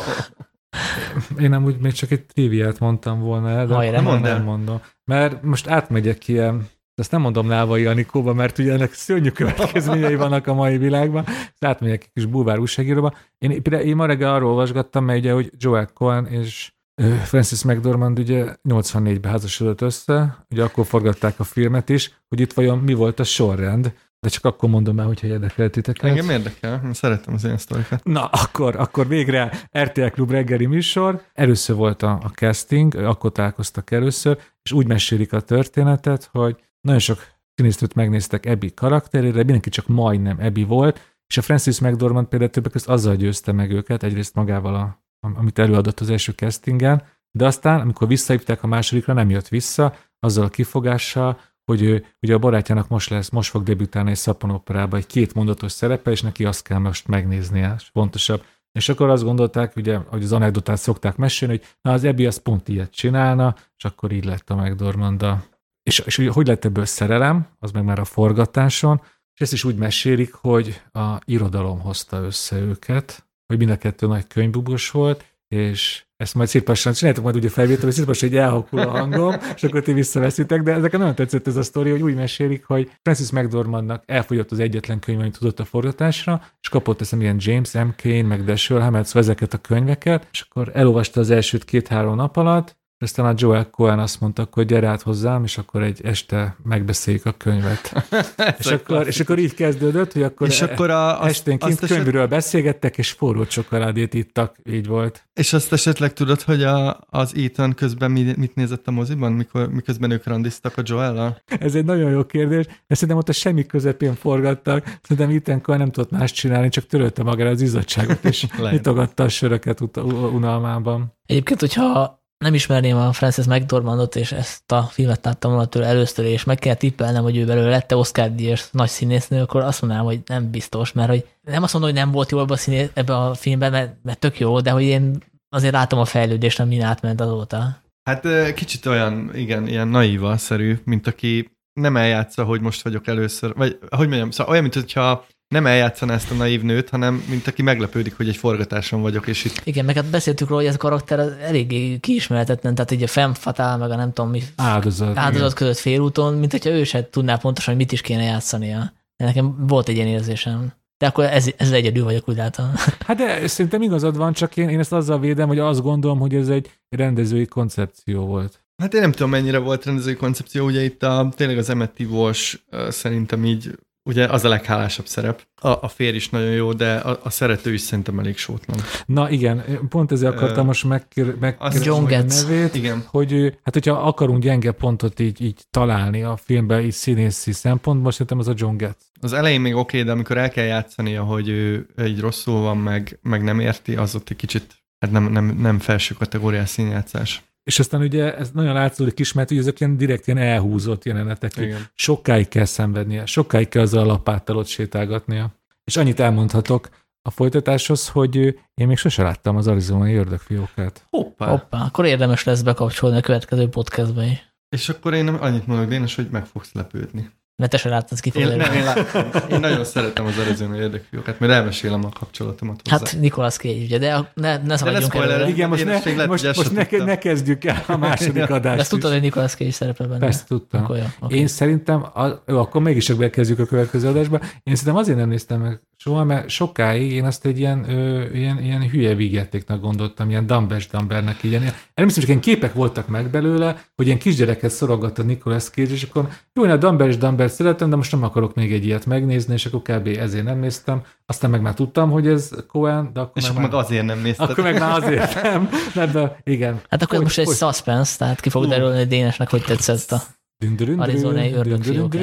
Én nem úgy még csak egy triviát mondtam volna el, de nem mondom. Mert most átmegyek ilyen, ezt nem mondom Návai Anikóba, mert ugye ennek szörnyű következményei vannak a mai világban, ezt átmegyek egy kis bulvár újságíróba. Én ma reggel arról olvasgattam, mert ugye, hogy Joel Cohen és Frances McDormand ugye 84-ben házasodott össze, ugye akkor forgatták a filmet is, hogy itt vajon mi volt a sorrend, de csak akkor mondom el, hogyha érdekel titeket. Engem érdekel, én szeretem az ilyen sztorikat. Na, akkor végre RTL Klub reggeli műsor. Először volt a casting, akkor találkoztak először, és úgy mesélik a történetet, hogy nagyon sok színésznőt megnéztek Abby karakterére, mindenki csak majdnem Abby volt, és a Frances McDormand például többek között azzal győzte meg őket, egyrészt magával, amit előadott az első castingen, de aztán, amikor visszahívták a másodikra, nem jött vissza, azzal a kifogással, hogy ő ugye a barátjának most fog debütálni egy szappanoperába egy 2 mondatos szerepe, és neki azt kell most megnéznie, és fontosabb. És akkor azt gondolták, ugye, hogy az anekdotát szokták mesélni, hogy na az Abby az pont ilyet csinálna, és akkor így lett a McDormand. És hogy lett ebből szerelem, az meg már a forgatáson, és ezt is úgy mesélik, hogy a irodalom hozta össze őket, hogy mind a kettő nagy könyvbubos volt, és ezt majd szép lassan csináljátok majd ugye felvétel, hogy szép lassan, hogy elhakul a hangom, és akkor ti visszaveszitek, de ezeken nagyon tetszett ez a sztori, hogy úgy mesélik, hogy Frances McDormandnak elfogyott az egyetlen könyv, amit tudott a forgatásra, és kapott ezt ilyen James M. Cain, meg Dashiell Hammett, szóval ezeket a könyveket, és akkor elolvasta az elsőt 2-3 nap alatt, aztán a Joel Cohen azt mondta, hogy gyere át hozzám, és akkor egy este megbeszéljük a könyvet. és akkor így kezdődött, hogy akkor esténként könyvről beszélgettek, és forró csokoládét ittak, így volt. És azt esetleg tudod, hogy az Ethan közben mit nézett a moziban, miközben ők randiztak a Joellal? Ez egy nagyon jó kérdés, mert szerintem ott a semmi közepén forgattak, szerintem Ethan Cohen nem tudott más csinálni, csak törölte magára az izzadságot, és nyitogatta a söröket unalmában. Egyébként, hogyha nem ismerném a Frances McDormandot, és ezt a filmet láttam volna tőle először, és meg kell tippelnem, hogy ő belőle lett Oscar-díjas nagy színésznő, akkor azt mondanám, hogy nem biztos, mert hogy nem azt mondom, hogy nem volt jó ebbe a filmben, mert tök jó, de hogy én azért látom a fejlődést, amin átment azóta. Hát kicsit olyan, igen, ilyen naíva-szerű, mint aki nem eljátsza, hogy most vagyok először, vagy hogy mondjam, szóval olyan, mint hogyha nem eljátszaná ezt a naív nőt, hanem mint aki meglepődik, hogy egy forgatáson vagyok, és itt... Igen, meg hát beszéltük róla, hogy ez a karakter eléggé kiismerhetetlen, tehát így a femme fatale, meg a nem tudom mi áldozat között félúton, mint hogyha ő se tudná pontosan, hogy mit is kéne játszania. De nekem volt egy ilyen érzésem. De akkor ez egyedül vagyok, úgy látom. Hát de szerintem igazad van, csak én ezt azzal védem, hogy azt gondolom, hogy ez egy rendezői koncepció volt. Hát én nem tudom, mennyire volt rendezői koncepció, ugye itt tényleg az Emmett Walsh szerintem így ugye az a leghálásabb szerep. A férj is nagyon jó, de a szerető is szerintem elég sótlan. Na igen, pont ezzel akartam most megkérdezni a nevét, igen. Hogy hát hogyha akarunk gyenge pontot így találni a filmben, így színészi szempontból, szerintem az a John Getz. Az elején még oké, de amikor el kell játszania, hogy ő így rosszul van, meg nem érti, az ott egy kicsit hát nem felső kategóriás színjátszás. És aztán ugye ez nagyon látszódik is, mert ugye ezek ilyen direkt ilyen elhúzott jelenetek. Sokáig kell szenvednie, sokáig kell azzal a lapáttal ott sétálgatnia. És annyit elmondhatok a folytatáshoz, hogy én még sose láttam az arizonai ördögfiókát. Hoppá, akkor érdemes lesz bekapcsolni a következő podcastba is. És akkor én annyit mondok, Dénes, hogy meg fogsz lepődni. Mert te se láttad ki én nagyon szeretem az Arizona érdekfiókat, mert elmesélem a kapcsolatomat hozzá. Hát Nicolas Cage, ugye, de ne szaladjunk előre. Igen, most ne kezdjük el a második adást. De ezt tudtad, hogy Nicolas Cage szerepel benne? Persze tudtam. Akkor okay. Én szerintem, akkor mégis csak bekezdjük a következő adásba. Én szerintem azért nem néztem meg soha, mert sokáig én azt egy ilyen hülye vígjátéknak gondoltam, ilyen Dumbernek, ilyen. Elmészem, csak ilyen képek voltak meg belőle, hogy ilyen kisgyereket szorogatta Nicolas Cage, és akkor jó, én a Dumbert szeretem, de most nem akarok még egy ilyet megnézni, és akkor kb. Ezért nem néztem. Aztán meg már tudtam, hogy ez Cohen, de akkor és meg azért nem nézted. Akkor meg már azért nem. De igen. Hát akkor most egy suspense, tehát ki fog derülni, hogy Dénesnek hogy tetszett a arizonai ördögfiókát.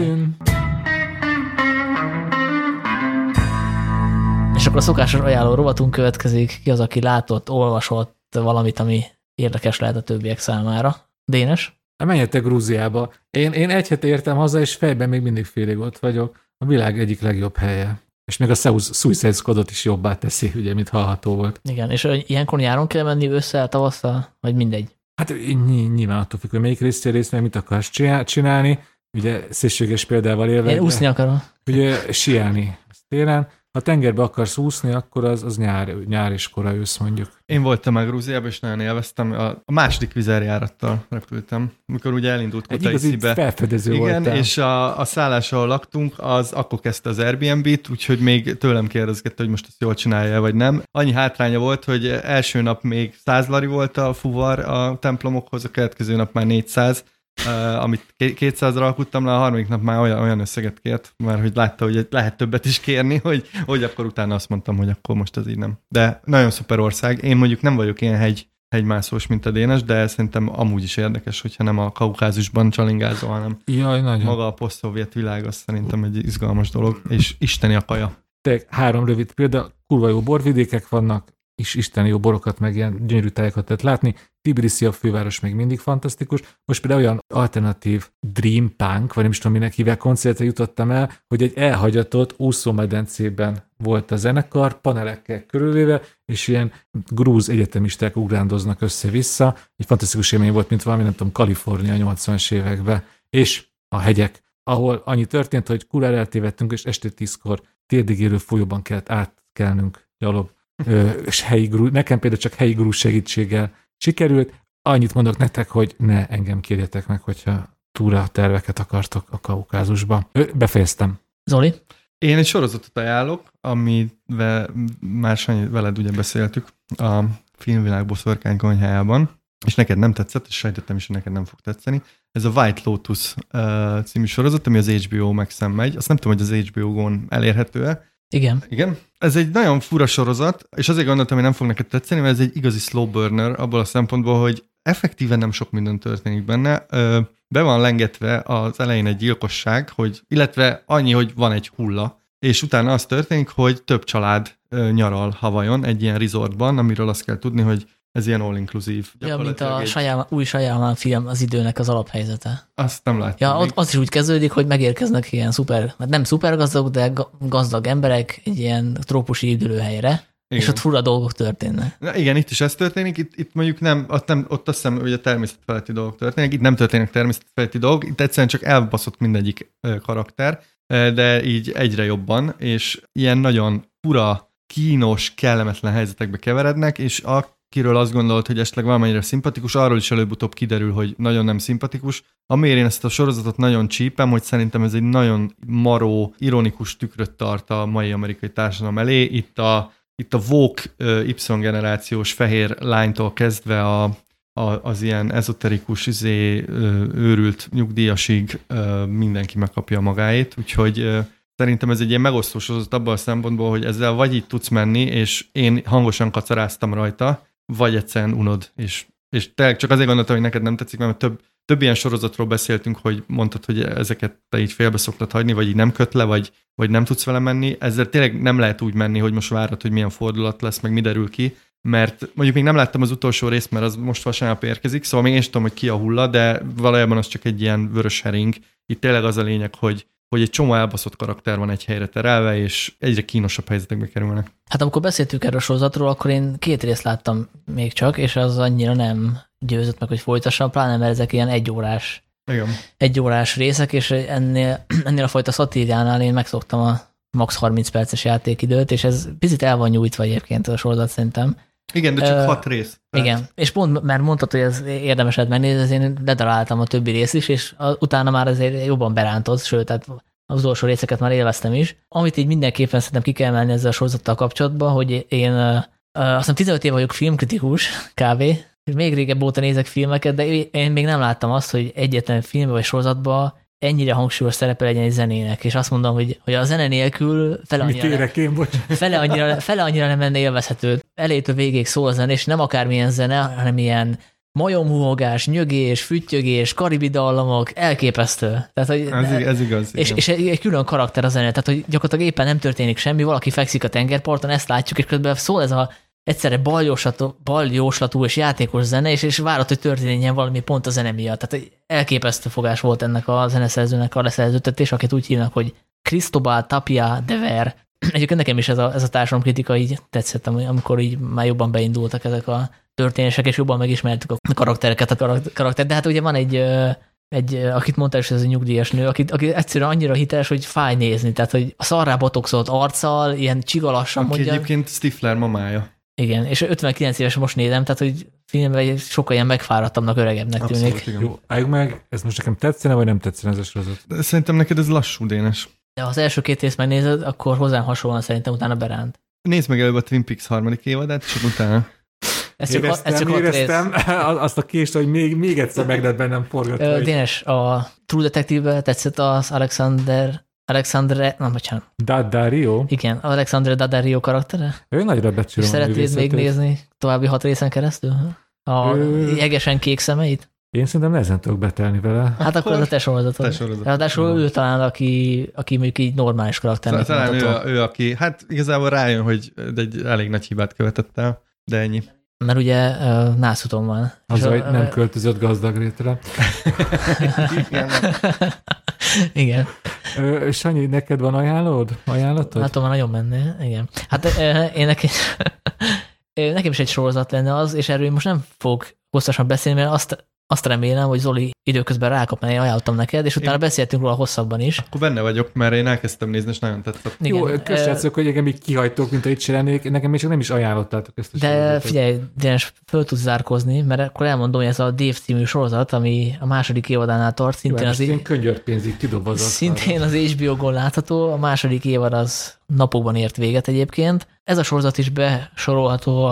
És akkor a szokásos ajánló rovatunk következik. Ki az, aki látott, olvasott valamit, ami érdekes lehet a többiek számára? Dénes? Menjetek Grúziába. Én egy hete értem haza, és fejben még mindig félig ott vagyok. A világ egyik legjobb helye. és még a Suicide Squadot is jobbá teszi, ugye, mint hallható volt. Igen, és ilyenkor nyáron kell menni ősszel, tavasszal, vagy mindegy? Hát nyilván attól függ, hogy melyik részt meg mit akarsz csinálni. Ugye szélsőséges példával élve. Én úszni akarom. Ugye sielni télen. Ha tengerbe akarsz úszni, akkor az nyár és kora ősz mondjuk. Én voltam már Grúziában, és nagyon élveztem. A második vizerjárattal repültem, mikor ugye elindult Kutaisibe. Felfedező igen, voltál. És a szállás, ahol laktunk, az akkor kezdte az Airbnb-t, úgyhogy még tőlem kérdezgette, hogy most ezt jól csinálja, vagy nem. Annyi hátránya volt, hogy első nap még 100 lari volt a fuvar a templomokhoz, a következő nap már 400, amit 200-ra alkuttam le, a harmadik nap már olyan összeget kért, mert hogy látta, hogy lehet többet is kérni, hogy akkor utána azt mondtam, hogy akkor most ez így nem. De nagyon szuper ország. Én mondjuk nem vagyok ilyen hegymászós, mint a Dénes, de szerintem amúgy is érdekes, hogyha nem a Kaukázusban csalingázol, hanem maga a posztszovjet világ, az szerintem egy izgalmas dolog, és isteni a kaja. 3 rövid példa, kurva jó borvidékek vannak, és isteni jó borokat, meg ilyen gyönyörű tájakat lehet látni. Tbilisi a főváros még mindig fantasztikus. Most például olyan alternatív dream punk, vagy nem is tudom, minek hívják, koncertre jutottam el, hogy egy elhagyatott úszómedencében volt a zenekar, panelekkel körülvéve, és ilyen grúz egyetemisták ugrándoznak össze-vissza. Egy fantasztikus élmény volt, mint valami, nem tudom, Kalifornia 80-as években. És a hegyek, ahol annyi történt, hogy kurára eltévedtünk, és este 10-kor térdig érő folyóban kellett átkelnünk gyalog. És nekem például csak helyi grúz segítséggel sikerült. Annyit mondok nektek, hogy ne engem kérjetek meg, hogyha túra terveket akartok a Kaukázusba. Befejeztem. Zoli? Én egy sorozatot ajánlok, amivel már Sanyi, veled ugye beszéltük a Filmvilág Boszorkány konyhájában, és neked nem tetszett, és sejtettem is, hogy neked nem fog tetszeni. Ez a White Lotus című sorozat, ami az HBO Max-en megy. Azt nem tudom, hogy az HBO-gon elérhető-e. Igen. Ez egy nagyon fura sorozat, és azért gondoltam, hogy nem fog neked tetszeni, mert ez egy igazi slow burner abból a szempontból, hogy effektíven nem sok minden történik benne. Be van lengetve az elején egy gyilkosság, illetve annyi, hogy van egy hulla, és utána az történik, hogy több család nyaral Havajon egy ilyen resortban, amiről azt kell tudni, hogy ez ilyen all-inclusive. Ja, mint a új Shyamalan film, az időnek az alaphelyzete. Azt nem láttam. Ja, az is úgy kezdődik, hogy megérkeznek ilyen nem szuper gazdag, de gazdag emberek egy ilyen trópusi üdülőhelyre, igen. És ott fura dolgok történnek. Na, igen, itt is ez történik, itt mondjuk ott azt hiszem, hogy a természetfeletti dolgok történnek, itt nem történnek természetfeletti dolgok, itt egyszerűen csak elbaszott mindegyik karakter, de így egyre jobban, és ilyen nagyon fura, kínos, kellemetlen helyzetekbe keverednek, és akiről azt gondolt, hogy esetleg valamennyire szimpatikus, arról is előbb-utóbb kiderül, hogy nagyon nem szimpatikus. Amiért én ezt a sorozatot nagyon csípem, hogy szerintem ez egy nagyon maró, ironikus tükröt tart a mai amerikai társadalom elé. Itt a woke Y-generációs fehér lánytól kezdve az ilyen ezoterikus, őrült nyugdíjasig mindenki megkapja magáét, úgyhogy szerintem ez egy ilyen megosztó sorozat abban a szempontból, hogy ezzel vagy így tudsz menni, és én hangosan kacaráztam rajta, vagy egyszerűen unod. És tényleg csak azért gondoltam, hogy neked nem tetszik, mert több ilyen sorozatról beszéltünk, hogy mondtad, hogy ezeket te így félbe szoktad hagyni, vagy így nem köt le, vagy nem tudsz vele menni. Ezzel tényleg nem lehet úgy menni, hogy most várod, hogy milyen fordulat lesz, meg mi derül ki, mert mondjuk még nem láttam az utolsó részt, mert az most vasárnap érkezik, szóval még én sem tudom, hogy ki a hulla, de valójában az csak egy ilyen vörös hering. Itt tényleg az a lényeg, hogy egy csomó elbaszott karakter van egy helyre terelve, és egyre kínosabb helyzetekbe kerülnek. Hát amikor beszéltük erről a sorozatról, akkor én 2 részt láttam még csak, és az annyira nem győzött meg, hogy folytassam, pláne mert ezek ilyen egyórás részek, és ennél a fajta szatírjánál én megszoktam a max 30 perces játékidőt, és ez picit el van nyújtva egyébként a sorozat szerintem. Igen, de csak 6 rész. Igen, és pont mert mondtad, hogy ez érdemes megnézni, én ledaráltam a többi részt is, és utána már azért jobban berántott, sőt, tehát az utolsó részeket már élveztem is. Amit így mindenképpen szerintem ki kell emelni ezzel a sorozattal kapcsolatban, hogy én azt hiszem 15 év vagyok filmkritikus, kb. Még régebb óta nézek filmeket, de én még nem láttam azt, hogy egyetlen filmben vagy sorozatban ennyire hangsúlyos szerepe legyen egy zenének, és azt mondom, hogy a zene nélkül fele annyira nem lenne élvezhető. Elejétől végéig szól a zene, és nem akármilyen zene, hanem ilyen majomhúhogás, nyögés, füttyögés, karibi dallamok, elképesztő. Tehát, hogy, ez igaz. És egy külön karakter a zene, tehát hogy gyakorlatilag éppen nem történik semmi, valaki fekszik a tengerparton, ezt látjuk, és közben szól ez a egyszerre baljóslatú és játékos zene, és várod, hogy történjen valami pont a zene miatt. Tehát elképesztő fogás volt ennek a zeneszerzőnek a leszerződtetés, akit úgy hívnak, hogy Cristobal Tapia de Ver. egyébként nekem is ez a társadalomkritika így tetszett, amikor így már jobban beindultak ezek a történések, és jobban megismertük a karaktereket, de hát ugye van egy akit mondtál is, ez a nyugdíjas nő, aki egyszerűen annyira hiteles, hogy fáj nézni, tehát hogy a szarrá botoxolt arccal, ilyen csigalassan mondja. mondja. Egyébként Stifler mamája. Igen, és 59 éves most nézem, tehát hogy filmben sokkal ilyen megfáradtabbnak, öregebbnek tűnik. Abszolút, Jó, álljunk meg, ez most nekem tetszene, vagy nem tetszene ez a sorozat? Szerintem neked ez lassú, Dénes. De ha az első 2 részt megnézed, akkor hozzám hasonlóan szerintem utána beránt. Nézd meg előbb a Twin Peaks 3. évadát, és utána. Ez csak éreztem azt a kést, hogy még egyszer meg lett bennem forgatva. Dénes, a True Detective-ben tetszett az Alexandre, nem, bocsánat. Daddario? Igen, Alexandre Daddario karaktere. Ő nagyra becsülöm. Szeretnéd még nézni további 6 részen keresztül? A jegesen kék szemeit? Én szerintem nehezen tudok betelni vele. Hát akkor az a te sorozatod. Ráadásul ő talán, aki mondjuk így normális karakternek talán ő, aki, hát igazából rájön, hogy egy elég nagy hibát követett el, de ennyi. Mert ugye nászuton van. Azzal, hogy nem költözött gazdag rétre. Igen. Sanyi, neked van ajánlatod? Hát, már nagyon menné, igen. Hát én nekem is egy sorozat lenne az, és erről most nem fog hosszasan beszélni, mert azt remélem, hogy Zoli időközben rákap, mert én ajánlottam neked, és utána beszéltünk róla hosszabban is. Akkor benne vagyok, mert én elkezdtem nézni, és nagyon tetszett. Igen. Jó, köszönjük, hogy engem így kihagytok, mint ha itt se lennék. Nekem még csak nem is ajánlottátok ezt a sorozatot. De figyelj, Dénes, föl tudsz zárkozni, mert akkor elmondom, hogy ez a Dave című sorozat, ami a második évadánál tart, szintén könyörpénzig kidobozott. Szintén az HBO-gon látható, a második évad az napokban ért véget egyébként. Ez a sorozat is besorolható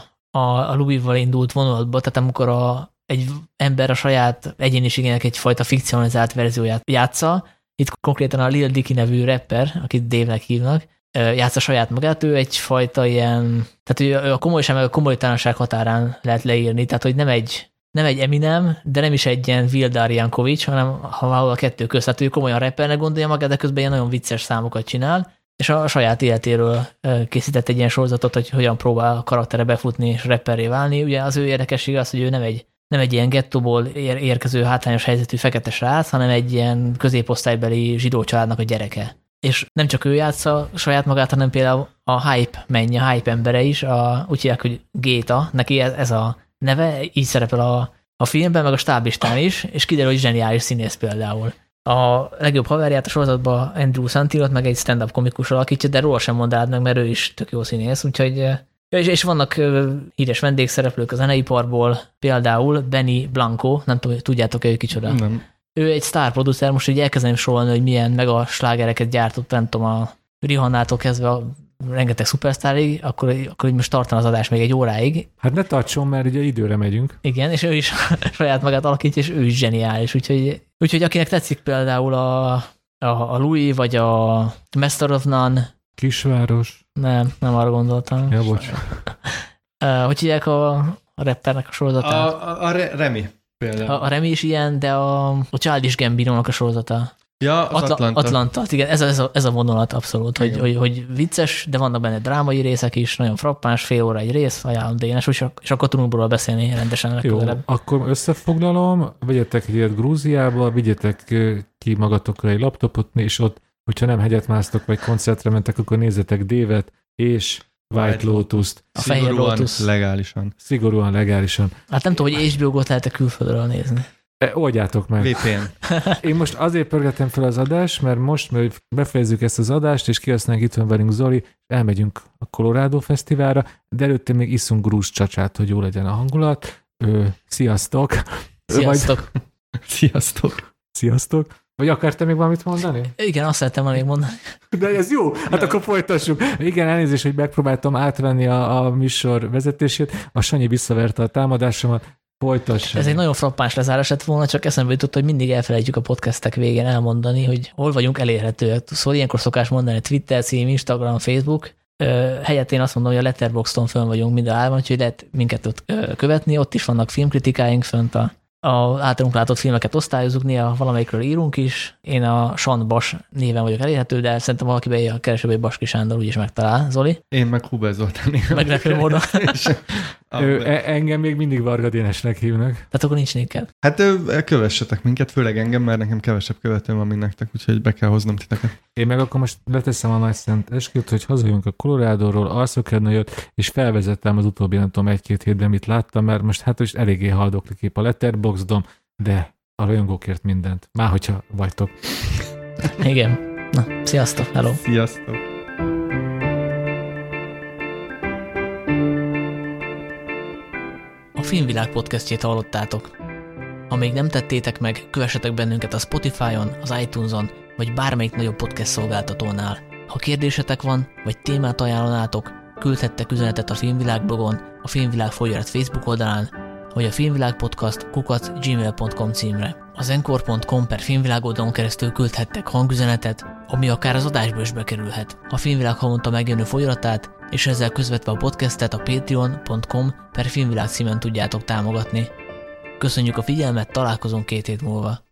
a Louis-val indult vonulatba, tehát amikor egy ember a saját egyéniségének egyfajta fikcionalizált verzióját játsza. Itt konkrétan a Lil Dicky nevű rapper, akit Dave-nek hívnak, játsza saját magát, ő egyfajta ilyen, tehát ő a komolyság meg a komolytalanság határán lehet leírni, tehát hogy nem egy Eminem, de nem is egy ilyen Vildar Jankovics, hanem ha valahol a kettő közt, tehát ő komolyan rappernek gondolja magát, de közben ilyen nagyon vicces számokat csinál, és a saját életéről készített egy ilyen sorozatot, hogy hogyan próbál a karaktere befutni és rapperré válni. Ugye az ő érdekessége az, hogy ő nem egy ilyen gettóból érkező hátrányos helyzetű fekete srác, hanem egy ilyen középosztálybeli zsidó családnak a gyereke. És nem csak ő játsza saját magát, hanem például a Hype menye, a Hype embere is, úgy hívják, hogy Géta, neki ez a neve, így szerepel a filmben, meg a stáblistán is, és kiderül, hogy zseniális színész például. A legjobb haverját a sorozatban Andrew Santilot, meg egy stand-up komikus alakítja, de róla sem mondd meg, mert ő is tök jó színész, úgyhogy és vannak híres vendégszereplők a zeneiparból, például Benny Blanco, nem tudjátok-e, ő kicsoda? Nem. Ő egy sztárproducer, most így elkezdeném sorolni, hogy milyen mega slágereket gyártott, nem tudom, a Rihannától kezdve a rengeteg szupersztárig, akkor most tartana az adás még egy óráig. Hát ne tartson, mert ugye időre megyünk. Igen, és ő is saját magát alakítja, és ő is zseniális, úgyhogy akinek tetszik például a Louis, vagy a Master of None, Kisváros. Nem arra gondoltam. Ja, bocs. Hogy hívják a rappernek a sorozatát? A Remi például. A Remi is ilyen, de a Childish Gambino-nak a sorozata. Ja, az Atlanta. Igen, ez a vonulat abszolút, hogy vicces, de vannak benne drámai részek is, nagyon frappáns, fél óra egy rész, ajánlom Dénes, és akkor tudunk róla beszélni rendesen legközelebb. Jó, akkor összefoglalom, vegyetek egyet Grúziába, vigyetek ki magatokra egy laptopot, és ott, hogyha nem hegyet másztok, vagy koncertre mentek, akkor nézzetek Dévet, és White Lotus-t. A Fehér Lotus. Legálisan. Szigorúan legálisan. Hát nem tudom, hogy HBO-got lehet-e külföldről nézni. Oldjátok meg. VPN. Én most azért pörgetem fel az adást, mert most befejezzük ezt az adást, és kihasználjuk, itt van velünk Zoli, elmegyünk a Colorado Fesztiválra, de előtte még iszunk grúz csacsát, hogy jó legyen a hangulat. Sziasztok! Sziasztok! Sziasztok! Vagy akartál még valamit mondani? Igen, azt szerettem még mondani. De ez jó, hát akkor folytassuk. Igen, elnézést, hogy megpróbáltam átvenni a műsor vezetését. A Sanyi visszaverte a támadásomat. Folytassuk. Ez egy nagyon frappáns lezárás lett volna, csak eszembe jutott, hogy mindig elfelejtjük a podcastek végén elmondani, hogy hol vagyunk elérhetőek. Szóval ilyenkor szokás mondani Twitter cím, Instagram, Facebook. Helyett én azt mondom, hogy a Letterboxdon fönn vagyunk mind a hárman, úgyhogy lehet minket ott követni. Ott is vannak filmkritikáink fönt a A általunk látott filmeket osztályozunk, néha valamelyikről írunk is. Én a Sean Bas néven vagyok elérhető, de szerintem valaki beírja a keresőbe, hogy Baski Sándor, úgyis megtalál, Zoli. Én meg Huber Zoltán néven. Meglepő módon. Engem még mindig Varga Dénesnek hívnak. Tehát akkor nincs néked. Hát kövessetek minket, főleg engem, mert nekem kevesebb követőm van, mint nektek, úgyhogy be kell hoznom titeket. Én meg akkor most leteszem a nagy szent esküt, hogy hazajönk a Colorado-ról, Alszokern jött, és felvezettem az utóbbi, nem tudom, 1-2 hétben, mit láttam, mert most hát is eléggé haldoklik épp a Letterboxdom, de a rajongókért mindent. Már hogyha vagytok. Igen. Na, sziasztok, hello. Sziasztok. A Filmvilág podcastjét hallottátok. Ha még nem tettétek meg, kövessetek bennünket a Spotify-on, az iTunes-on, vagy bármelyik nagyobb podcast szolgáltatónál. Ha kérdésetek van, vagy témát ajánlanátok, küldhettek üzenetet a Filmvilág blogon, a Filmvilág folyóirat Facebook oldalán, vagy a filmvilágpodcast@gmail.com címre. Az encore.com/filmvilág oldalon keresztül küldhettek hangüzenetet, ami akár az adásba is bekerülhet. A Filmvilág havonta megjelenő folyóiratát, és ezzel közvetve a podcastet a patreon.com/filmvilág címen tudjátok támogatni. Köszönjük a figyelmet, találkozunk 2 hét múlva.